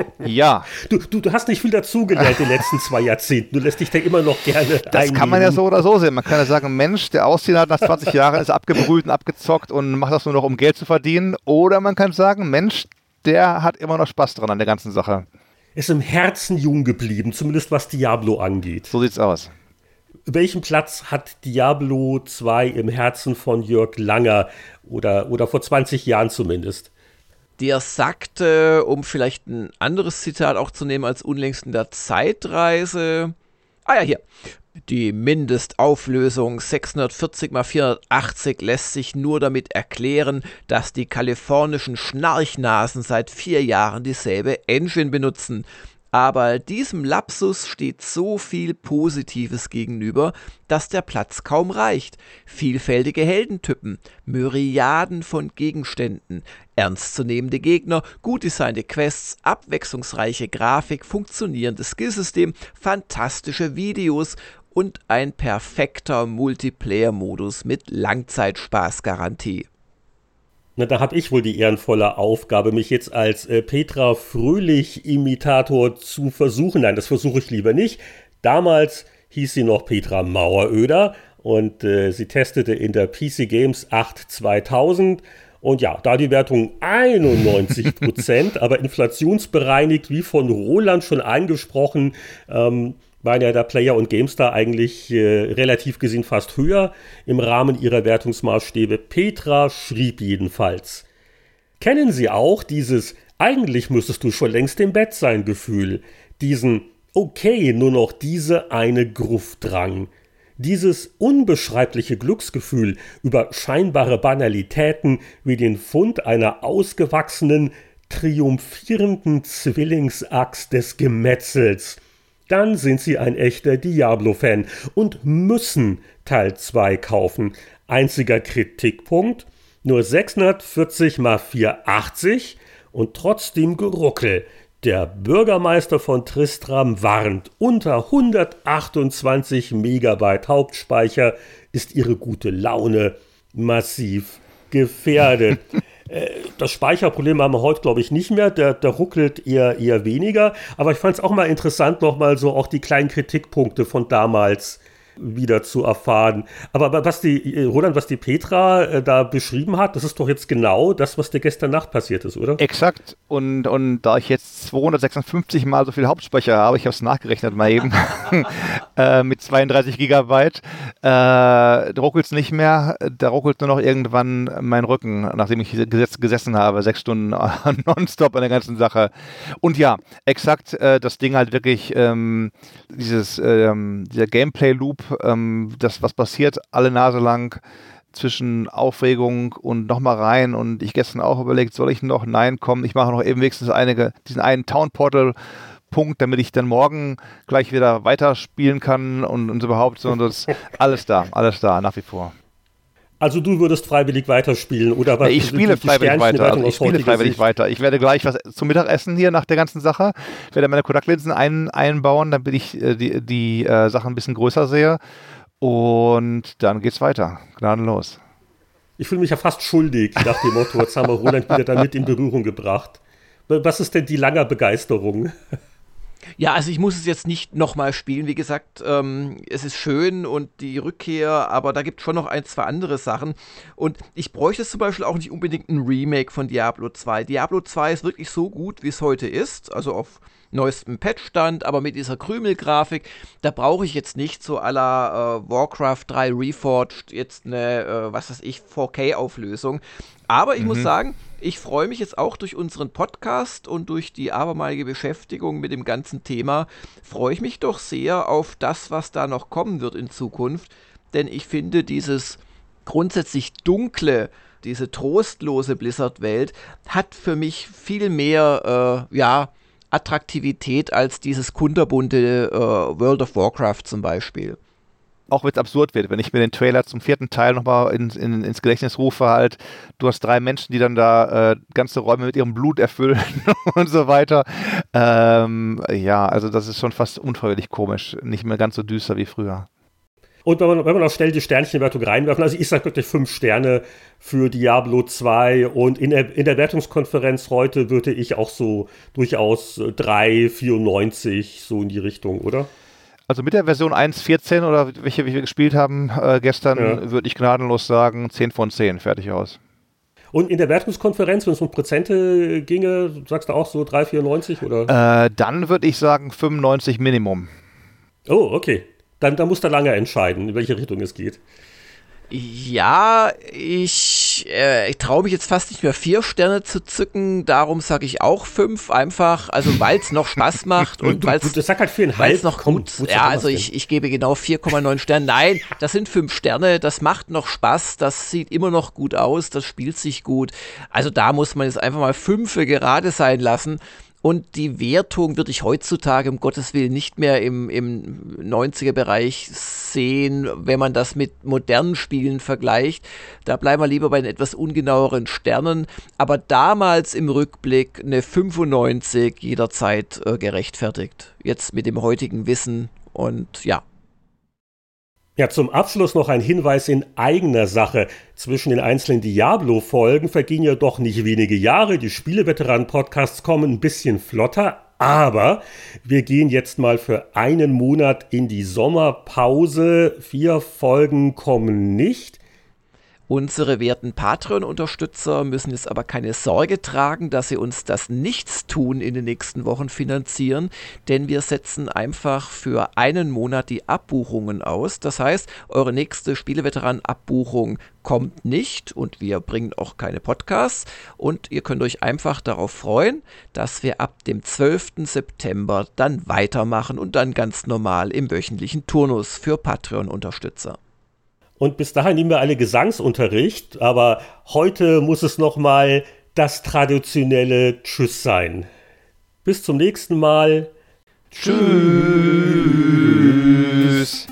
Speaker 4: ja.
Speaker 2: Du, du, du hast nicht viel dazugelernt in den letzten zwei Jahrzehnten. Du lässt dich da immer noch gerne
Speaker 4: Das einnehmen. Kann man ja so oder so sehen. Man kann ja sagen, Mensch, der Ausziehen hat nach zwanzig Jahren, ist abgebrüht und abgezockt und macht das nur noch, um Geld zu verdienen. Oder man kann sagen, Mensch, der hat immer noch Spaß dran an der ganzen Sache.
Speaker 2: Ist im Herzen jung geblieben, zumindest was Diablo angeht.
Speaker 4: So sieht's aus.
Speaker 2: Welchen Platz hat Diablo zwei im Herzen von Jörg Langer oder, oder vor zwanzig Jahren zumindest?
Speaker 3: Der sagte, um vielleicht ein anderes Zitat auch zu nehmen als unlängst in der Zeitreise, ah ja, hier, die Mindestauflösung sechshundertvierzig mal vierhundertachtzig lässt sich nur damit erklären, dass die kalifornischen Schnarchnasen seit vier Jahren dieselbe Engine benutzen. Aber diesem Lapsus steht so viel Positives gegenüber, dass der Platz kaum reicht. Vielfältige Heldentypen, Myriaden von Gegenständen, ernstzunehmende Gegner, gut designte Quests, abwechslungsreiche Grafik, funktionierendes Skillsystem, fantastische Videos und ein perfekter Multiplayer-Modus mit Langzeitspaßgarantie.
Speaker 2: Na, da habe ich wohl die ehrenvolle Aufgabe, mich jetzt als äh, Petra Fröhlich-Imitator zu versuchen. Nein, das versuche ich lieber nicht. Damals hieß sie noch Petra Maueröder und äh, sie testete in der P C Games acht zweitausend. Und ja, da die Wertung einundneunzig Prozent, aber inflationsbereinigt, wie von Roland schon angesprochen, ähm, waren ja der Player und GameStar eigentlich äh, relativ gesehen fast höher im Rahmen ihrer Wertungsmaßstäbe. Petra schrieb jedenfalls: Kennen Sie auch dieses "Eigentlich müsstest du schon längst im Bett sein" Gefühl, diesen "Okay, nur noch diese eine Gruftdrang", dieses unbeschreibliche Glücksgefühl über scheinbare Banalitäten wie den Fund einer ausgewachsenen, triumphierenden Zwillingsaxt des Gemetzels? Dann sind Sie ein echter Diablo-Fan und müssen Teil zwei kaufen. Einziger Kritikpunkt: nur sechshundertvierzig mal vierhundertachtzig und trotzdem Geruckel. Der Bürgermeister von Tristram warnt, unter hundertachtundzwanzig Megabyte Hauptspeicher ist Ihre gute Laune massiv gefährdet. Das Speicherproblem haben wir heute, glaube ich, nicht mehr. Der, der ruckelt eher, eher weniger. Aber ich fand es auch mal interessant, nochmal so auch die kleinen Kritikpunkte von damals wieder zu erfahren. Aber was die, Roland, was die Petra äh, da beschrieben hat, das ist doch jetzt genau das, was dir gestern Nacht passiert ist, oder?
Speaker 4: Exakt. Und, und da ich jetzt zweihundertsechsundfünfzig Mal so viel Hauptspeicher habe, ich habe es nachgerechnet mal eben, äh, mit zweiunddreißig Gigabyte, äh, da ruckelt es nicht mehr, da ruckelt nur noch irgendwann mein Rücken, nachdem ich gesetz, gesessen habe, sechs Stunden nonstop an der ganzen Sache. Und ja, exakt, äh, das Ding halt wirklich, ähm, dieses, ähm, dieser Gameplay-Loop, ähm, das, was passiert, alle Nase lang zwischen Aufregung und nochmal rein, und ich gestern auch überlegt, soll ich noch? Nein, komm, ich mache noch eben wenigstens einige, diesen einen Town-Portal-Punkt, damit ich dann morgen gleich wieder weiterspielen kann und, und überhaupt so, und das alles da, alles da, nach wie vor.
Speaker 2: Also du würdest freiwillig weiterspielen, oder was?
Speaker 4: Ja, ich spiele freiwillig weiter. Also ich spiele freiwillig weiter. Ich werde gleich was zum Mittagessen hier nach der ganzen Sache. Ich werde meine Kontaktlinsen ein, einbauen, damit ich äh, die, die äh, Sachen ein bisschen größer sehe. Und dann geht's weiter. Gnadenlos.
Speaker 2: Ich fühle mich ja fast schuldig, nach dem Motto, jetzt haben wir Roland wieder damit in Berührung gebracht. Was ist denn die lange Begeisterung?
Speaker 3: Ja, also ich muss es jetzt nicht nochmal spielen. Wie gesagt, ähm, es ist schön und die Rückkehr, aber da gibt es schon noch ein, zwei andere Sachen. Und ich bräuchte zum Beispiel auch nicht unbedingt ein Remake von Diablo zwei. Diablo zwei ist wirklich so gut, wie es heute ist, also auf neuestem Patchstand, aber mit dieser Krümelgrafik, da brauche ich jetzt nicht so à la äh, Warcraft drei Reforged jetzt eine, äh, was weiß ich, vier K-Auflösung. Aber ich mhm. muss sagen, ich freue mich jetzt auch durch unseren Podcast und durch die abermalige Beschäftigung mit dem ganzen Thema, freue ich mich doch sehr auf das, was da noch kommen wird in Zukunft. Denn ich finde, dieses grundsätzlich dunkle, diese trostlose Blizzard-Welt hat für mich viel mehr, äh, ja, Attraktivität als dieses kunterbunte äh, World of Warcraft zum Beispiel.
Speaker 4: Auch wenn es absurd wird, wenn ich mir den Trailer zum vierten Teil nochmal in, in, ins Gedächtnis rufe, halt, du hast drei Menschen, die dann da äh, ganze Räume mit ihrem Blut erfüllen und so weiter. Ähm, ja, also das ist schon fast unfreiwillig komisch, nicht mehr ganz so düster wie früher.
Speaker 2: Und wenn man, wenn man auch schnell die Sternchenwertung reinwerfen, also ich sage wirklich fünf Sterne für Diablo zwei, und in der, in der Wertungskonferenz heute würde ich auch so durchaus drei Komma vierundneunzig so in die Richtung, oder?
Speaker 4: Also mit der Version eins Punkt vierzehn oder welche wir gespielt haben äh, gestern, ja, würde ich gnadenlos sagen, zehn von zehn, fertig aus.
Speaker 2: Und in der Wertungskonferenz, wenn es um Prozente ginge, sagst du auch so drei Komma vierundneunzig, oder?
Speaker 4: Äh, dann würde ich sagen fünfundneunzig Minimum.
Speaker 2: Oh, okay. Dann, dann muss der lange entscheiden, in welche Richtung es geht.
Speaker 3: Ja, ich, äh, ich traue mich jetzt fast nicht mehr vier Sterne zu zücken, darum sage ich auch fünf, einfach, also weil es noch Spaß macht und weil es
Speaker 2: halt
Speaker 3: noch gut, Komm, ja, also ich, ich gebe genau vier Komma neun Sterne, nein, das sind fünf Sterne, das macht noch Spaß, das sieht immer noch gut aus, das spielt sich gut, also da muss man jetzt einfach mal fünfe gerade sein lassen. Und die Wertung würde ich heutzutage um Gottes Willen nicht mehr im, im neunziger-Bereich sehen, wenn man das mit modernen Spielen vergleicht. Da bleiben wir lieber bei den etwas ungenaueren Sternen. Aber damals im Rückblick eine fünfundneunzig jederzeit äh, gerechtfertigt. Jetzt mit dem heutigen Wissen und ja.
Speaker 2: Ja, zum Abschluss noch ein Hinweis in eigener Sache. Zwischen den einzelnen Diablo-Folgen vergingen ja doch nicht wenige Jahre. Die Spieleveteranen-Podcasts kommen ein bisschen flotter, aber wir gehen jetzt mal für einen Monat in die Sommerpause. Vier Folgen kommen nicht.
Speaker 3: Unsere werten Patreon-Unterstützer müssen jetzt aber keine Sorge tragen, dass sie uns das Nichtstun in den nächsten Wochen finanzieren, denn wir setzen einfach für einen Monat die Abbuchungen aus. Das heißt, eure nächste Spieleveteranen-Abbuchung kommt nicht und wir bringen auch keine Podcasts und ihr könnt euch einfach darauf freuen, dass wir ab dem zwölften September dann weitermachen und dann ganz normal im wöchentlichen Turnus für Patreon-Unterstützer.
Speaker 2: Und bis dahin nehmen wir alle Gesangsunterricht, aber heute muss es nochmal das traditionelle Tschüss sein. Bis zum nächsten Mal.
Speaker 4: Tschüss.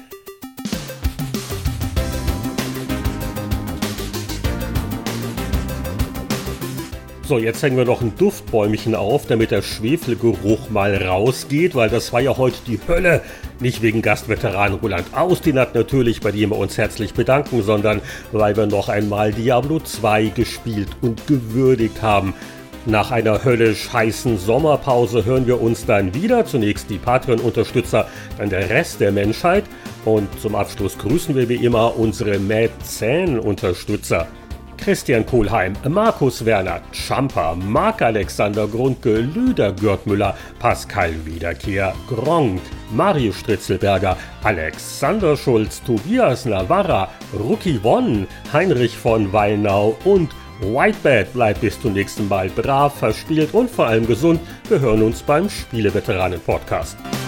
Speaker 2: So, jetzt hängen wir noch ein Duftbäumchen auf, damit der Schwefelgeruch mal rausgeht, weil das war ja heute die Hölle. Nicht wegen Gastveteran Roland Austinat natürlich, bei dem wir uns herzlich bedanken, sondern weil wir noch einmal Diablo zwei gespielt und gewürdigt haben. Nach einer höllisch heißen Sommerpause hören wir uns dann wieder. Zunächst die Patreon-Unterstützer, dann der Rest der Menschheit. Und zum Abschluss grüßen wir wie immer unsere Mäzen-Unterstützer. Christian Kohlheim, Markus Werner, Champer, Marc-Alexander Grundke, Lüder Görtmüller, Pascal Wiederkehr, Gronk, Mario Stritzelberger, Alexander Schulz, Tobias Navarra, Ruki Won, Heinrich von Weinau und Whitebad. Bleibt bis zum nächsten Mal brav, verspielt und vor allem gesund. Wir hören uns beim Spieleveteranen-Podcast.